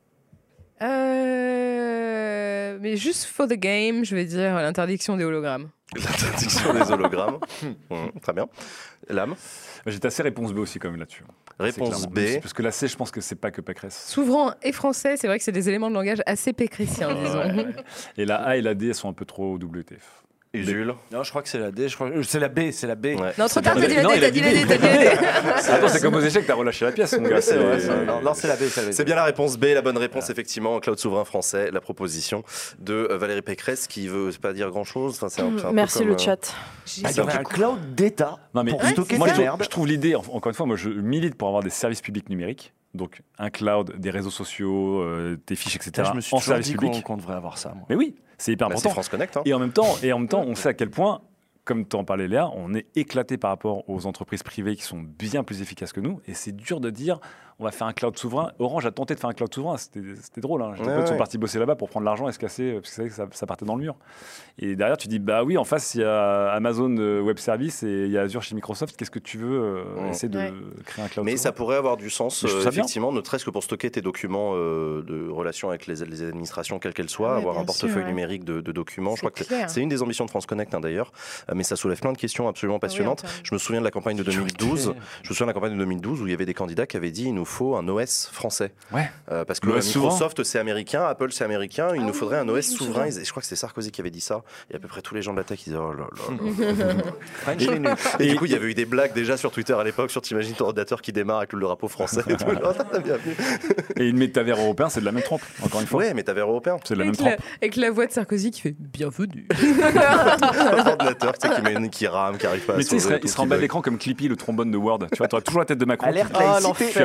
Mais juste for the game, je vais dire l'interdiction des hologrammes. L'interdiction des hologrammes. Très bien. Lame. J'étais assez réponse B aussi quand même là-dessus. Réponse B. Parce que la C, je pense que c'est pas que Pécresse. Souverain et français, c'est vrai que c'est des éléments de langage assez pécrétiens, disons. Et la A et la D, elles sont un peu trop WTF. Usul. Non, je crois que c'est la D. C'est la B. Ouais. Non, trop tard, t'as dit la D. Attends, c'est comme aux échecs, t'as relâché la pièce, mon gars. Non, c'est la B. C'est bien la réponse B, la bonne réponse, effectivement. Cloud souverain français, la proposition de Valérie Pécresse qui veut pas dire grand-chose. Enfin, merci le chat. Il y aurait un cloud d'État pour stocker moi, des merdes. Je trouve l'idée, encore une fois, moi je milite pour avoir des services publics numériques. Donc un cloud, des réseaux sociaux, des fiches, etc. Je me suis toujours dit qu'on devrait avoir ça. Moi. Mais oui, c'est hyper important. C'est France Connect. Hein. Et en même temps, on sait à quel point, comme t'en parlais Léa, on est éclaté par rapport aux entreprises privées qui sont bien plus efficaces que nous. Et c'est dur de dire, on va faire un cloud souverain. Orange a tenté de faire un cloud souverain, c'était drôle. Hein. Des potes sont partis bosser là-bas pour prendre l'argent et se casser, parce que ça partait dans le mur. Et derrière, tu dis, bah oui, en face, il y a Amazon Web Services et il y a Azure chez Microsoft. Qu'est-ce que tu veux essayer de créer un cloud Mais souverain. ça pourrait avoir du sens, effectivement, ne serait-ce que pour stocker tes documents de relation avec les administrations, quelles qu'elles soient, avoir un portefeuille numérique de documents. Je crois que c'est une des ambitions de France Connect, hein, d'ailleurs. Mais ça soulève plein de questions absolument passionnantes. Je me souviens de la campagne de 2012. Où il y avait des candidats qui avaient dit, il nous faut un OS français. Parce que Microsoft, c'est américain, Apple, c'est américain. Il nous faudrait un OS souverain. Je crois que c'est Sarkozy qui avait dit ça. Et à peu près tous les gens de la tech, ils disaient, oh là là. Et du coup, il y avait eu des blagues déjà sur Twitter à l'époque sur t'imagines ton ordinateur qui démarre avec le drapeau français et tout. Et une métavers européen, c'est de la même trempe, encore une fois. Ouais, métavers européen. C'est de la même trempe. Avec la voix de Sarkozy qui fait bienvenue. Un ordinateur qui rame, qui arrive pas à mais tu sais, il sera en bas d'écran comme Clippy, le trombone de Word. Tu vois, tu auras toujours la tête de Macron. Alerte laïcité.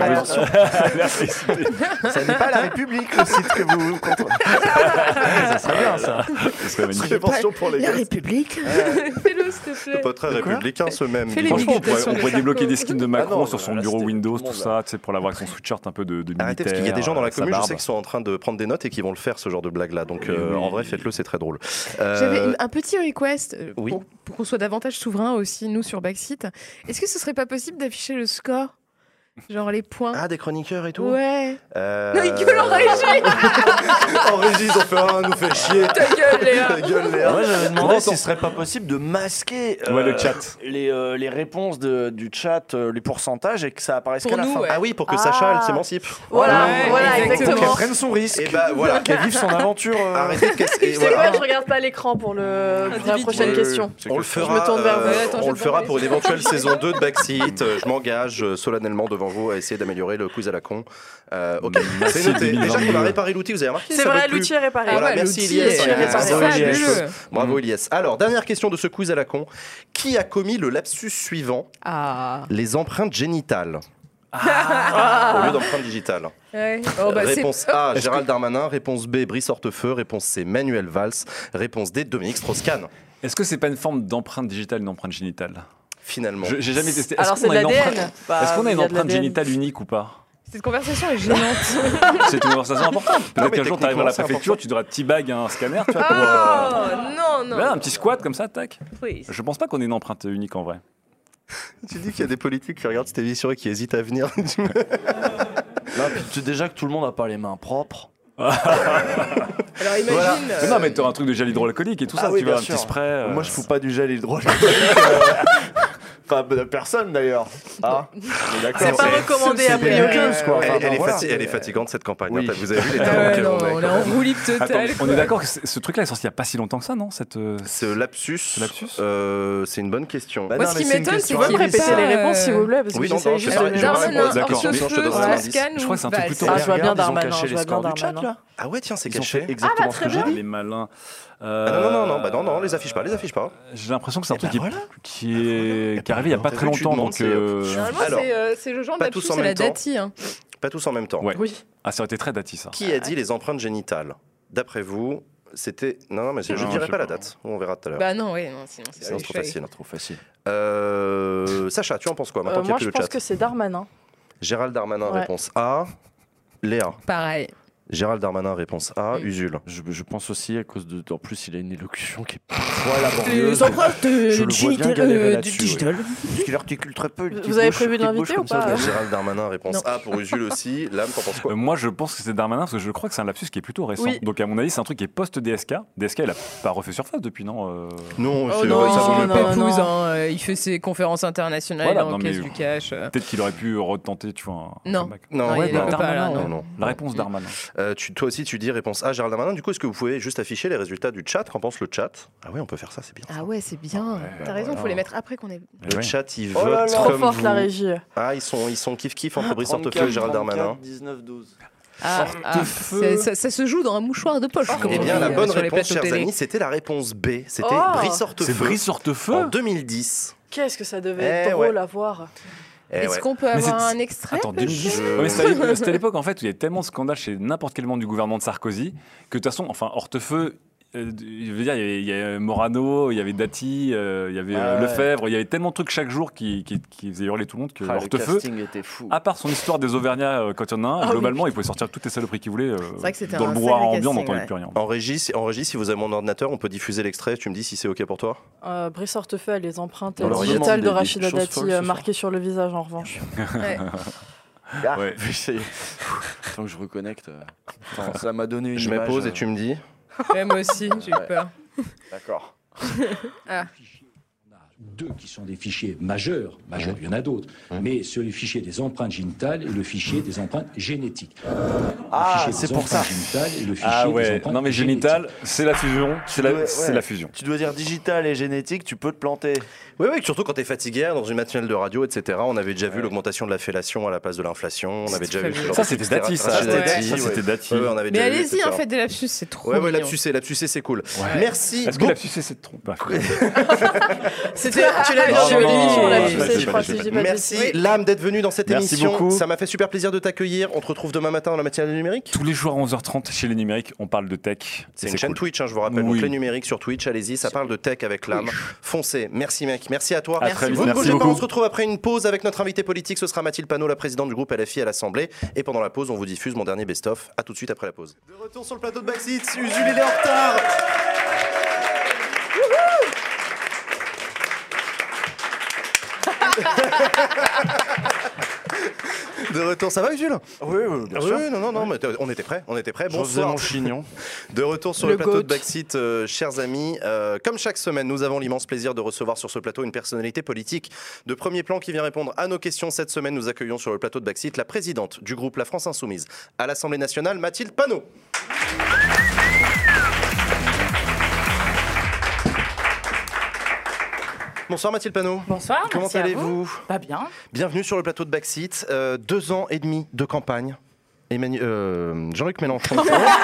Ça n'est pas la République, le site que vous contrôlez. Ça serait bien, ça. Prévention pour les La République. Fais-le, s'il te plaît. Pas très républicain, ce même. Franchement, on pourrait débloquer des skins de Macron sur son bureau Windows, tout ça, tu sais, pour l'avoir avec son sweatshirt un peu de militaire. Arrêtez, parce qu'il y a des gens dans la commune, je sais, qui sont en train de prendre des notes et qui vont le faire, ce genre de blague-là. Donc, en vrai, faites-le, c'est très drôle. J'avais un petit request pour qu'on soit davantage souverain aussi, nous, sur Backseat. Est-ce que ce serait pas possible d'afficher le score ? Genre les points. Ah, des chroniqueurs et tout. Ouais. Non, ils gueulent en régie. En régie, ils ont fait un, nous fait chier. Ta gueule, Léa. Moi, j'avais demandé si ce serait pas possible de masquer le chat. Les réponses du chat, les pourcentages, et que ça apparaisse qu'à la fin. Ah oui, pour que Sacha, elle s'émancipe. Voilà, exactement. Qu'elle prenne son risque. Et bah voilà, qu'elle vive son aventure. Arrêtez de casser. C'est quoi, je regarde pas l'écran pour la prochaine question. On le fera. Je me tourne vers vous. On le fera pour une éventuelle saison 2 de Backseat. Je m'engage solennellement devant vous à essayer d'améliorer le quiz à la con. Ok, c'est noté. Déjà qu'on a réparé l'outil, vous avez remarqué. C'est vrai, l'outil est réparé. Voilà, merci Ilias. Bravo Mmh. Ilias. Alors, dernière question de ce quiz à la con. Qui a commis le lapsus suivant ? Les empreintes génitales. Au lieu d'empreintes digitales. Réponse A, Gérald Darmanin. Réponse B, Brice Hortefeux. Réponse C, Manuel Valls. Réponse D, Dominique Strauss-Kahn. Est-ce que c'est pas une forme d'empreinte digitale, une empreinte génitale ? Finalement. J'ai jamais testé. Alors c'est de l'ADN. Est-ce qu'on a une empreinte génitale unique ou pas ? Cette conversation est gênante. C'est une conversation importante. Peut-être qu'un jour, tu arrives à la préfecture, tu devras teabag un scanner, tu vois, pour, non. Là, un petit squat comme ça, tac. Oui. Je pense pas qu'on ait une empreinte unique en vrai. Tu dis qu'il y a des politiques qui regardent cette émission et qui hésitent à venir. Là, puis déjà que tout le monde n'a pas les mains propres. Alors imagine. Voilà. Mais non, mais t'auras un truc de gel hydroalcoolique et tout ça, tu vois, un petit spray. Moi, je fous pas du gel hydroalcoolique. Enfin, personne d'ailleurs. Ah, c'est pas recommandé à priori. Elle est fatigante cette campagne. Oui. Vous avez vu les termes auxquels on est en roue libre totale. On est d'accord que ce truc-là est sorti il n'y a pas si longtemps que ça, non Ce lapsus, c'est une bonne question. Moi, ce qui m'étonne, c'est qu'il ne répéter les réponses, s'il vous plaît, parce que oui, j'essaie juste de Darmanin, je crois que c'est un truc plutôt. Je vois bien Darmanin. Je vois bien Darmanin. Ah ouais, tiens, c'est caché. Exactement ce que j'ai dit. Les malins. Non, les affiche pas. J'ai l'impression que c'est un truc qui est arrivé il n'y a pas très longtemps. Donc, c'est le genre de lapsus, c'est la dati. Pas tous en même temps. Oui. Ah, ça aurait été très dati, ça. Qui a dit les empreintes génitales ? D'après vous, c'était. Non, mais je ne dirai pas la date. On verra tout à l'heure. Bah non, sinon c'est trop facile. Trop facile. Sacha, tu en penses quoi ? Moi, je pense que c'est Darmanin. Gérald Darmanin, réponse A. Léa. Pareil. Gérald Darmanin, réponse A. Usul. Je pense aussi à cause de. En plus, il a une élocution qui est parfois laborieuse. Je le vois bien galérer là-dessus. Parce qu'il articule très peu. Vous avez prévu de l'inviter ou pas ? Gérald Darmanin, réponse A pour Usul aussi. Lame, t'en penses quoi ? Moi, je pense que c'est Darmanin parce que je crois que c'est un lapsus qui est plutôt récent. Oui. Donc, à mon avis, c'est un truc qui est post-DSK. DSK, il a pas refait surface depuis, non Non, ça vaut il fait ses conférences internationales, il encaisse du cash. Peut-être qu'il aurait pu retenter, tu vois. Non, Darmanin. La réponse Darmanin. Toi aussi, tu dis réponse A, Gérald Darmanin. Du coup, est-ce que vous pouvez juste afficher les résultats du chat ? Qu'en pense le chat ? Ah ouais, on peut faire ça, c'est bien. Ah ouais, c'est bien. T'as raison, il faut les mettre après qu'on ait. Le chat, il vote trop comme forte vous. la régie. Ah, ils sont kiff-kiff entre Brice Hortefeux et Gérald Darmanin. 19-12. Ça se joue dans un mouchoir de poche. Eh bien, la bonne réponse, chers amis, c'était la réponse B. C'était Brice Hortefeux. C'est Brice Hortefeux en 2010. Qu'est-ce que ça devait être drôle à voir. Est-ce qu'on peut avoir un extrait? Attends, 2010. C'était à l'époque en fait où il y avait tellement de scandales chez n'importe quel membre du gouvernement de Sarkozy que de toute façon, Hortefeux. Je veux dire, il y avait Morano, il y avait Dati, il y avait Lefebvre, il y avait tellement de trucs chaque jour qui faisaient hurler tout le monde que Hortefeux, à part son histoire des Auvergnats quand il y en a un, globalement, il pouvait sortir toutes les saloperies qu'il voulait. Dans le brouhaha ambiant, on n'entendait plus rien. En régie, si vous avez mon ordinateur, on peut diffuser l'extrait. Tu me dis si c'est OK pour toi. Brice Hortefeux a les empreintes digitales de Rachida Dati marquées sur le visage, en revanche. Ouais. Tant que je reconnecte. Ça m'a donné une image. Je mets pause et tu me dis. Ouais, moi aussi, j'ai eu peur. D'accord. Deux qui sont des fichiers majeurs, il y en a d'autres, mais sur le fichier des empreintes génitales et le fichier des empreintes génétiques. C'est pour ça. Non mais génital, c'est la fusion, c'est la fusion. Tu dois dire digital et génétique, tu peux te planter. Oui, surtout quand t'es fatigué, dans une matinale de radio, etc. On avait déjà vu l'augmentation de la fellation à la place de l'inflation. On avait déjà vu. Ça, c'était Dati, c'était Dati. Mais allez-y, faites des lapsus, c'est trop. Ouais, lapsus, c'est cool. Merci. Est-ce que lapsus, c'est trop? Tu l'as dit sur l'émission, lapsus, je crois. Merci, Lame, d'être venu dans cette émission. Beaucoup. Ça m'a fait super plaisir de t'accueillir. On te retrouve demain matin dans la matinale des numériques. Tous les jours à 11h30 chez les numériques, on parle de tech. C'est une chaîne Twitch, je vous rappelle. Donc les numériques sur Twitch, allez-y, ça parle de tech avec Lame. Foncez. Merci, mec. Merci à toi. Vous ne bougez pas, on se retrouve après une pause avec notre invité politique. Ce sera Mathilde Panot, la présidente du groupe LFI à l'Assemblée. Et pendant la pause, on vous diffuse mon dernier best-of. À tout de suite après la pause. De retour sur le plateau de Backseat, Usul, il est en retard. De retour, ça va Usul? Oui, bien sûr. Non, mais on était prêts. Bonsoir mon chignon. De retour sur le plateau de Backseat, chers amis. Comme chaque semaine, nous avons l'immense plaisir de recevoir sur ce plateau une personnalité politique de premier plan qui vient répondre à nos questions. Cette semaine, nous accueillons sur le plateau de Backseat la présidente du groupe La France Insoumise à l'Assemblée nationale, Mathilde Panot. Bonsoir Mathilde Panot. Bonsoir. Comment allez-vous? Pas bien. Bienvenue sur le plateau de Backseat. 2 ans et demi de campagne. Jean-Luc Mélenchon.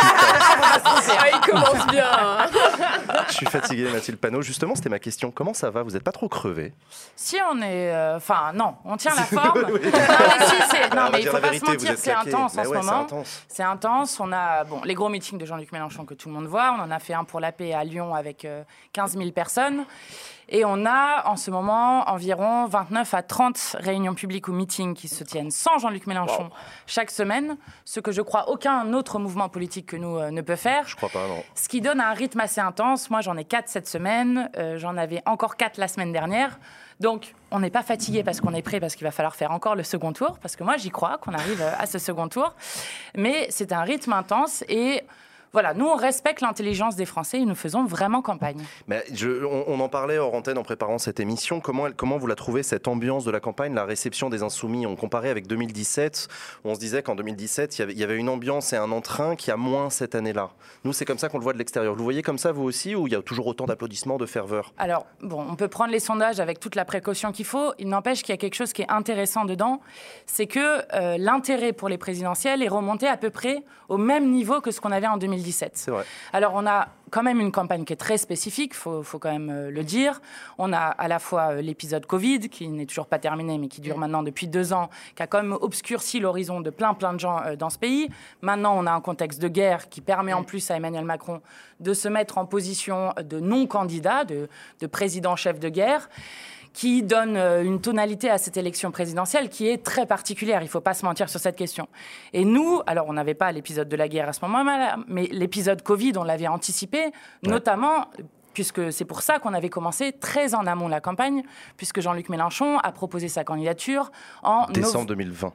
Il commence bien. Je suis fatigué, Mathilde Panot. Justement, c'était ma question. Comment ça va? Vous n'êtes pas trop crevé? Si on est... non, on tient la forme. Mais il ne faut pas se mentir, c'est intense en ce moment. C'est intense. On a les gros meetings de Jean-Luc Mélenchon que tout le monde voit. On en a fait un pour la paix à Lyon avec 15 000 personnes. Et on a en ce moment environ 29 à 30 réunions publiques ou meetings qui se tiennent sans Jean-Luc Mélenchon chaque semaine, ce que je crois aucun autre mouvement politique que nous ne peut faire. Je crois pas, non. Ce qui donne un rythme assez intense. Moi, j'en ai 4 cette semaine, j'en avais encore 4 la semaine dernière. Donc, on n'est pas fatigué parce qu'on est prêt, parce qu'il va falloir faire encore le second tour, parce que moi, j'y crois qu'on arrive à ce second tour. Mais c'est un rythme intense et... Voilà, nous, on respecte l'intelligence des Français et nous faisons vraiment campagne. Mais on en parlait hors antenne en préparant cette émission. Comment vous la trouvez, cette ambiance de la campagne, la réception des Insoumis? On comparait avec 2017. On se disait qu'en 2017, il y avait une ambiance et un entrain qui a moins cette année-là. Nous, c'est comme ça qu'on le voit de l'extérieur. Vous le voyez comme ça, vous aussi, ou il y a toujours autant d'applaudissements, de ferveur? Alors, on peut prendre les sondages avec toute la précaution qu'il faut. Il n'empêche qu'il y a quelque chose qui est intéressant dedans. C'est que l'intérêt pour les présidentielles est remonté à peu près au même niveau que ce qu'on avait en 2017. C'est vrai. Alors, on a quand même une campagne qui est très spécifique, faut quand même le dire. On a à la fois l'épisode Covid, qui n'est toujours pas terminé, mais qui dure maintenant depuis 2 ans, qui a quand même obscurci l'horizon de plein de gens dans ce pays. Maintenant, on a un contexte de guerre qui permet en plus à Emmanuel Macron de se mettre en position de non-candidat, de président-chef de guerre, qui donne une tonalité à cette élection présidentielle qui est très particulière. Il ne faut pas se mentir sur cette question. Et nous, alors on n'avait pas l'épisode de la guerre à ce moment-là, mais l'épisode Covid, on l'avait anticipé, notamment... puisque c'est pour ça qu'on avait commencé très en amont la campagne, puisque Jean-Luc Mélenchon a proposé sa candidature en... Décembre 2020.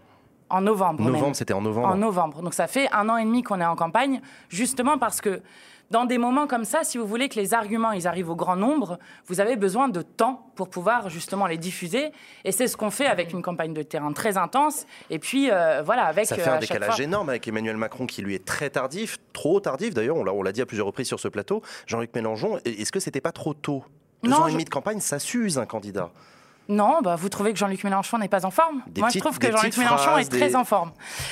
En novembre. C'était en novembre. En novembre. Donc ça fait 1 an et demi qu'on est en campagne, justement parce que dans des moments comme ça, si vous voulez que les arguments ils arrivent au grand nombre, vous avez besoin de temps pour pouvoir justement les diffuser. Et c'est ce qu'on fait avec une campagne de terrain très intense. Et puis voilà, avec ça fait un décalage énorme avec Emmanuel Macron qui lui est très tardif, trop tardif d'ailleurs. On l'a dit à plusieurs reprises sur ce plateau. Jean-Luc Mélenchon, est-ce que c'était pas trop tôt? 2 ans et demi de campagne, ça s'use un candidat. Non, vous trouvez que Jean-Luc Mélenchon n'est pas en forme? Moi, je trouve que Jean-Luc Mélenchon est très en forme.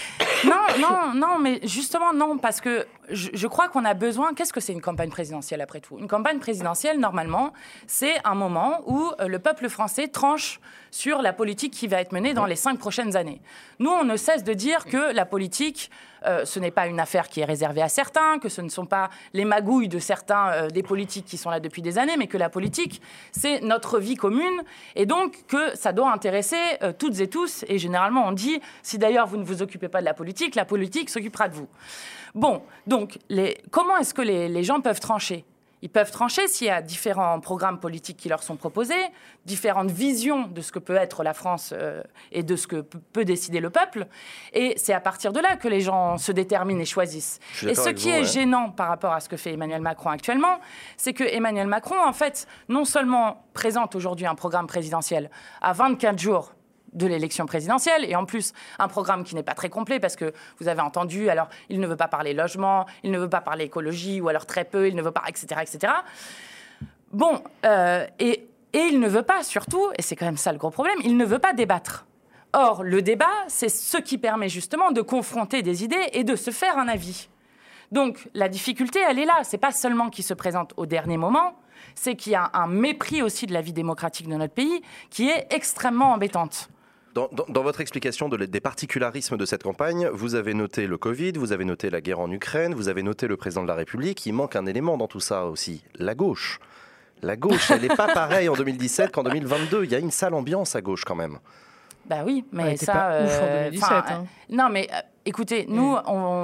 Non, mais justement, non, parce que je crois qu'on a besoin... Qu'est-ce que c'est une campagne présidentielle, après tout? Une campagne présidentielle, normalement, c'est un moment où le peuple français tranche sur la politique qui va être menée dans les 5 prochaines années. Nous, on ne cesse de dire que la politique, ce n'est pas une affaire qui est réservée à certains, que ce ne sont pas les magouilles de certains des politiques qui sont là depuis des années, mais que la politique, c'est notre vie commune, et donc que ça doit intéresser toutes et tous. Et généralement, on dit, si d'ailleurs vous ne vous occupez pas de la politique s'occupera de vous. Bon, donc, comment est-ce que les gens peuvent trancher? Ils peuvent trancher s'il y a différents programmes politiques qui leur sont proposés, différentes visions de ce que peut être la France et de ce que peut décider le peuple. Et c'est à partir de là que les gens se déterminent et choisissent. Et ce qui est gênant par rapport à ce que fait Emmanuel Macron actuellement, c'est que Emmanuel Macron, en fait, non seulement présente aujourd'hui un programme présidentiel à 24 jours de l'élection présidentielle, et en plus un programme qui n'est pas très complet parce que vous avez entendu, alors il ne veut pas parler logement, il ne veut pas parler écologie, ou alors très peu, il ne veut pas, etc. etc. Bon, et il ne veut pas surtout, et c'est quand même ça le gros problème, il ne veut pas débattre. Or, le débat, c'est ce qui permet justement de confronter des idées et de se faire un avis. Donc, la difficulté, elle est là, c'est pas seulement qu'il se présente au dernier moment, c'est qu'il y a un mépris aussi de la vie démocratique de notre pays qui est extrêmement embêtante. Dans votre explication des particularismes de cette campagne, vous avez noté le Covid, vous avez noté la guerre en Ukraine, vous avez noté le président de la République. Il manque un élément dans tout ça aussi, la gauche. La gauche, elle n'est pas pareille en 2017 qu'en 2022. Il y a une sale ambiance à gauche quand même. Bah oui, mais ça... pas ouf en 2017. Non, mais écoutez, nous,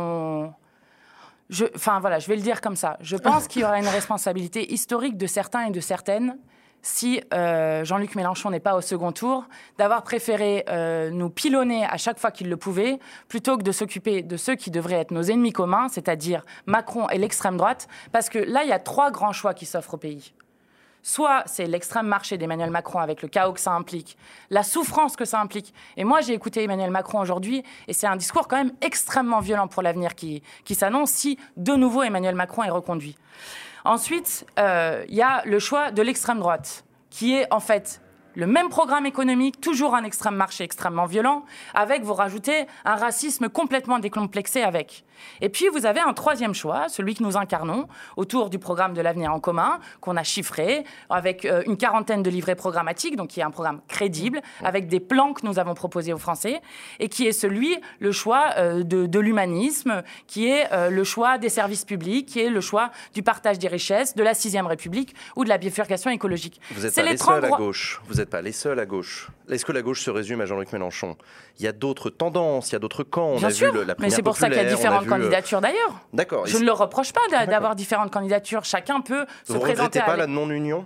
je vais le dire comme ça. Je pense qu'il y aura une responsabilité historique de certains et de certaines si Jean-Luc Mélenchon n'est pas au second tour, d'avoir préféré nous pilonner à chaque fois qu'il le pouvait, plutôt que de s'occuper de ceux qui devraient être nos ennemis communs, c'est-à-dire Macron et l'extrême droite, parce que là, il y a 3 grands choix qui s'offrent au pays. Soit c'est l'extrême marché d'Emmanuel Macron avec le chaos que ça implique, la souffrance que ça implique. Et moi, j'ai écouté Emmanuel Macron aujourd'hui, et c'est un discours quand même extrêmement violent pour l'avenir qui s'annonce si, de nouveau, Emmanuel Macron est reconduit. Ensuite, il y a le choix de l'extrême droite, qui est en fait le même programme économique, toujours un extrême marché extrêmement violent, avec, vous rajoutez, un racisme complètement décomplexé avec. Et puis, vous avez un 3e choix, celui que nous incarnons, autour du programme de l'avenir en commun, qu'on a chiffré, avec une 40aine de livrets programmatiques, donc qui est un programme crédible, avec des plans que nous avons proposés aux Français, et qui est le choix de l'humanisme, qui est le choix des services publics, qui est le choix du partage des richesses, de la 6e République ou de la bifurcation écologique. Vous n'êtes pas les seuls à gauche. Vous n'êtes pas les seuls à gauche. Est-ce que la gauche se résume à Jean-Luc Mélenchon? Il y a d'autres tendances, il y a d'autres camps. Bien sûr, mais c'est pour ça qu'il y a différentes candidatures d'ailleurs. D'accord. Je ne le reproche pas d'avoir différentes candidatures. Chacun peut se présenter. Vous ne regrettez pas la non-union?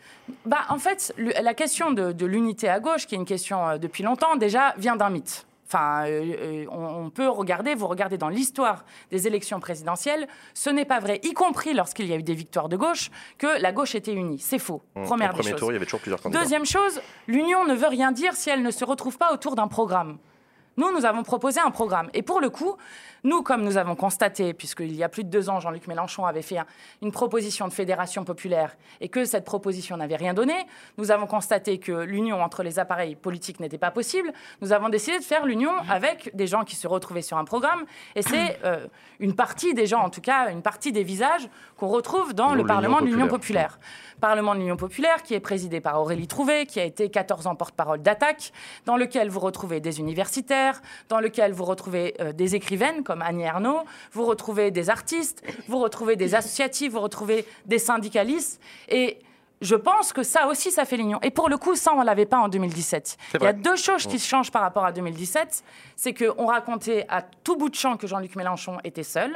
En fait, la question de l'unité à gauche, qui est une question depuis longtemps, déjà vient d'un mythe. Enfin, on peut regarder, vous regardez dans l'histoire des élections présidentielles, ce n'est pas vrai, y compris lorsqu'il y a eu des victoires de gauche, que la gauche était unie. C'est faux. Première des choses. Au premier tour, il y avait toujours plusieurs candidats. Deuxième chose, l'union ne veut rien dire si elle ne se retrouve pas autour d'un programme. Nous avons proposé un programme. Et pour le coup, nous, comme nous avons constaté, puisqu'il y a plus de 2 ans, Jean-Luc Mélenchon avait fait une proposition de fédération populaire et que cette proposition n'avait rien donné, nous avons constaté que l'union entre les appareils politiques n'était pas possible. Nous avons décidé de faire l'union avec des gens qui se retrouvaient sur un programme. Et c'est une partie des gens, en tout cas, une partie des visages qu'on retrouve dans le Parlement de l'Union populaire. Parlement de l'Union populaire qui est présidé par Aurélie Trouvé, qui a été 14 ans porte-parole d'Attaque, dans lequel vous retrouvez des universitaires, dans lequel vous retrouvez des écrivaines comme Annie Ernaux, vous retrouvez des artistes, vous retrouvez des associatifs, vous retrouvez des syndicalistes. Et je pense que ça aussi, ça fait l'union. Et pour le coup, ça, on ne l'avait pas en 2017. Il y a 2 choses qui changent par rapport à 2017. C'est qu'on racontait à tout bout de champ que Jean-Luc Mélenchon était seul.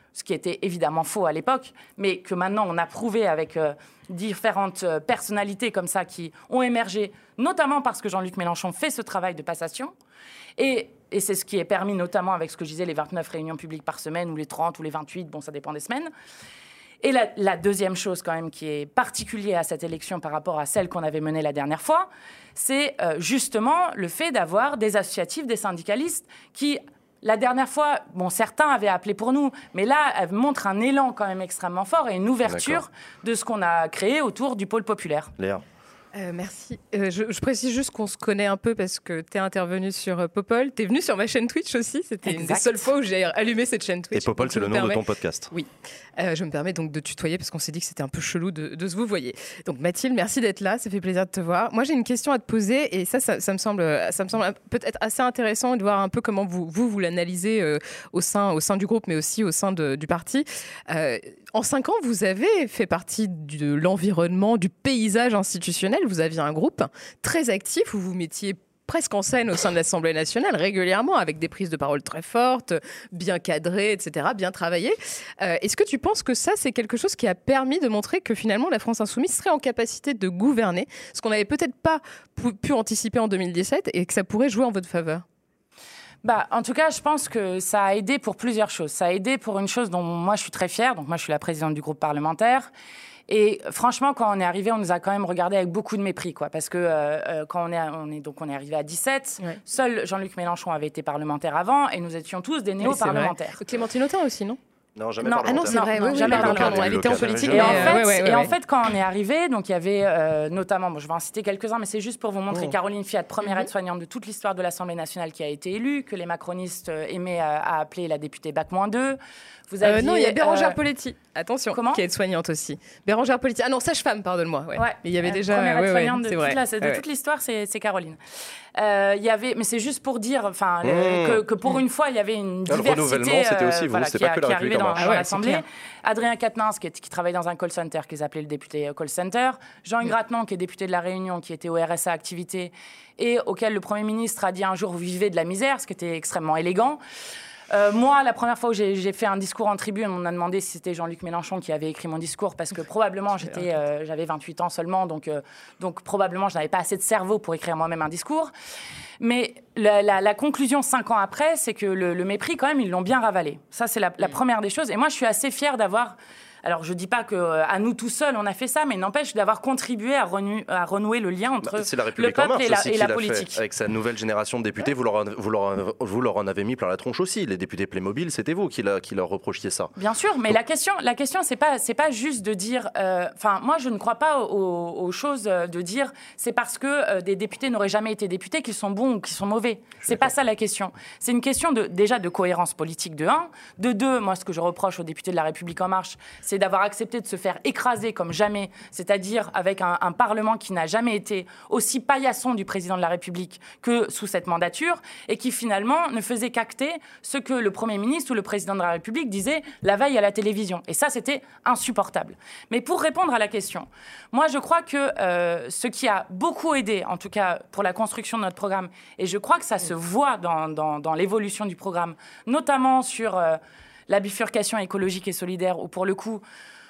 ce qui était évidemment faux à l'époque, mais que maintenant on a prouvé avec différentes personnalités comme ça qui ont émergé, notamment parce que Jean-Luc Mélenchon fait ce travail de passation. Et c'est ce qui est permis notamment avec ce que je disais, les 29 réunions publiques par semaine, ou les 30, ou les 28, bon, ça dépend des semaines. Et la deuxième chose quand même qui est particulière à cette élection par rapport à celle qu'on avait menée la dernière fois, c'est justement le fait d'avoir des associatifs, des syndicalistes qui, la dernière fois, bon, certains avaient appelé pour nous, mais là, elles montrent un élan quand même extrêmement fort et une ouverture de ce qu'on a créé autour du pôle populaire. Léa. Merci. Je précise juste qu'on se connaît un peu parce que tu es intervenu sur Popol. Tu es venu sur ma chaîne Twitch aussi. C'était une des seules fois où j'ai allumé cette chaîne Twitch. Et Popol, c'est le nom de ton podcast. Oui. Je me permets donc de tutoyer parce qu'on s'est dit que c'était un peu chelou de se vouvoyer. Donc Mathilde, merci d'être là. Ça fait plaisir de te voir. Moi, j'ai une question à te poser et ça me semble peut-être assez intéressant de voir un peu comment vous l'analysez au sein du groupe, mais aussi au sein du parti. En 5 ans, vous avez fait partie de l'environnement, du paysage institutionnel. Vous aviez un groupe très actif où vous mettiez presque en scène au sein de l'Assemblée nationale régulièrement, avec des prises de parole très fortes, bien cadrées, etc., bien travaillées. Est-ce que tu penses que ça, c'est quelque chose qui a permis de montrer que finalement la France insoumise serait en capacité de gouverner, ce qu'on n'avait peut-être pas pu anticiper en 2017 et que ça pourrait jouer en votre faveur ? En tout cas, je pense que ça a aidé pour plusieurs choses. Ça a aidé pour une chose dont moi, je suis très fière. Donc moi, je suis la présidente du groupe parlementaire. Et franchement, quand on est arrivé, on nous a quand même regardé avec beaucoup de mépris, quoi. Parce que quand on est arrivé à 17, seul Jean-Luc Mélenchon avait été parlementaire avant et nous étions tous des néo-parlementaires. Clémentine Autain aussi, non ? Non, jamais parlementaire. Ah non, c'est vrai, jamais parlementaire. Elle était en politique. Et en fait, quand on est arrivé, donc il y avait notamment, je vais en citer quelques-uns, mais c'est juste pour vous montrer Caroline Fiat, première aide-soignante de toute l'histoire de l'Assemblée nationale qui a été élue, que les macronistes aimaient à appeler la députée Bac-2. Vous aviez, non, il y a Bérangère Poletti, attention, comment qui est aide-soignante aussi. Bérangère Poletti, ah non, sage-femme, pardonne-moi. Ouais. Mais il y avait déjà... Première aide-soignante de toute l'histoire, c'est Caroline. Il y avait, mais c'est juste pour dire que pour une fois, il y avait une diversité. Le renouvellement, c'était aussi vous, c'était pas que la République en marche. Dans l'Assemblée. Adrien Quatennens, qui travaille dans un call center, qu'ils appelaient le député call center. Jean-Hugues Rattenon, qui est député de La Réunion, qui était au RSA Activité, et auquel le Premier ministre a dit un jour « vous vivez de la misère », ce qui était extrêmement élégant. Moi, la première fois où j'ai fait un discours en tribune, on m'a demandé si c'était Jean-Luc Mélenchon qui avait écrit mon discours, parce que probablement j'avais 28 ans seulement, donc probablement je n'avais pas assez de cerveau pour écrire moi-même un discours. Mais la conclusion 5 ans après, c'est que le mépris, quand même, ils l'ont bien ravalé. Ça, c'est la première des choses. Et moi, je suis assez fière d'avoir... Alors, je ne dis pas qu'à nous tout seuls, on a fait ça, mais n'empêche d'avoir contribué à renouer le lien entre le peuple et la politique. Avec sa nouvelle génération de députés, vous leur en avez mis plein la tronche aussi. Les députés Playmobil, c'était vous qui leur reprochiez ça. Bien sûr, mais la question, c'est pas juste de dire... moi, je ne crois pas aux choses de dire c'est parce que des députés n'auraient jamais été députés qu'ils sont bons ou qu'ils sont mauvais. C'est pas ça la question. C'est une question déjà de cohérence politique de 1. De 2, moi, ce que je reproche aux députés de La République En Marche, c'est d'avoir accepté de se faire écraser comme jamais, c'est-à-dire avec un Parlement qui n'a jamais été aussi paillasson du président de la République que sous cette mandature, et qui finalement ne faisait qu'acter ce que le Premier ministre ou le président de la République disait la veille à la télévision. Et ça, c'était insupportable. Mais pour répondre à la question, moi, je crois que ce qui a beaucoup aidé, en tout cas pour la construction de notre programme, et je crois que ça se voit dans l'évolution du programme, notamment sur... la bifurcation écologique et solidaire, où pour le coup,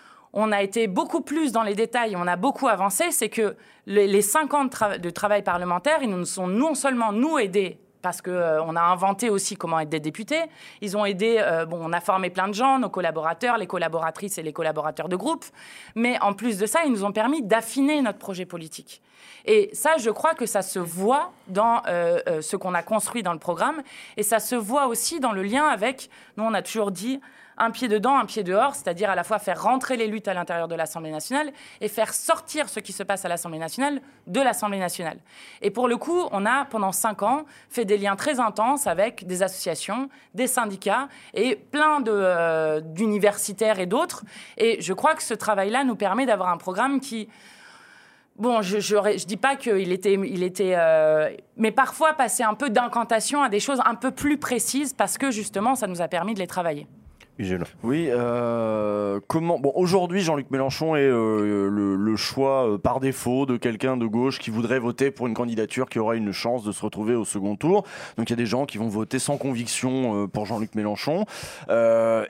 on a été beaucoup plus dans les détails, on a beaucoup avancé, c'est que les 5 ans de travail parlementaire, ils nous ont non seulement nous aidés, parce qu'on a inventé aussi comment être des députés, ils ont aidé, on a formé plein de gens, nos collaborateurs, les collaboratrices et les collaborateurs de groupe, mais en plus de ça, ils nous ont permis d'affiner notre projet politique. Et ça, je crois que ça se voit dans ce qu'on a construit dans le programme, et ça se voit aussi dans le lien avec, nous on a toujours dit, un pied dedans, un pied dehors, c'est-à-dire à la fois faire rentrer les luttes à l'intérieur de l'Assemblée nationale et faire sortir ce qui se passe à l'Assemblée nationale de l'Assemblée nationale. Et pour le coup, on a, pendant 5 ans, fait des liens très intenses avec des associations, des syndicats et plein d'universitaires et d'autres. Et je crois que ce travail-là nous permet d'avoir un programme qui... Bon, je dis pas qu'il était, mais parfois passer un peu d'incantation à des choses un peu plus précises parce que justement, ça nous a permis de les travailler. Oui, comment... Bon, aujourd'hui, Jean-Luc Mélenchon est le choix par défaut de quelqu'un de gauche qui voudrait voter pour une candidature qui aura une chance de se retrouver au second tour. Donc il y a des gens qui vont voter sans conviction pour Jean-Luc Mélenchon. Voilà,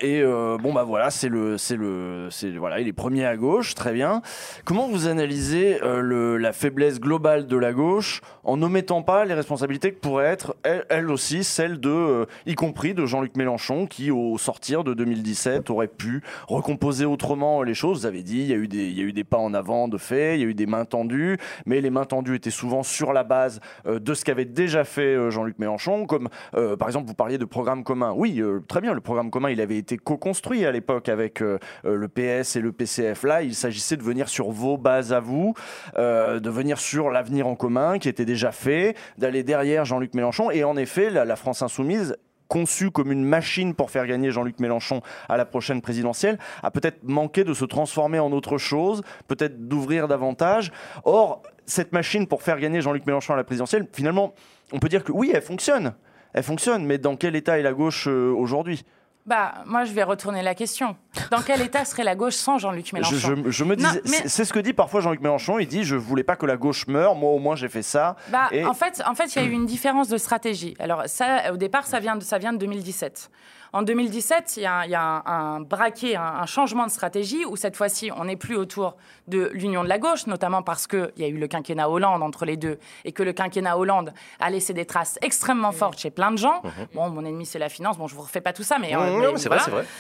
il est premier à gauche, très bien. Comment vous analysez la faiblesse globale de la gauche en n'omettant pas les responsabilités que pourraient être, elles aussi, celles y compris de Jean-Luc Mélenchon, qui au sortir de 2017 aurait pu recomposer autrement les choses. Vous avez dit, il y a eu des pas en avant de fait, il y a eu des mains tendues, mais les mains tendues étaient souvent sur la base de ce qu'avait déjà fait Jean-Luc Mélenchon, comme par exemple vous parliez de programme commun. Oui, très bien, le programme commun, il avait été co-construit à l'époque avec le PS et le PCF. Là, il s'agissait de venir sur vos bases à vous, de venir sur l'avenir en commun qui était déjà fait, d'aller derrière Jean-Luc Mélenchon. Et en effet, la France Insoumise, conçu comme une machine pour faire gagner Jean-Luc Mélenchon à la prochaine présidentielle, a peut-être manqué de se transformer en autre chose, peut-être d'ouvrir davantage. Or, cette machine pour faire gagner Jean-Luc Mélenchon à la présidentielle, finalement, on peut dire que oui, elle fonctionne. Elle fonctionne, mais dans quel état est la gauche aujourd'hui ? Moi, je vais retourner la question. Dans quel état serait la gauche sans Jean-Luc Mélenchon ? Je me disais, c'est ce que dit parfois Jean-Luc Mélenchon. Il dit, je voulais pas que la gauche meure. Moi, au moins, j'ai fait ça. En fait, il y a eu une différence de stratégie. Alors, ça, au départ, ça vient de 2017. En 2017, il y a un braquet, un changement de stratégie où cette fois-ci, on n'est plus autour de l'union de la gauche, notamment parce qu'il y a eu le quinquennat Hollande entre les deux et que le quinquennat Hollande a laissé des traces extrêmement fortes chez plein de gens. Bon, mon ennemi, c'est la finance. Bon, je vous refais pas tout ça, mais c'est vrai, c'est vrai.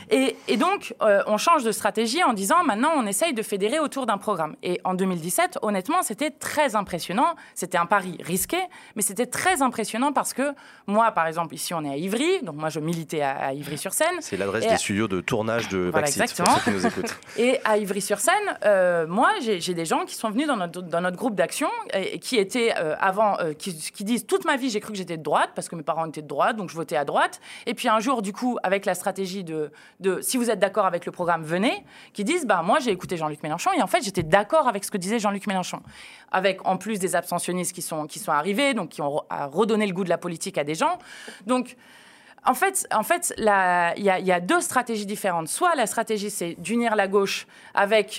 Et donc, on change de stratégie en disant, maintenant, on essaye de fédérer autour d'un programme. Et en 2017, honnêtement, c'était très impressionnant. C'était un pari risqué, mais c'était très impressionnant parce que moi, par exemple, ici, on est à Ivry. Donc, moi, je militais à Ivry-sur-Seine. C'est l'adresse des studios de tournage de Vaxit, pour ceux qui nous écoutent. Et à Ivry-sur-Seine, moi, j'ai des gens qui sont venus dans notre groupe d'action et qui étaient avant, qui disent, toute ma vie, j'ai cru que j'étais de droite parce que mes parents étaient de droite, donc je votais à droite. Et puis un jour, du coup, avec la stratégie de si vous êtes d'accord avec le programme, venez, qui disent moi j'ai écouté Jean-Luc Mélenchon et en fait j'étais d'accord avec ce que disait Jean-Luc Mélenchon, avec en plus des abstentionnistes qui sont arrivés, donc qui ont redonné le goût de la politique à des gens. Donc en fait, il y a deux stratégies différentes. Soit la stratégie, c'est d'unir la gauche avec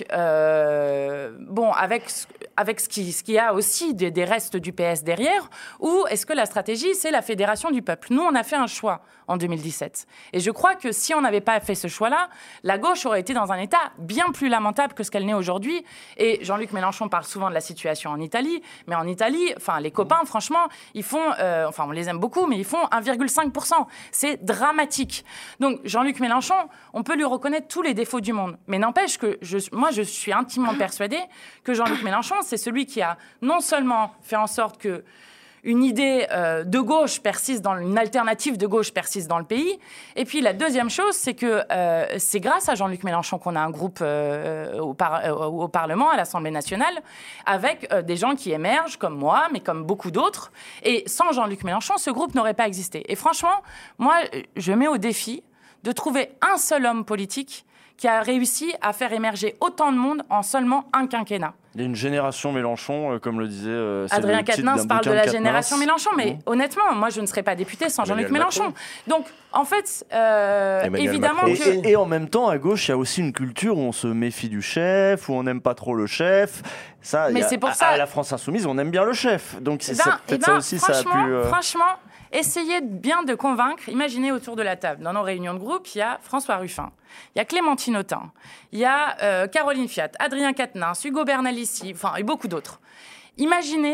ce qu'il y a aussi des restes du PS derrière, ou est-ce que la stratégie, c'est la fédération du peuple ? Nous, on a fait un choix en 2017. Et je crois que si on n'avait pas fait ce choix-là, la gauche aurait été dans un état bien plus lamentable que ce qu'elle n'est aujourd'hui. Et Jean-Luc Mélenchon parle souvent de la situation en Italie, mais en Italie, les copains, franchement, ils font, on les aime beaucoup, mais ils font 1,5%. C'est dramatique. Donc, Jean-Luc Mélenchon, on peut lui reconnaître tous les défauts du monde. Mais n'empêche que moi, je suis intimement persuadée que Jean-Luc Mélenchon, c'est celui qui a non seulement fait en sorte que une idée de gauche persiste une alternative de gauche persiste dans le pays. Et puis la deuxième chose, c'est que c'est grâce à Jean-Luc Mélenchon qu'on a un groupe au Parlement, à l'Assemblée nationale, avec des gens qui émergent, comme moi, mais comme beaucoup d'autres. Et sans Jean-Luc Mélenchon, ce groupe n'aurait pas existé. Et franchement, moi, je mets au défi de trouver un seul homme politique qui a réussi à faire émerger autant de monde en seulement un quinquennat. Il y a une génération Mélenchon, comme le disait Adrien Quatennens parle de la génération Mélenchon, mais honnêtement, moi je ne serais pas députée sans Jean-Luc Mélenchon. Donc en fait, évidemment que... Et en même temps, à gauche, il y a aussi une culture où on se méfie du chef, où on n'aime pas trop le chef. Ça, mais c'est pour ça... À la France Insoumise, on aime bien le chef. Donc c'est peut-être ça aussi, ça a pu... Franchement, essayez bien de convaincre. Imaginez autour de la table, dans nos réunions de groupe, il y a François Ruffin, il y a Clémentine Autain, il y a Caroline Fiat, Adrien Quatennens, Hugo Bernalicis, et beaucoup d'autres. Imaginez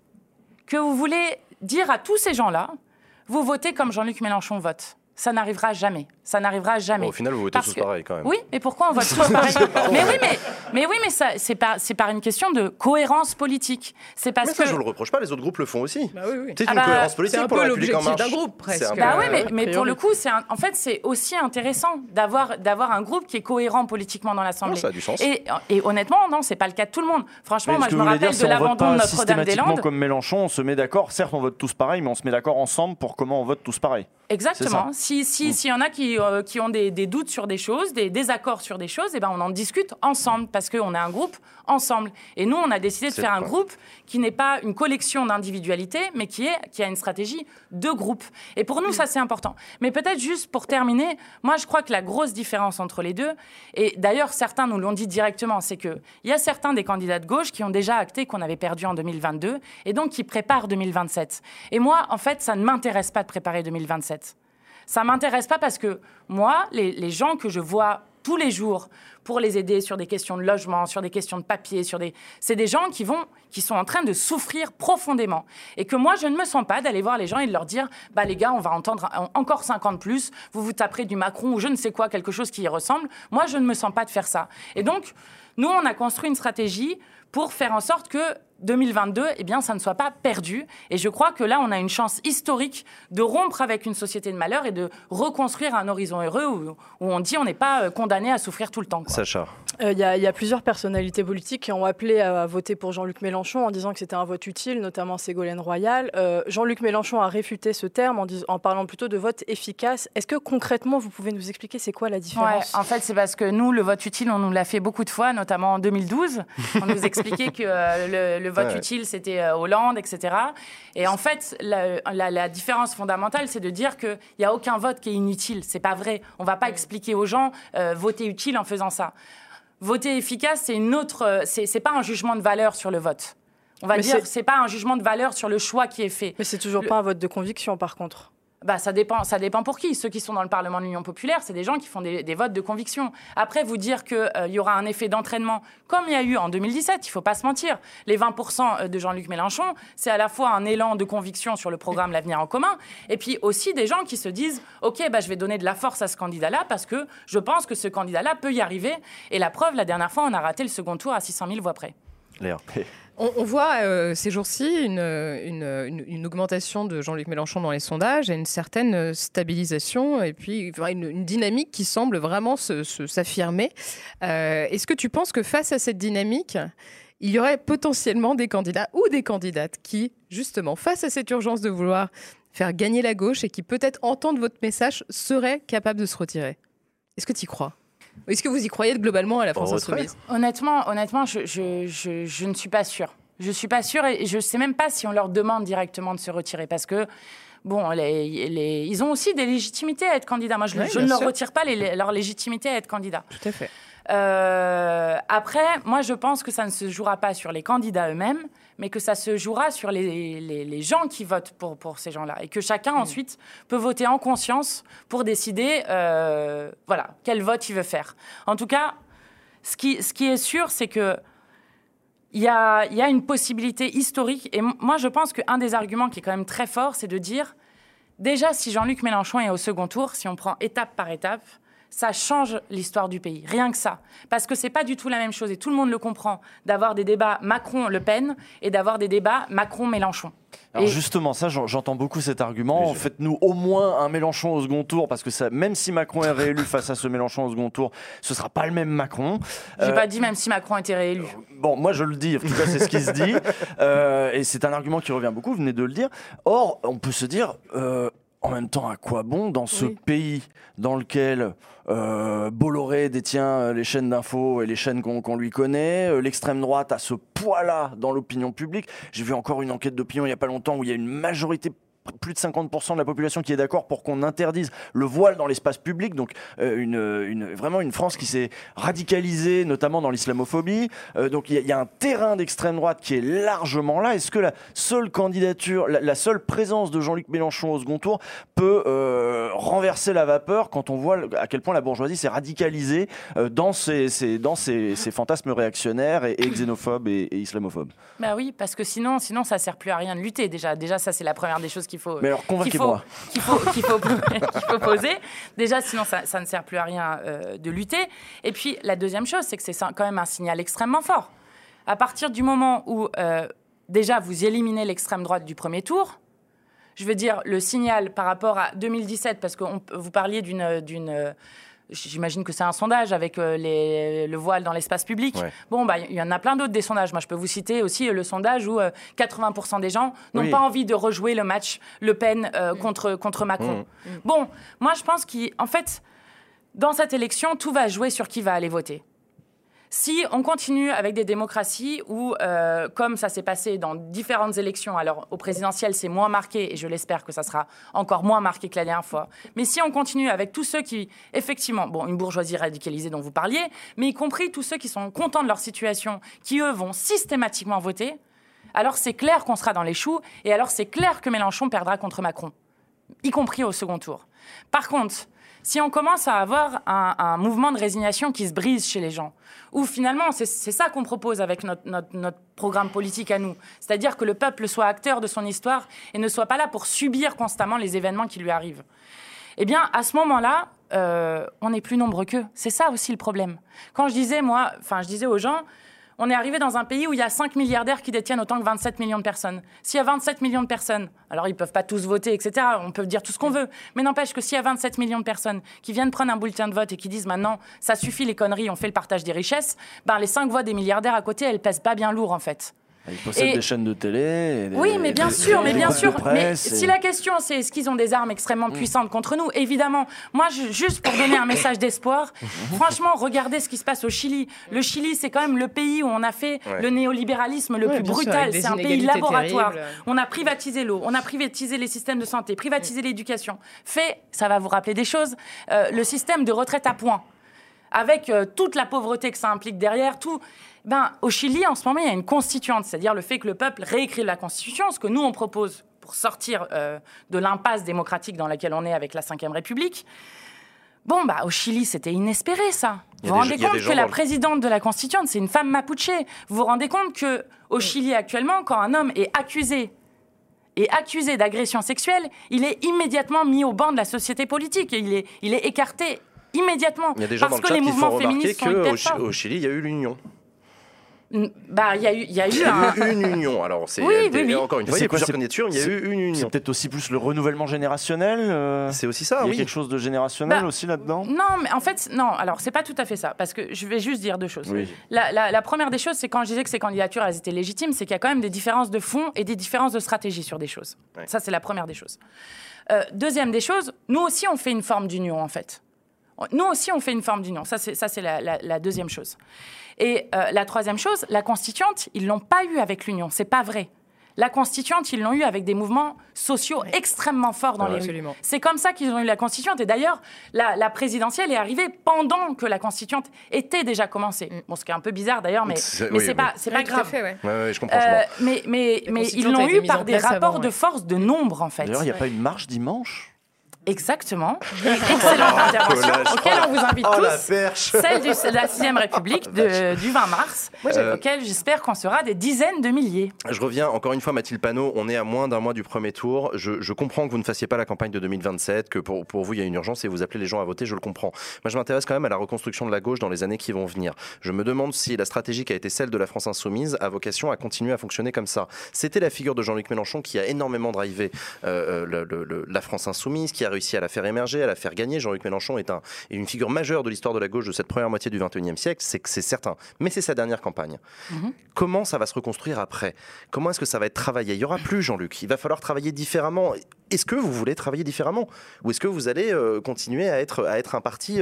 que vous voulez dire à tous ces gens-là, vous votez comme Jean-Luc Mélenchon vote. Ça n'arrivera jamais. Ça n'arrivera jamais. Au final, vous votez tous pareil, quand même. Oui, mais pourquoi on vote tous pareil ? mais ça, c'est par une question de cohérence politique. C'est parce mais ça, je ne le reproche pas, les autres groupes le font aussi. C'est une cohérence politique pour la République en marche. C'est un peu l'objectif d'un groupe, presque. Mais pour le coup, c'est aussi intéressant d'avoir un groupe qui est cohérent politiquement dans l'Assemblée. Ça a du sens. Et honnêtement, non, c'est pas le cas de tout le monde. Franchement, moi, je me rappelle de l'abandon de Notre-Dame-des-Landes. Comme Mélenchon, on se met d'accord. Certes, on vote tous pareil, mais on se met d'accord ensemble pour comment on vote tous pareil. Exactement. S'il y en a qui ont des doutes sur des choses, des désaccords sur des choses, on en discute ensemble parce qu'on est un groupe ensemble. Et nous, on a décidé de faire un groupe qui n'est pas une collection d'individualités, mais qui a une stratégie de groupe. Et pour nous, ça, c'est important. Mais peut-être juste pour terminer, moi, je crois que la grosse différence entre les deux, et d'ailleurs, certains nous l'ont dit directement, c'est qu'il y a certains des candidats de gauche qui ont déjà acté qu'on avait perdu en 2022 et donc qui préparent 2027. Et moi, en fait, ça ne m'intéresse pas de préparer 2027. Ça ne m'intéresse pas parce que moi, les gens que je vois tous les jours pour les aider sur des questions de logement, sur des questions de papier, c'est des gens qui sont en train de souffrir profondément. Et que moi, je ne me sens pas d'aller voir les gens et de leur dire « les gars, on va entendre encore 5 ans de plus, vous vous taperez du Macron ou je ne sais quoi, quelque chose qui y ressemble. » Moi, je ne me sens pas de faire ça. Et donc, nous, on a construit une stratégie pour faire en sorte que 2022, ça ne soit pas perdu. Et je crois que là, on a une chance historique de rompre avec une société de malheur et de reconstruire un horizon heureux où on dit on n'est pas condamné à souffrir tout le temps. Sacha. Il y a plusieurs personnalités politiques qui ont appelé à voter pour Jean-Luc Mélenchon en disant que c'était un vote utile, notamment Ségolène Royal. Jean-Luc Mélenchon a réfuté ce terme en parlant plutôt de vote efficace. Est-ce que concrètement, vous pouvez nous expliquer c'est quoi la différence ? En fait, c'est parce que nous, le vote utile, on nous l'a fait beaucoup de fois, notamment en 2012. On nous expliquait que le vote utile, c'était Hollande, etc. Et en fait, la différence fondamentale, c'est de dire qu'il n'y a aucun vote qui est inutile. C'est pas vrai. On ne va pas expliquer aux gens voter utile en faisant ça. Voter efficace, c'est une autre. C'est pas un jugement de valeur sur le vote. On va dire, c'est pas un jugement de valeur sur le choix qui est fait. Mais c'est toujours pas un vote de conviction, par contre. Ça dépend pour qui. Ceux qui sont dans le Parlement de l'Union populaire, c'est des gens qui font des votes de conviction. Après, vous dire qu'il y aura un effet d'entraînement, comme il y a eu en 2017, il ne faut pas se mentir. Les 20% de Jean-Luc Mélenchon, c'est à la fois un élan de conviction sur le programme L'Avenir en commun, et puis aussi des gens qui se disent « Ok, je vais donner de la force à ce candidat-là parce que je pense que ce candidat-là peut y arriver. » Et la preuve, la dernière fois, on a raté le second tour à 600 000 voix près. Léa. On voit ces jours-ci une augmentation de Jean-Luc Mélenchon dans les sondages et une certaine stabilisation et puis une dynamique qui semble vraiment s'affirmer. Est-ce que tu penses que face à cette dynamique, il y aurait potentiellement des candidats ou des candidates qui, justement, face à cette urgence de vouloir faire gagner la gauche et qui peut-être entendent votre message, seraient capables de se retirer ? Est-ce que tu y crois ? Est-ce que vous y croyez globalement à la France Insoumise ? Honnêtement, je ne suis pas sûre. Je ne suis pas sûre et je ne sais même pas si on leur demande directement de se retirer parce que, ils ont aussi des légitimités à être candidats. Moi, je ne leur retire pas leur légitimité à être candidats. Tout à fait. Après, moi, je pense que ça ne se jouera pas sur les candidats eux-mêmes, mais que ça se jouera sur les gens qui votent pour ces gens-là. Et que chacun, ensuite, peut voter en conscience pour décider quel vote il veut faire. En tout cas, ce qui est sûr, c'est que il y a une possibilité historique. Et moi, je pense qu'un des arguments qui est quand même très fort, c'est de dire, déjà, si Jean-Luc Mélenchon est au second tour, si on prend étape par étape, ça change l'histoire du pays, rien que ça. Parce que c'est pas du tout la même chose, et tout le monde le comprend, d'avoir des débats Macron-Le Pen et d'avoir des débats Macron-Mélenchon. Alors justement, ça, j'entends beaucoup cet argument. Faites-nous au moins un Mélenchon au second tour, parce que ça, même si Macron est réélu face à ce Mélenchon au second tour, ce sera pas le même Macron. J'ai pas dit même si Macron était réélu. Bon, moi je le dis, en tout cas c'est ce qui se dit. Et c'est un argument qui revient beaucoup, vous venez de le dire. Or, on peut se dire... en même temps, à quoi bon dans ce pays dans lequel Bolloré détient les chaînes d'infos et les chaînes qu'on lui connaît, l'extrême droite a ce poids-là dans l'opinion publique. J'ai vu encore une enquête d'opinion il n'y a pas longtemps où il y a une majorité, plus de 50% de la population qui est d'accord pour qu'on interdise le voile dans l'espace public. Donc vraiment une France qui s'est radicalisée, notamment dans l'islamophobie. Donc il y a un terrain d'extrême droite qui est largement là. Est-ce que la seule candidature, la seule présence de Jean-Luc Mélenchon au second tour peut renverser la vapeur quand on voit à quel point la bourgeoisie s'est radicalisée dans ses fantasmes réactionnaires et xénophobes et islamophobes? Bah oui, parce que sinon ça sert plus à rien de lutter. Déjà ça c'est la première des choses qu'il faut poser. Déjà, sinon, ça ne sert plus à rien de lutter. Et puis, la deuxième chose, c'est que c'est quand même un signal extrêmement fort. À partir du moment où, déjà, vous éliminez l'extrême droite du premier tour, je veux dire, le signal par rapport à 2017, parce que vous parliez d'une J'imagine que c'est un sondage avec le voile dans l'espace public. Ouais. Bon, il y en a plein d'autres des sondages. Moi, je peux vous citer aussi le sondage où 80% des gens n'ont pas envie de rejouer le match Le Pen contre Macron. Bon, moi, je pense qu'en fait, dans cette élection, tout va jouer sur qui va aller voter. Si on continue avec des démocraties où, comme ça s'est passé dans différentes élections, alors au présidentiel c'est moins marqué et je l'espère que ça sera encore moins marqué que la dernière fois, mais si on continue avec tous ceux qui, effectivement, une bourgeoisie radicalisée dont vous parliez, mais y compris tous ceux qui sont contents de leur situation, qui eux vont systématiquement voter, alors c'est clair qu'on sera dans les choux et alors c'est clair que Mélenchon perdra contre Macron, y compris au second tour. Par contre, si on commence à avoir un mouvement de résignation qui se brise chez les gens, où finalement, c'est ça qu'on propose avec notre programme politique à nous, c'est-à-dire que le peuple soit acteur de son histoire et ne soit pas là pour subir constamment les événements qui lui arrivent. Eh bien, à ce moment-là, on est plus nombreux qu'eux. C'est ça aussi le problème. Quand je disais aux gens, on est arrivé dans un pays où il y a 5 milliardaires qui détiennent autant que 27 millions de personnes. S'il y a 27 millions de personnes, alors ils ne peuvent pas tous voter, etc. On peut dire tout ce qu'on veut. Mais n'empêche que s'il y a 27 millions de personnes qui viennent prendre un bulletin de vote et qui disent maintenant, ça suffit les conneries, on fait le partage des richesses, les 5 voix des milliardaires à côté, elles pèsent pas bien lourd en fait. Ils possèdent des chaînes de télé. Oui, mais bien sûr. Mais si la question, c'est est-ce qu'ils ont des armes extrêmement puissantes contre nous, évidemment. Moi, juste pour donner un message d'espoir, franchement, regardez ce qui se passe au Chili. Le Chili, c'est quand même le pays où on a fait le néolibéralisme le plus brutal. C'est un pays laboratoire. Terribles. On a privatisé l'eau, on a privatisé les systèmes de santé, privatisé l'éducation. Ça va vous rappeler des choses, le système de retraite à points, avec toute la pauvreté que ça implique derrière, tout... au Chili, en ce moment, il y a une constituante, c'est-à-dire le fait que le peuple réécrit la Constitution, ce que nous, on propose pour sortir de l'impasse démocratique dans laquelle on est avec la Ve République. Au Chili, c'était inespéré, ça. Vous vous rendez compte que la présidente de la Constituante, c'est une femme mapuche. Vous vous rendez compte qu'au Chili, actuellement, quand un homme est accusé d'agression sexuelle, il est immédiatement mis au banc de la société politique. Il est écarté immédiatement. Il y a des gens dans le chat qui font remarquer qu'au Chili, il y a eu l'union. Il y a eu une union. Alors, c'est encore une fois, il y a plusieurs candidatures, il y a eu une union. C'est peut-être aussi plus le renouvellement générationnel. C'est aussi ça, Il y a quelque chose de générationnel aussi là-dedans. Non, mais en fait, non. Alors, c'est pas tout à fait ça, parce que je vais juste dire deux choses. Oui. La première des choses, c'est quand je disais que ces candidatures, elles étaient légitimes, c'est qu'il y a quand même des différences de fond et des différences de stratégie sur des choses. Ouais. Ça, c'est la première des choses. Deuxième des choses, nous aussi, on fait une forme d'union, en fait. Nous aussi, on fait une forme d'union. Ça, c'est la deuxième chose. Et la troisième chose, la constituante, ils ne l'ont pas eu avec l'union. C'est pas vrai. La constituante, ils l'ont eu avec des mouvements sociaux extrêmement forts dans les rues. C'est comme ça qu'ils ont eu la constituante. Et d'ailleurs, la présidentielle est arrivée pendant que la constituante était déjà commencée. Bon, ce qui est un peu bizarre d'ailleurs, mais c'est pas grave. Je comprends. Mais ils l'ont eu par des rapports de force de nombre, en fait. D'ailleurs, il n'y a pas une marche dimanche ? Exactement. Excellente intervention auquel on vous invite tous. Celle de la 6e République du 20 mars, auquel j'espère qu'on sera des dizaines de milliers. Je reviens encore une fois, Mathilde Panot, on est à moins d'un mois du premier tour. Je comprends que vous ne fassiez pas la campagne de 2027, que pour vous il y a une urgence et vous appelez les gens à voter, je le comprends. Moi je m'intéresse quand même à la reconstruction de la gauche dans les années qui vont venir. Je me demande si la stratégie qui a été celle de la France Insoumise a vocation à continuer à fonctionner comme ça. C'était la figure de Jean-Luc Mélenchon qui a énormément drivé la France Insoumise, qui a réussi à la faire émerger, à la faire gagner. Jean-Luc Mélenchon est une figure majeure de l'histoire de la gauche de cette première moitié du XXIe siècle, c'est certain. Mais c'est sa dernière campagne. Comment ça va se reconstruire après ? Comment est-ce que ça va être travaillé ? Il n'y aura plus Jean-Luc. Il va falloir travailler différemment. Est-ce que vous voulez travailler différemment ? Ou est-ce que vous allez continuer à être un parti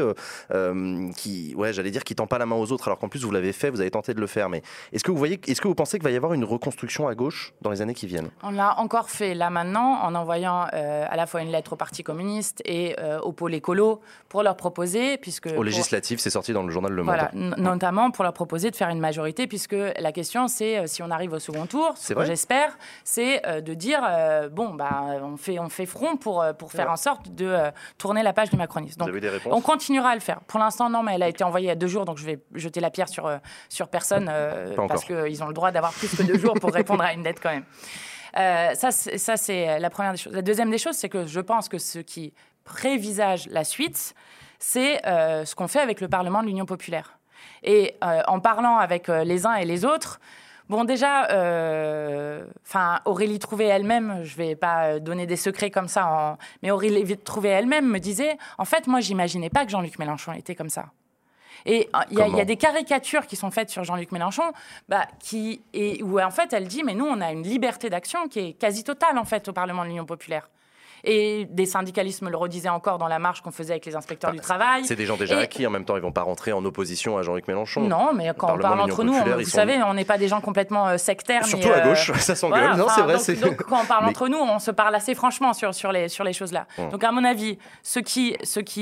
qui tend pas la main aux autres, alors qu'en plus vous l'avez fait, vous avez tenté de le faire. Mais est-ce que vous pensez qu'il va y avoir une reconstruction à gauche dans les années qui viennent ? On l'a encore fait là maintenant en envoyant à la fois une lettre au Parti communiste et au pôle écolo pour leur proposer, aux législatives, c'est sorti dans le journal Le Monde. Voilà, notamment pour leur proposer de faire une majorité, puisque la question c'est si on arrive au second tour, ce que j'espère, c'est de dire on fait front pour faire en sorte de tourner la page du macronisme. Donc, on continuera à le faire. Pour l'instant, non, mais elle a été envoyée il y a 2 jours, donc je vais jeter la pierre sur personne, parce qu'ils ont le droit d'avoir plus que 2 jours pour répondre à une lettre quand même. Ça, c'est la première des choses. La deuxième des choses, c'est que je pense que ce qui prévisage la suite, c'est ce qu'on fait avec le Parlement de l'Union populaire. Et en parlant avec les uns et les autres, Bon, déjà, Aurélie Trouvé elle-même, je ne vais pas donner des secrets comme ça, mais Aurélie Trouvé elle-même me disait, en fait, moi, j'imaginais pas que Jean-Luc Mélenchon était comme ça. Et il y a des caricatures qui sont faites sur Jean-Luc Mélenchon, où en fait, elle dit, mais nous, on a une liberté d'action qui est quasi totale, en fait, au Parlement de l'Union populaire. Et des syndicalistes me le redisaient encore dans la marche qu'on faisait avec les inspecteurs du travail. C'est des gens déjà acquis, en même temps, ils ne vont pas rentrer en opposition à Jean-Luc Mélenchon. Non, mais quand on parle entre nous, vous savez, on n'est pas des gens complètement sectaires. Surtout à gauche, ça s'engueule. Voilà, non, c'est vrai. Donc, quand on parle entre nous, on se parle assez franchement sur les choses-là. Donc, à mon avis, ce qui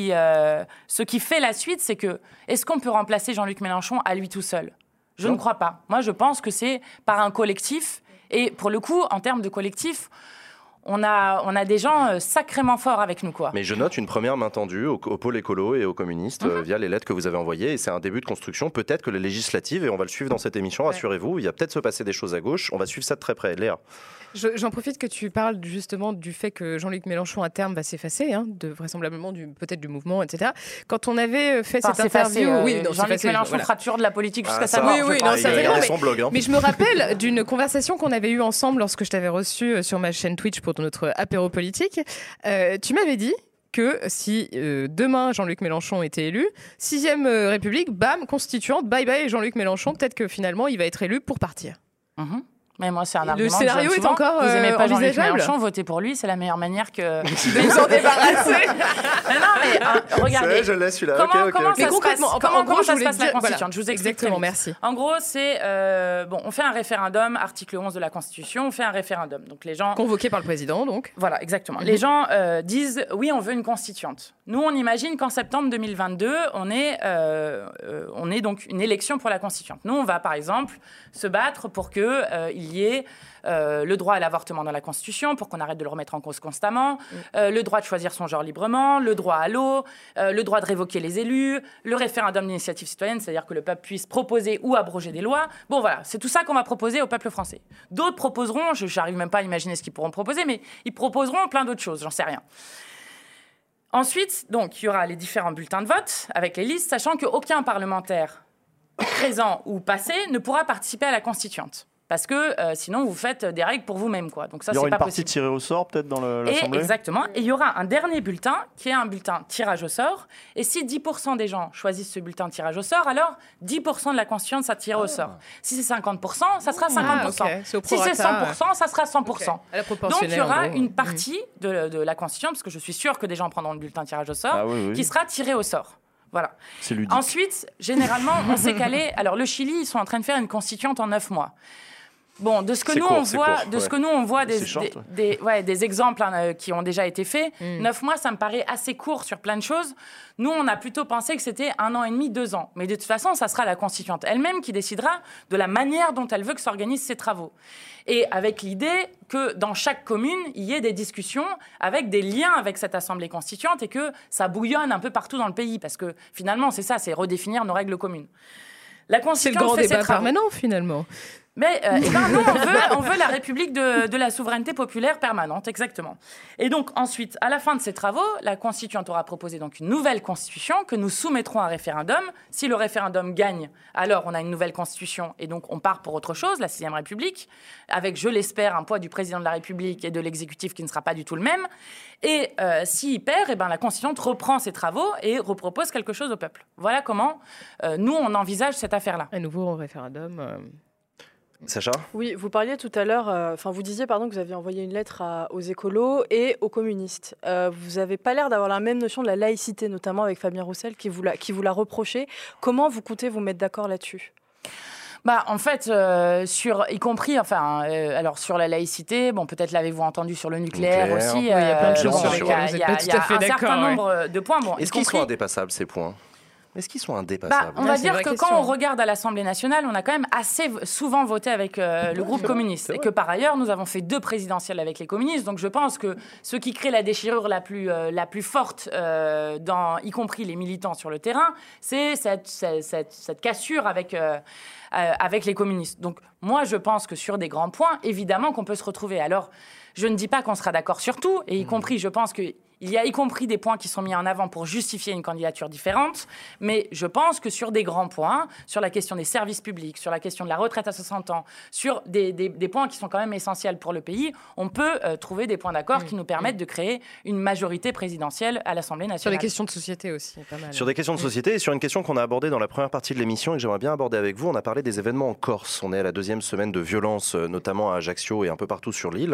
fait la suite, c'est que, est-ce qu'on peut remplacer Jean-Luc Mélenchon à lui tout seul ? Je ne crois pas. Moi, je pense que c'est par un collectif. Et pour le coup, en termes de collectif, on a des gens sacrément forts avec nous, quoi. Mais je note une première main tendue au pôle écolo et aux communistes via les lettres que vous avez envoyées. Et c'est un début de construction. Peut-être que les législatives, et on va le suivre dans cette émission, rassurez-vous, il va peut-être se passer des choses à gauche. On va suivre ça de très près. Léa. J'en profite que tu parles justement du fait que Jean-Luc Mélenchon à terme va s'effacer, vraisemblablement peut-être du mouvement, etc. Quand on avait fait cette interview, Jean-Luc Mélenchon fera toujours de la politique jusqu'à sa mort. Mais je me rappelle d'une conversation qu'on avait eue ensemble lorsque je t'avais reçu sur ma chaîne Twitch pour notre apéro politique. Tu m'avais dit que si demain Jean-Luc Mélenchon était élu, 6e République, bam, constituante, bye bye Jean-Luc Mélenchon, peut-être que finalement il va être élu pour partir. Mais moi, c'est un argument. Le scénario est encore vous n'aimez pas Jean-Luc envisageable. Mélenchon, votez pour lui, c'est la meilleure manière que de vous en débarrasser. Regardez. Je laisse celui-là. Comment ça se passe la Constituante? Voilà, je vous explique. Exactement, merci. En gros, c'est on fait un référendum, article 11 de la Constitution, on fait un référendum. Donc les gens convoqués par le président, donc. Voilà, exactement. Les gens disent oui, on veut une constituante. Nous, on imagine qu'en septembre 2022, on est donc une élection pour la constituante. Nous, on va par exemple se battre pour que il y ait le droit à l'avortement dans la Constitution, pour qu'on arrête de le remettre en cause constamment, le droit de choisir son genre librement, le droit à l'eau, le droit de révoquer les élus, le référendum d'initiative citoyenne, c'est-à-dire que le peuple puisse proposer ou abroger des lois. Bon, voilà, c'est tout ça qu'on va proposer au peuple français. D'autres proposeront, je n'arrive même pas à imaginer ce qu'ils pourront proposer, mais ils proposeront plein d'autres choses, j'en sais rien. Ensuite, donc, il y aura les différents bulletins de vote avec les listes, sachant qu'aucun parlementaire présent ou passé ne pourra participer à la constituante. Parce que sinon, vous faites des règles pour vous-même, quoi. Donc ça, il y aura c'est pas une partie possible. tirée au sort, peut-être, dans l'Assemblée. Exactement. Et il y aura un dernier bulletin, qui est un bulletin tirage au sort. Et si 10% des gens choisissent ce bulletin tirage au sort, alors 10% de la constituante, ça tire au sort. Si c'est 50%, ça sera 50%. Si c'est 100%, ça sera 100%. Donc il y aura une partie de la constituante, parce que je suis sûre que des gens prendront le bulletin tirage au sort, qui sera tiré au sort. Voilà. Ensuite, généralement, on s'est calé. Alors, le Chili, ils sont en train de faire une constituante en 9 mois. Bon, de ce que nous on voit des exemples qui ont déjà été faits, 9 mois, ça me paraît assez court sur plein de choses. Nous, on a plutôt pensé que c'était 1 an et demi, 2 ans. Mais de toute façon, ça sera la constituante elle-même qui décidera de la manière dont elle veut que s'organisent ses travaux. Et avec l'idée que dans chaque commune, il y ait des discussions avec des liens avec cette assemblée constituante et que ça bouillonne un peu partout dans le pays. Parce que finalement, c'est ça, c'est redéfinir nos règles communes. La constituante c'est le grand débat permanent, finalement. Mais nous, on veut la République de la souveraineté populaire permanente, exactement. Et donc ensuite, à la fin de ces travaux, la Constituante aura proposé donc une nouvelle Constitution que nous soumettrons à référendum. Si le référendum gagne, alors on a une nouvelle Constitution et donc on part pour autre chose, la 6e République, avec, je l'espère, un poids du président de la République et de l'exécutif qui ne sera pas du tout le même. Et s'il perd, la Constituante reprend ses travaux et repropose quelque chose au peuple. Voilà comment nous, on envisage cette affaire-là. Un nouveau référendum... Sacha ? Oui, vous parliez tout à l'heure, vous disiez que vous aviez envoyé une lettre aux écolos et aux communistes. Vous n'avez pas l'air d'avoir la même notion de la laïcité, notamment avec Fabien Roussel qui vous l'a reproché. Comment vous comptez vous mettre d'accord là-dessus ? En fait, y compris, alors sur la laïcité, peut-être l'avez-vous entendu sur le nucléaire aussi. Il y a plein de choses sur lesquelles vous n'êtes pas tout à fait d'accord. Il y a un certain nombre de points. Est-ce qu'ils sont indépassables, ces points ? Est-ce qu'ils sont indépassables ? On va dire que quand on regarde à l'Assemblée nationale, on a quand même assez souvent voté avec le groupe communiste. Et que par ailleurs, nous avons fait 2 présidentielles avec les communistes. Donc je pense que ce qui crée la déchirure la plus forte, y compris les militants sur le terrain, c'est cette cassure avec les communistes. Donc moi, je pense que sur des grands points, évidemment qu'on peut se retrouver. Alors, je ne dis pas qu'on sera d'accord sur tout, et y compris, je pense que Il y a y compris des points qui sont mis en avant pour justifier une candidature différente, mais je pense que sur des grands points, sur la question des services publics, sur la question de la retraite à 60 ans, sur des points qui sont quand même essentiels pour le pays, on peut trouver des points d'accord qui nous permettent de créer une majorité présidentielle à l'Assemblée nationale. Sur les questions de société aussi, pas mal. Sur des questions de société et sur une question qu'on a abordée dans la première partie de l'émission et que j'aimerais bien aborder avec vous, on a parlé des événements en Corse. On est à la 2e semaine de violence, notamment à Ajaccio et un peu partout sur l'île,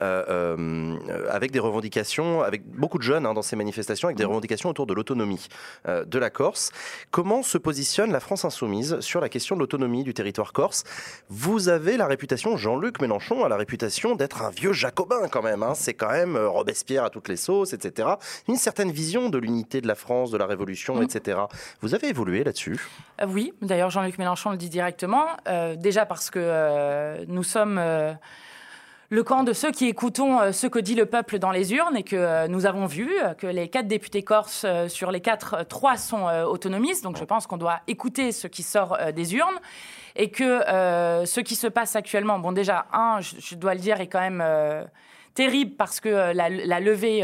avec des revendications, avec beaucoup de jeunes dans ces manifestations, avec des revendications autour de l'autonomie de la Corse. Comment se positionne la France insoumise sur la question de l'autonomie du territoire corse? Vous avez la réputation, Jean-Luc Mélenchon a la réputation d'être un vieux jacobin quand même. C'est quand même Robespierre à toutes les sauces, etc. Une certaine vision de l'unité de la France, de la Révolution, etc. Vous avez évolué là-dessus? Oui, d'ailleurs Jean-Luc Mélenchon le dit directement. Déjà parce que nous sommes le camp de ceux qui écoutons ce que dit le peuple dans les urnes et que nous avons vu que les 4 députés corses sur les 4, 3 sont autonomistes. Donc je pense qu'on doit écouter ce qui sort des urnes et que ce qui se passe actuellement, bon déjà, je dois le dire, est quand même terrible parce que la levée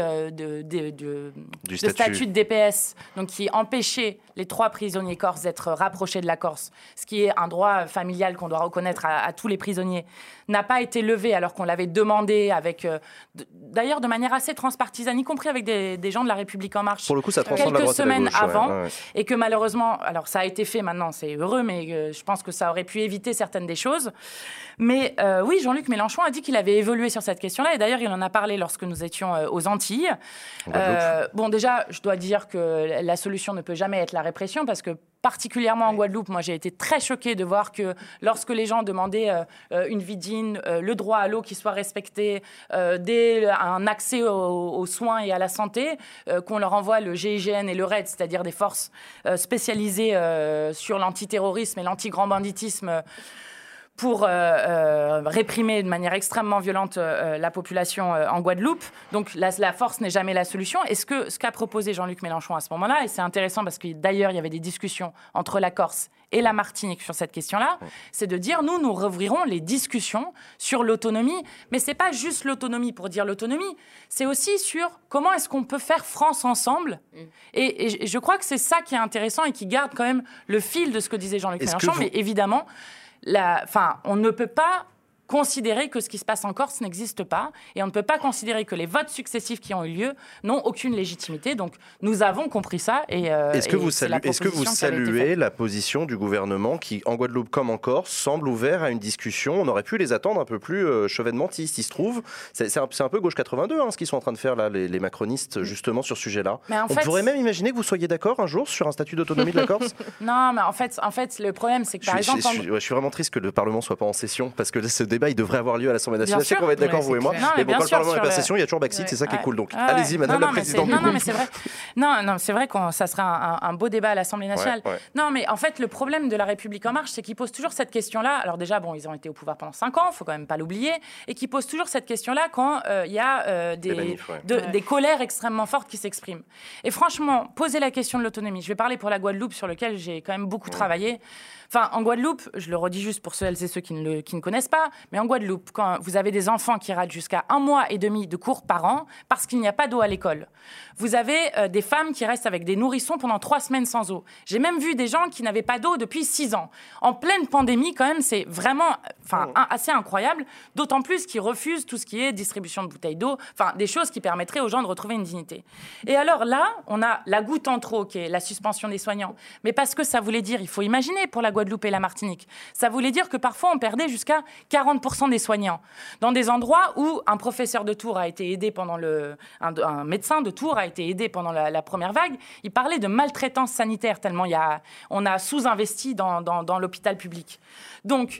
du statut de DPS, donc qui empêchait les 3 prisonniers corses d'être rapprochés de la Corse, ce qui est un droit familial qu'on doit reconnaître à tous les prisonniers, n'a pas été levé alors qu'on l'avait demandé avec, d'ailleurs de manière assez transpartisane, y compris avec des gens de la République En Marche. Pour le coup, ça transcende la quelques droite et la semaines gauche, avant, et que malheureusement, alors ça a été fait maintenant, c'est heureux, mais je pense que ça aurait pu éviter certaines des choses. Mais oui, Jean-Luc Mélenchon a dit qu'il avait évolué sur cette question-là, et d'ailleurs il en a parlé lorsque nous étions aux Antilles. Bon, déjà, je dois dire que la solution ne peut jamais être la répression, parce que particulièrement en Guadeloupe, moi j'ai été très choquée de voir que lorsque les gens demandaient une vie digne, le droit à l'eau qui soit respecté, un accès aux soins et à la santé, qu'on leur envoie le GIGN et le RAID, c'est-à-dire des forces spécialisées sur l'antiterrorisme et l'anti-grand banditisme, pour réprimer de manière extrêmement violente la population en Guadeloupe. Donc la force n'est jamais la solution. Et ce qu'a proposé Jean-Luc Mélenchon à ce moment-là, et c'est intéressant parce que d'ailleurs il y avait des discussions entre la Corse et la Martinique sur cette question-là, c'est de dire nous rouvrirons les discussions sur l'autonomie. Mais c'est pas juste l'autonomie pour dire l'autonomie, c'est aussi sur comment est-ce qu'on peut faire France ensemble. Et je crois que c'est ça qui est intéressant et qui garde quand même le fil de ce que disait Jean-Luc Mélenchon. Mais évidemment, on ne peut pas considérer que ce qui se passe en Corse n'existe pas, et on ne peut pas considérer que les votes successifs qui ont eu lieu n'ont aucune légitimité. Donc nous avons compris ça. Est-ce que vous saluez la position du gouvernement qui, en Guadeloupe comme en Corse, semble ouvert à une discussion? On aurait pu les attendre un peu plus chevènementistes, il se trouve. C'est un peu gauche 82 ce qu'ils sont en train de faire là, les macronistes, justement sur ce sujet-là. On pourrait même imaginer que vous soyez d'accord un jour sur un statut d'autonomie de la Corse? Non, mais en fait, le problème, c'est que par exemple... Je suis vraiment triste que le Parlement soit pas en session, parce que ce débat, il devrait avoir lieu à l'Assemblée nationale. Je sais qu'on va être d'accord, vous et moi. Mais bon, quand le Parlement n'est pas en session, il y a toujours backseat, c'est ça qui est cool. Donc, allez-y, Madame la Présidente. Non, mais c'est vrai. Non, c'est vrai que ça sera un beau débat à l'Assemblée nationale. Non, mais en fait, le problème de la République En Marche, c'est qu'ils posent toujours cette question-là. Alors déjà, bon, ils ont été au pouvoir pendant 5 ans, il faut quand même pas l'oublier, et qu'ils posent toujours cette question-là quand il y a des colères extrêmement fortes qui s'expriment. Et franchement, poser la question de l'autonomie. Je vais parler pour la Guadeloupe, sur lequel j'ai quand même beaucoup travaillé. Enfin, en Guadeloupe, je le redis juste pour celles et ceux qui ne connaissent pas, mais en Guadeloupe, quand vous avez des enfants qui ratent jusqu'à 1 mois et demi de cours par an parce qu'il n'y a pas d'eau à l'école, vous avez des femmes qui restent avec des nourrissons pendant 3 semaines sans eau. J'ai même vu des gens qui n'avaient pas d'eau depuis 6 ans. En pleine pandémie, quand même, c'est vraiment assez incroyable, d'autant plus qu'ils refusent tout ce qui est distribution de bouteilles d'eau, enfin, des choses qui permettraient aux gens de retrouver une dignité. Et alors là, on a la goutte en trop, qui est la suspension des soignants. Mais parce que ça voulait dire, il faut imaginer pour la Guadeloupe et la Martinique, ça voulait dire que parfois on perdait jusqu'à 40% des soignants. Dans des endroits où un professeur de Tours a été aidé pendant un médecin de Tours a été aidé pendant la première vague, il parlait de maltraitance sanitaire tellement on a sous-investi dans l'hôpital public. Donc,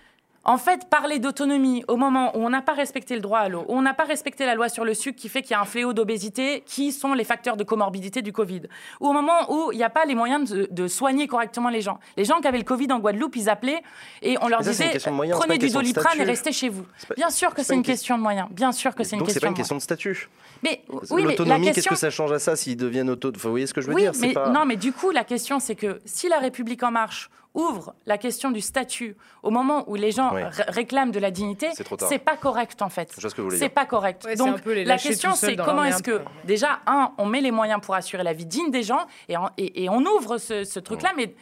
en fait, parler d'autonomie au moment où on n'a pas respecté le droit à l'eau, où on n'a pas respecté la loi sur le sucre qui fait qu'il y a un fléau d'obésité, qui sont les facteurs de comorbidité du Covid, ou au moment où il n'y a pas les moyens de soigner correctement les gens. Les gens qui avaient le Covid en Guadeloupe, ils appelaient et on leur disait prenez du Doliprane et restez chez vous. Bien sûr que c'est une question de moyens. Bien sûr que c'est une question de moyens. Donc c'est pas une question de statut. Mais l'autonomie, qu'est-ce que ça change à ça s'ils deviennent vous voyez ce que je veux dire? Non, mais du coup, la question, c'est que si la République En Marche ouvre la question du statut au moment où les gens réclament de la dignité, c'est pas correct en fait. C'est pas correct. Ouais, donc la question c'est comment est-ce que déjà on met les moyens pour assurer la vie digne des gens et on ouvre ce truc-là, mais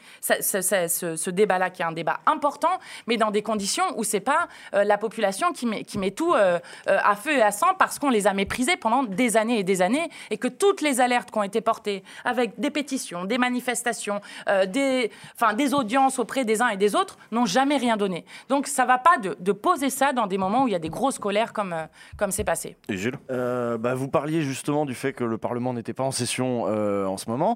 ce débat-là qui est un débat important, mais dans des conditions où c'est pas la population qui met tout à feu et à sang parce qu'on les a méprisés pendant des années et des années et que toutes les alertes qui ont été portées avec des pétitions, des manifestations, des audiences auprès des uns et des autres n'ont jamais rien donné. Donc ça ne va pas de poser ça dans des moments où il y a des grosses colères comme c'est passé. Et Jules vous parliez justement du fait que le Parlement n'était pas en session en ce moment.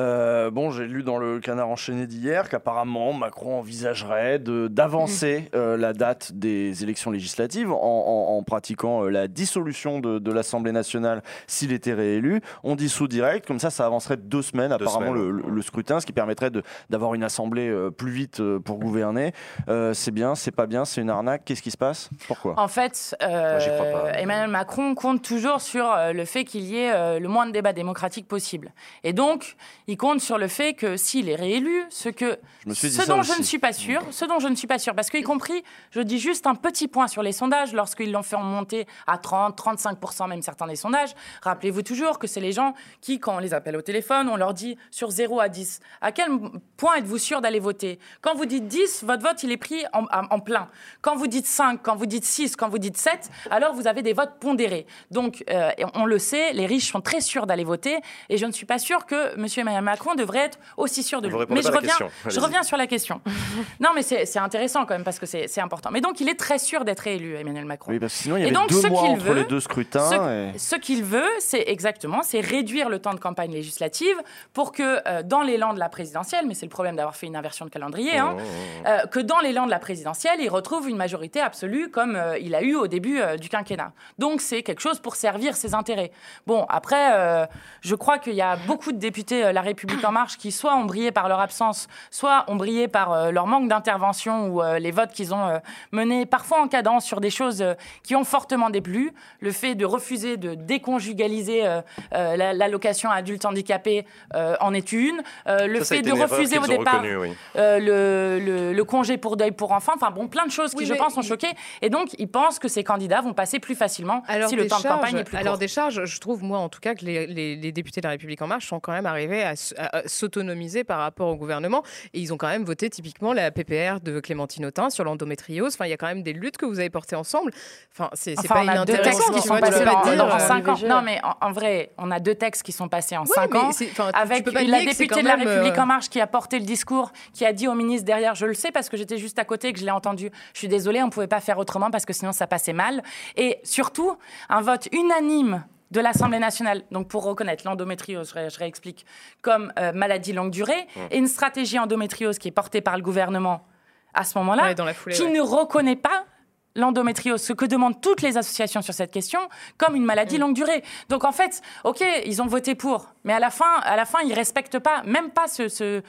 J'ai lu dans le Canard enchaîné d'hier qu'apparemment Macron envisagerait d'avancer la date des élections législatives en pratiquant la dissolution de l'Assemblée nationale s'il était réélu. On dissout direct, comme ça avancerait 2 semaines apparemment le scrutin, ce qui permettrait d'avoir une assemblée plus vite pour gouverner. C'est bien, c'est pas bien, c'est une arnaque. Qu'est-ce qui se passe ? Pourquoi ? En fait, Emmanuel Macron compte toujours sur le fait qu'il y ait le moins de débats démocratiques possible. Et donc, il compte sur le fait que s'il est réélu, ce dont je ne suis pas sûre, parce qu'y compris, je dis juste un petit point sur les sondages, lorsqu'ils l'ont fait monter à 30, 35%, même certains des sondages, rappelez-vous toujours que c'est les gens qui, quand on les appelle au téléphone, on leur dit sur 0 à 10, à quel point êtes-vous sûr d'aller voter ? Quand vous dites 10, votre vote, il est pris en plein. Quand vous dites 5, quand vous dites 6, quand vous dites 7, alors vous avez des votes pondérés. Donc, on le sait, les riches sont très sûrs d'aller voter et je ne suis pas sûre que M. Emmanuel Macron devrait être aussi sûr de lui. Mais je reviens sur la question. Non, mais c'est intéressant quand même parce que c'est important. Mais donc, il est très sûr d'être élu, Emmanuel Macron. Oui, parce que sinon, il y avait 2 mois entre les 2 scrutins. Ce qu'il veut, c'est réduire le temps de campagne législative pour que dans l'élan de la présidentielle, mais c'est le problème d'avoir fait une inversion de calendrier, que dans l'élan de la présidentielle, il retrouve une majorité absolue comme il a eu au début du quinquennat. Donc c'est quelque chose pour servir ses intérêts. Bon, après, je crois qu'il y a beaucoup de députés La République En Marche qui soit ont brillé par leur absence, soit ont brillé par leur manque d'intervention ou les votes qu'ils ont menés, parfois en cadence sur des choses qui ont fortement déplu. Le fait de refuser de déconjugaliser l'allocation à adultes handicapés en est une. Le fait de refuser au départ le congé pour deuil pour enfants, plein de choses qui, je pense, ont choqué. Et donc, ils pensent que ces candidats vont passer plus facilement si le temps de campagne est plus court. Alors, des charges, je trouve, moi, en tout cas, que les députés de La République En Marche sont quand même arrivés à s'autonomiser par rapport au gouvernement. Et ils ont quand même voté, typiquement, la PPR de Clémentine Autain sur l'endométriose. Il y a quand même des luttes que vous avez portées ensemble. C'est pas inintéressant. Qui sont passés en 5 ans. Non, mais en vrai, on a 2 textes qui sont passés en 5 ans. Avec la députée de La République En Marche qui a porté le discours, qui a dit au ministre derrière, je le sais parce que j'étais juste à côté, que je l'ai entendu, je suis désolée, on ne pouvait pas faire autrement parce que sinon ça passait mal. Et surtout, un vote unanime de l'Assemblée nationale, donc pour reconnaître l'endométriose, je réexplique, comme maladie longue durée, et une stratégie endométriose qui est portée par le gouvernement à ce moment-là, qui ne reconnaît pas l'endométriose, ce que demandent toutes les associations sur cette question, comme une maladie longue durée. Donc en fait, ok, ils ont voté pour, mais à la fin, ils ne respectent pas, même pas ce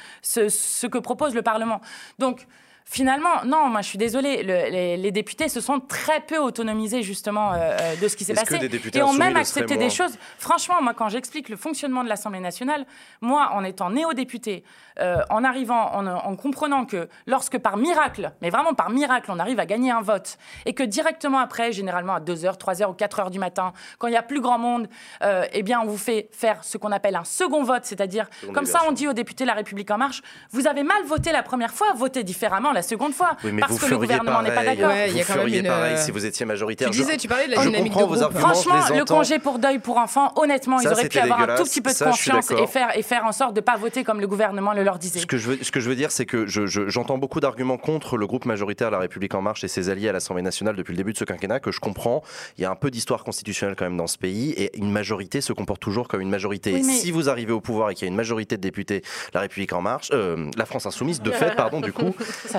que propose le Parlement. Donc finalement, non, moi je suis désolée, les députés se sont très peu autonomisés justement de ce qui s'est passé et ont même accepté des choses. Franchement, moi quand j'explique le fonctionnement de l'Assemblée nationale, moi en étant néo-député, en arrivant, en comprenant que lorsque par miracle, mais vraiment par miracle, on arrive à gagner un vote et que directement après, généralement à 2h, 3h ou 4h du matin, quand il n'y a plus grand monde, eh bien on vous fait faire ce qu'on appelle un second vote, c'est-à-dire comme ça on dit aux députés La République En Marche, vous avez mal voté la première fois, votez différemment la seconde fois, parce que le gouvernement n'est pas d'accord. Vous feriez pareil si vous étiez majoritaire. Tu parlais de la dynamique de groupe. Franchement, le congé pour deuil pour enfants, honnêtement, ils auraient pu avoir un tout petit peu de confiance et faire en sorte de ne pas voter comme le gouvernement le leur disait. Ce que je veux dire, c'est que j'entends beaucoup d'arguments contre le groupe majoritaire La République En Marche et ses alliés à l'Assemblée nationale depuis le début de ce quinquennat, que je comprends. Il y a un peu d'histoire constitutionnelle quand même dans ce pays, et une majorité se comporte toujours comme une majorité. Oui, si vous arrivez au pouvoir et qu'il y a une majorité de députés La République En Marche, la France Insoumise, de fait, pardon, du coup, ça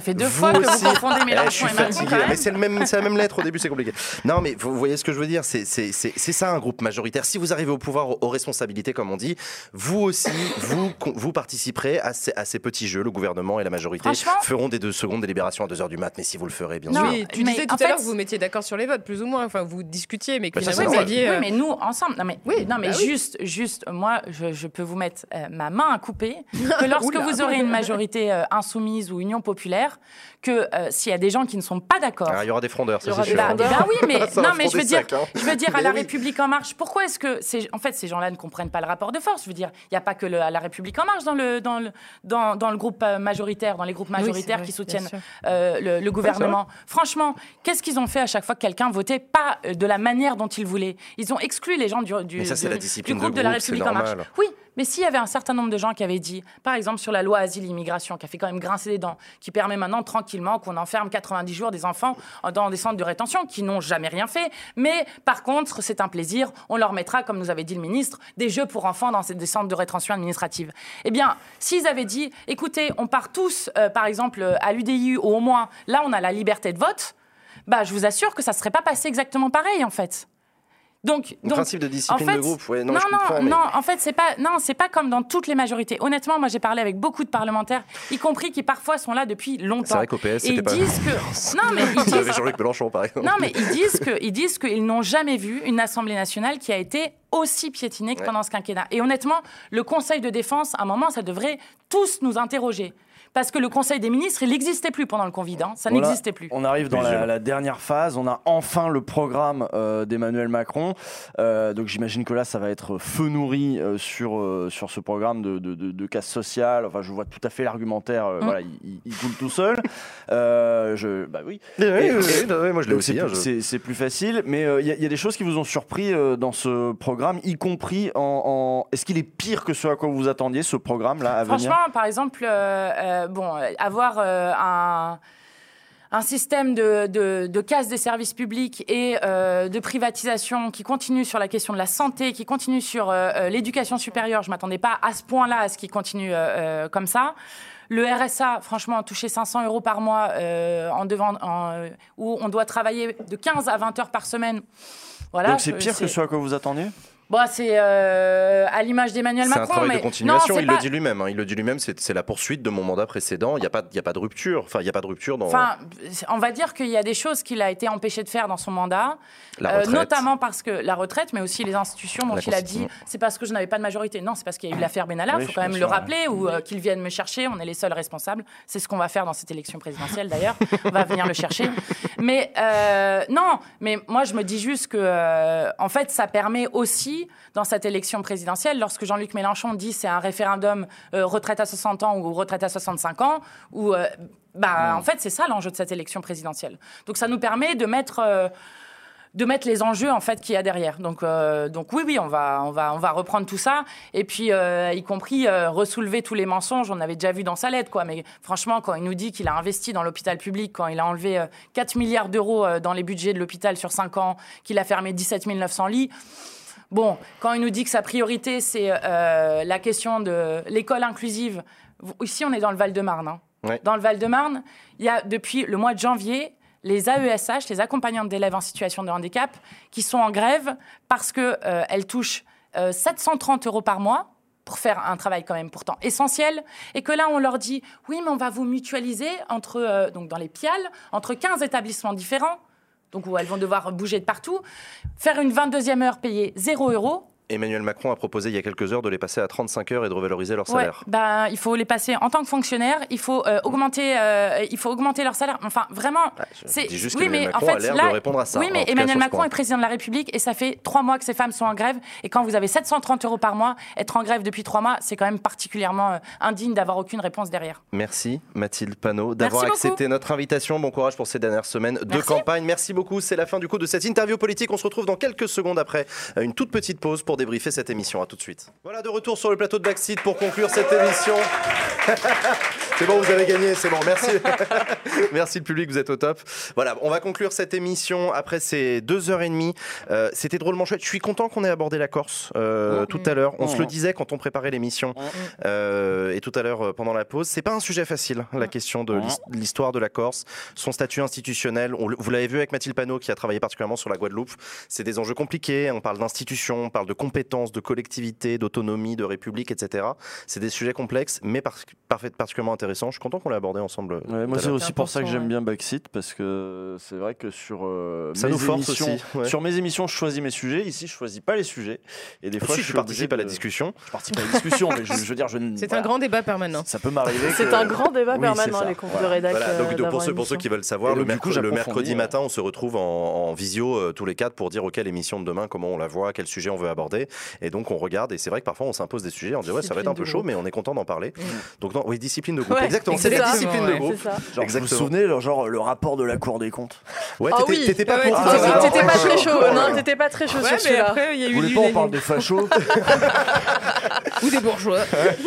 fait 2 fois que vous confondez Mélenchon et Macron. Mais c'est la même lettre, au début c'est compliqué. Non mais vous voyez ce que je veux dire, c'est ça un groupe majoritaire. Si vous arrivez au pouvoir, aux responsabilités comme on dit, vous aussi, vous participerez à ces petits jeux. Le gouvernement et la majorité feront des 2 secondes délibération à 2h du mat, mais si vous le ferez, bien sûr. Oui, tu disais tout à l'heure que vous mettiez d'accord sur les votes, plus ou moins, enfin vous discutiez, mais que finalement vous aviez... Oui, mais nous, ensemble, juste, moi, je peux vous mettre ma main à couper, que lorsque vous aurez une majorité insoumise ou Union populaire, que s'il y a des gens qui ne sont pas d'accord... Il y aura des frondeurs, ça c'est sûr. Oui, mais, je veux dire à La République En Marche, pourquoi est-ce que... En fait, ces gens-là ne comprennent pas le rapport de force. Je veux dire, il n'y a pas que La République En Marche dans le groupe majoritaire, dans les groupes majoritaires qui soutiennent le gouvernement. Franchement, qu'est-ce qu'ils ont fait à chaque fois que quelqu'un votait pas de la manière dont ils voulaient? Ils ont exclu les gens du groupe de La République En Marche. Oui, mais s'il y avait un certain nombre de gens qui avaient dit, par exemple sur la loi asile-immigration, qui a fait quand même grincer des dents, qui permet maintenant tranquillement qu'on enferme 90 jours des enfants dans des centres de rétention qui n'ont jamais rien fait, mais par contre, c'est un plaisir, on leur mettra, comme nous avait dit le ministre, des jeux pour enfants dans des centres de rétention administrative. Eh bien, s'ils avaient dit, écoutez, on part tous, par exemple, à l'UDI, ou au moins, là, on a la liberté de vote, je vous assure que ça ne serait pas passé exactement pareil, en fait. Donc, principe de discipline de groupe, en fait, c'est pas comme dans toutes les majorités. Honnêtement, moi, j'ai parlé avec beaucoup de parlementaires, y compris qui parfois sont là depuis longtemps. C'est vrai qu'au PS, c'était pas... Vous avez Jean-Luc Mélenchon, par exemple. Non, mais ils disent qu'ils n'ont jamais vu une Assemblée nationale qui a été aussi piétinée que pendant ce quinquennat. Et honnêtement, le Conseil de défense, à un moment, ça devrait tous nous interroger. Parce que le Conseil des ministres, il n'existait plus pendant le Covid. Ça n'existait plus. On arrive dans la dernière phase. On a enfin le programme d'Emmanuel Macron. Donc j'imagine que là, ça va être feu nourri sur ce programme de casse sociale. Enfin, je vois tout à fait l'argumentaire. Voilà, il coule tout seul. Oui. Moi, je l'ai aussi. C'est plus facile. Mais il y a des choses qui vous ont surpris dans ce programme, y compris en... Est-ce qu'il est pire que ce à quoi vous vous attendiez, ce programme-là, à venir ? Franchement, par exemple... avoir un système de casse des services publics et de privatisation qui continue sur la question de la santé, qui continue sur l'éducation supérieure. Je ne m'attendais pas à ce point-là, à ce qui continue comme ça. Le RSA, franchement, toucher 500 € par mois où on doit travailler de 15 à 20 heures par semaine. Voilà, donc c'est pire que ce à quoi vous attendiez ? C'est à l'image d'Emmanuel Macron. C'est un travail de continuation, il le dit lui-même. Il le dit lui-même, c'est la poursuite de mon mandat précédent. Il n'y a pas de rupture. Enfin, il n'y a pas de rupture dans... on va dire qu'il y a des choses qu'il a été empêché de faire dans son mandat. Notamment parce que la retraite, mais aussi les institutions dont il a dit, c'est parce que je n'avais pas de majorité. Non, c'est parce qu'il y a eu l'affaire Benalla, il faut quand même le rappeler, ou qu'ils viennent me chercher, on est les seuls responsables. C'est ce qu'on va faire dans cette élection présidentielle, d'ailleurs. On va venir le chercher. Mais non, mais moi, je me dis juste que, en fait, ça permet aussi, dans cette élection présidentielle, lorsque Jean-Luc Mélenchon dit c'est un référendum retraite à 60 ans ou retraite à 65 ans, en fait, c'est ça l'enjeu de cette élection présidentielle. Donc ça nous permet de mettre les enjeux en fait qu'il y a derrière. Donc oui, on va reprendre tout ça et puis y compris ressoulever tous les mensonges. On avait déjà vu dans sa lettre, quoi. Mais franchement, quand il nous dit qu'il a investi dans l'hôpital public, quand il a enlevé 4 milliards d'euros dans les budgets de l'hôpital sur 5 ans, qu'il a fermé 17 900 lits. Bon, quand il nous dit que sa priorité, c'est la question de l'école inclusive, ici, on est dans le Val-de-Marne. Hein. Ouais. Dans le Val-de-Marne, il y a depuis le mois de janvier les AESH, les accompagnantes d'élèves en situation de handicap, qui sont en grève parce qu'elles touchent 730 € par mois pour faire un travail quand même pourtant essentiel, et que là, on leur dit « Oui, mais on va vous mutualiser donc dans les PIAL, entre 15 établissements différents. » Donc où elles vont devoir bouger de partout, faire une 22e heure payée 0 €. Emmanuel Macron a proposé il y a quelques heures de les passer à 35 heures et de revaloriser leur salaire. Il faut les passer en tant que fonctionnaires, il faut augmenter leur salaire. Enfin, vraiment, c'est juste qu'Emmanuel Macron a l'air de répondre à ça. Oui, mais Emmanuel Macron est président de la République et ça fait 3 mois que ces femmes sont en grève. Et quand vous avez 730 € par mois, être en grève depuis 3 mois, c'est quand même particulièrement indigne d'avoir aucune réponse derrière. Merci Mathilde Panot d'avoir accepté notre invitation. Bon courage pour ces dernières semaines de campagne. Merci beaucoup. C'est la fin du coup de cette interview politique. On se retrouve dans quelques secondes après une toute petite pause pour débriefer cette émission. À tout de suite. Voilà, de retour sur le plateau de Backseat pour conclure cette émission. C'est bon, vous avez gagné, c'est bon, merci. Merci le public, vous êtes au top. Voilà, on va conclure cette émission après ces 2h30. C'était drôlement chouette. Je suis content qu'on ait abordé la Corse tout à l'heure. On se le disait quand on préparait l'émission et tout à l'heure pendant la pause. C'est pas un sujet facile, la question de l'histoire de la Corse, son statut institutionnel. Vous l'avez vu avec Mathilde Panot qui a travaillé particulièrement sur la Guadeloupe. C'est des enjeux compliqués. On parle d'institutions, on parle de compétences, de collectivité, d'autonomie, de république, etc. C'est des sujets complexes, mais particulièrement intéressants. Je suis content qu'on l'ait abordé ensemble. Ouais, moi, c'est aussi pour ça que j'aime bien Backseat, parce que c'est vrai que sur mes émissions, je choisis mes sujets. Ici, je choisis pas les sujets. Et des fois, je participe à la discussion. Je participe à la discussion, mais je veux dire, c'est un grand débat permanent. Ça peut m'arriver. C'est un grand débat permanent, les comptes de rédac. Donc pour ceux qui veulent savoir, le mercredi matin, on se retrouve en visio tous les quatre pour dire l'émission de demain, comment on la voit, quel sujet on veut aborder. Et donc on regarde. Et c'est vrai que parfois on s'impose des sujets. On dit ça va être un peu chaud, mais on est content d'en parler. Donc discipline de groupe. Exactement, c'est la discipline de groupe. Genre, vous vous souvenez, le rapport de la Cour des comptes? Ouais, t'étais pas pour. T'étais pas très chaud. Non, t'étais pas très chaud sur celui-là. Vous voulez pas on parle des fachos ou des bourgeois?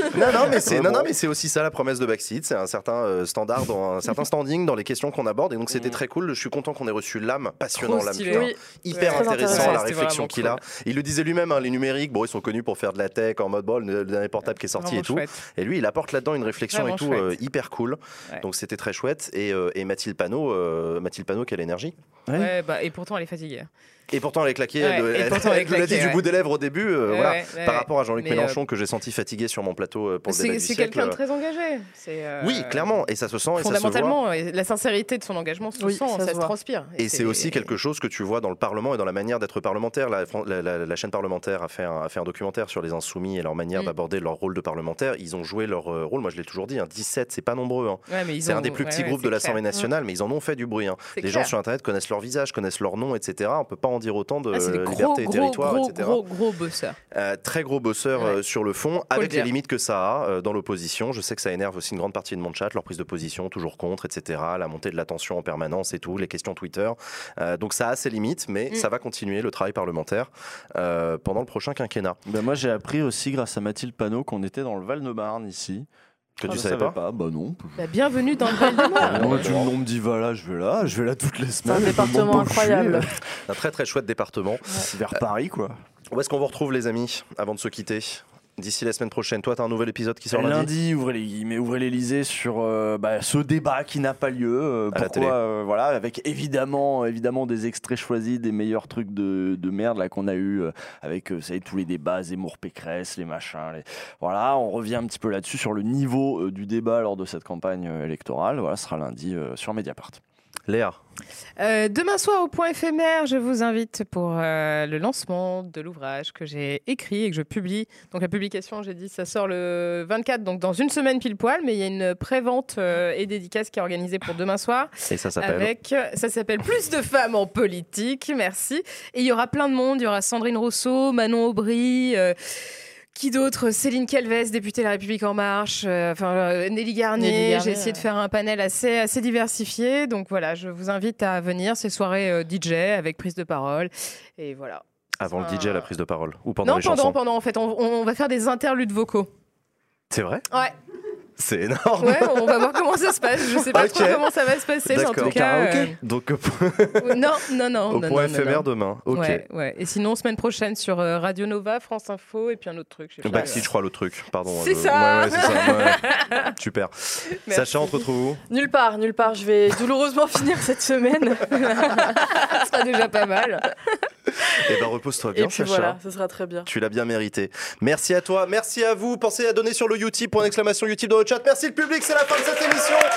Non, mais c'est aussi ça la promesse de Backseat. C'est un certain standard, un certain standing dans les questions qu'on aborde. Et donc c'était très cool. Je suis content qu'on ait reçu l'âme, passionnant, hyper intéressant, la réflexion qu'il a. Il le disait lui-même, les numériques, ils sont connus pour faire de la tech en mode le dernier portable qui est sorti et tout. Et lui, il apporte là-dedans une réflexion et tout hyper cool. Donc c'était très chouette. Et Mathilde Panot, quelle énergie. Et pourtant elle est fatiguée. Et pourtant elle est claquée. Elle l'a dit du bout des lèvres au début. Par rapport à Jean-Luc Mélenchon que j'ai senti fatigué sur mon plateau pour le débat du siècle. C'est quelqu'un de très engagé. Oui, clairement. Et ça se sent. Fondamentalement, la sincérité de son engagement se sent, ça se transpire. Et c'est aussi quelque chose que tu vois dans le Parlement et dans la manière d'être parlementaire. La chaîne parlementaire a fait un documentaire sur les Insoumis et leur manière d'aborder leur rôle de parlementaire. Ils ont joué leur rôle. Moi, je l'ai toujours dit, 17, c'est pas nombreux. C'est un des plus petits groupes de l'Assemblée nationale, mais ils en ont fait du bruit. Les gens sur Internet connaissent leur visage, connaissent leur nom, etc. On peut pas en dire autant de liberté et territoire, etc. Gros bosseurs. Très gros bosseurs sur le fond, avec les limites que ça a dans l'opposition. Je sais que ça énerve aussi une grande partie de mon chat, leur prise de position, toujours contre, etc. La montée de la tension en permanence et tout, les questions Twitter. Donc ça a ses limites, mais ça va continuer le travail parlementaire pendant le prochain quinquennat. Moi j'ai appris aussi grâce à Mathilde Panot qu'on était dans le Val-de-Marne ici. Que tu savais pas? Bah non. Bienvenue dans le Val-de-Marne. On me dit je vais là toutes les semaines. C'est un département incroyable. Un très très chouette département. Vers Paris quoi. Où est-ce qu'on vous retrouve les amis avant de se quitter? D'ici la semaine prochaine, toi, tu as un nouvel épisode qui sort lundi. Ouvrez les guillemets, ouvrez l'Elysée sur ce débat qui n'a pas lieu. Pourquoi voilà, avec évidemment des extraits choisis des meilleurs trucs de merde là qu'on a eu avec vous savez, tous les débats, Zemmour, Pécresse, les machins. Voilà, on revient un petit peu là-dessus sur le niveau du débat lors de cette campagne électorale. Voilà, ce sera lundi sur Mediapart. Léa. Demain soir au Point éphémère, je vous invite pour le lancement de l'ouvrage que j'ai écrit et que je publie. Donc la publication, j'ai dit, ça sort le 24, donc dans une semaine pile poil, mais il y a une pré-vente et dédicace qui est organisée pour demain soir. Et ça s'appelle ça s'appelle Plus de femmes en politique, merci. Et il y aura plein de monde, il y aura Sandrine Rousseau, Manon Aubry... Qui d'autre? Céline Calvez, députée de La République En Marche, Nelly Garnier. J'ai essayé de faire un panel assez diversifié. Donc voilà, je vous invite à venir. C'est soirée DJ avec prise de parole. Et voilà. Avant le DJ à la prise de parole? Ou pendant les chansons? Non, pendant en fait. On va faire des interludes vocaux. C'est vrai? Ouais. C'est énorme. Ouais, on va voir comment ça se passe. Je sais pas trop comment ça va se passer, mais en tout cas. Donc non. Au Point éphémère demain. Ok. Ouais. Et sinon semaine prochaine sur Radio Nova, France Info et puis un autre truc. Backseat, je crois l'autre truc. Pardon. C'est ça. Ouais, c'est ça. Ouais. Super. Merci. Sacha, on te retrouve où? Nulle part. Je vais douloureusement finir cette semaine. Ça sera déjà pas mal. Et repose-toi bien, et puis Sacha. Voilà, ce sera très bien. Tu l'as bien mérité. Merci à toi, merci à vous. Pensez à donner sur le Utip, !! Utip dans le chat. Merci le public, c'est la fin de cette émission.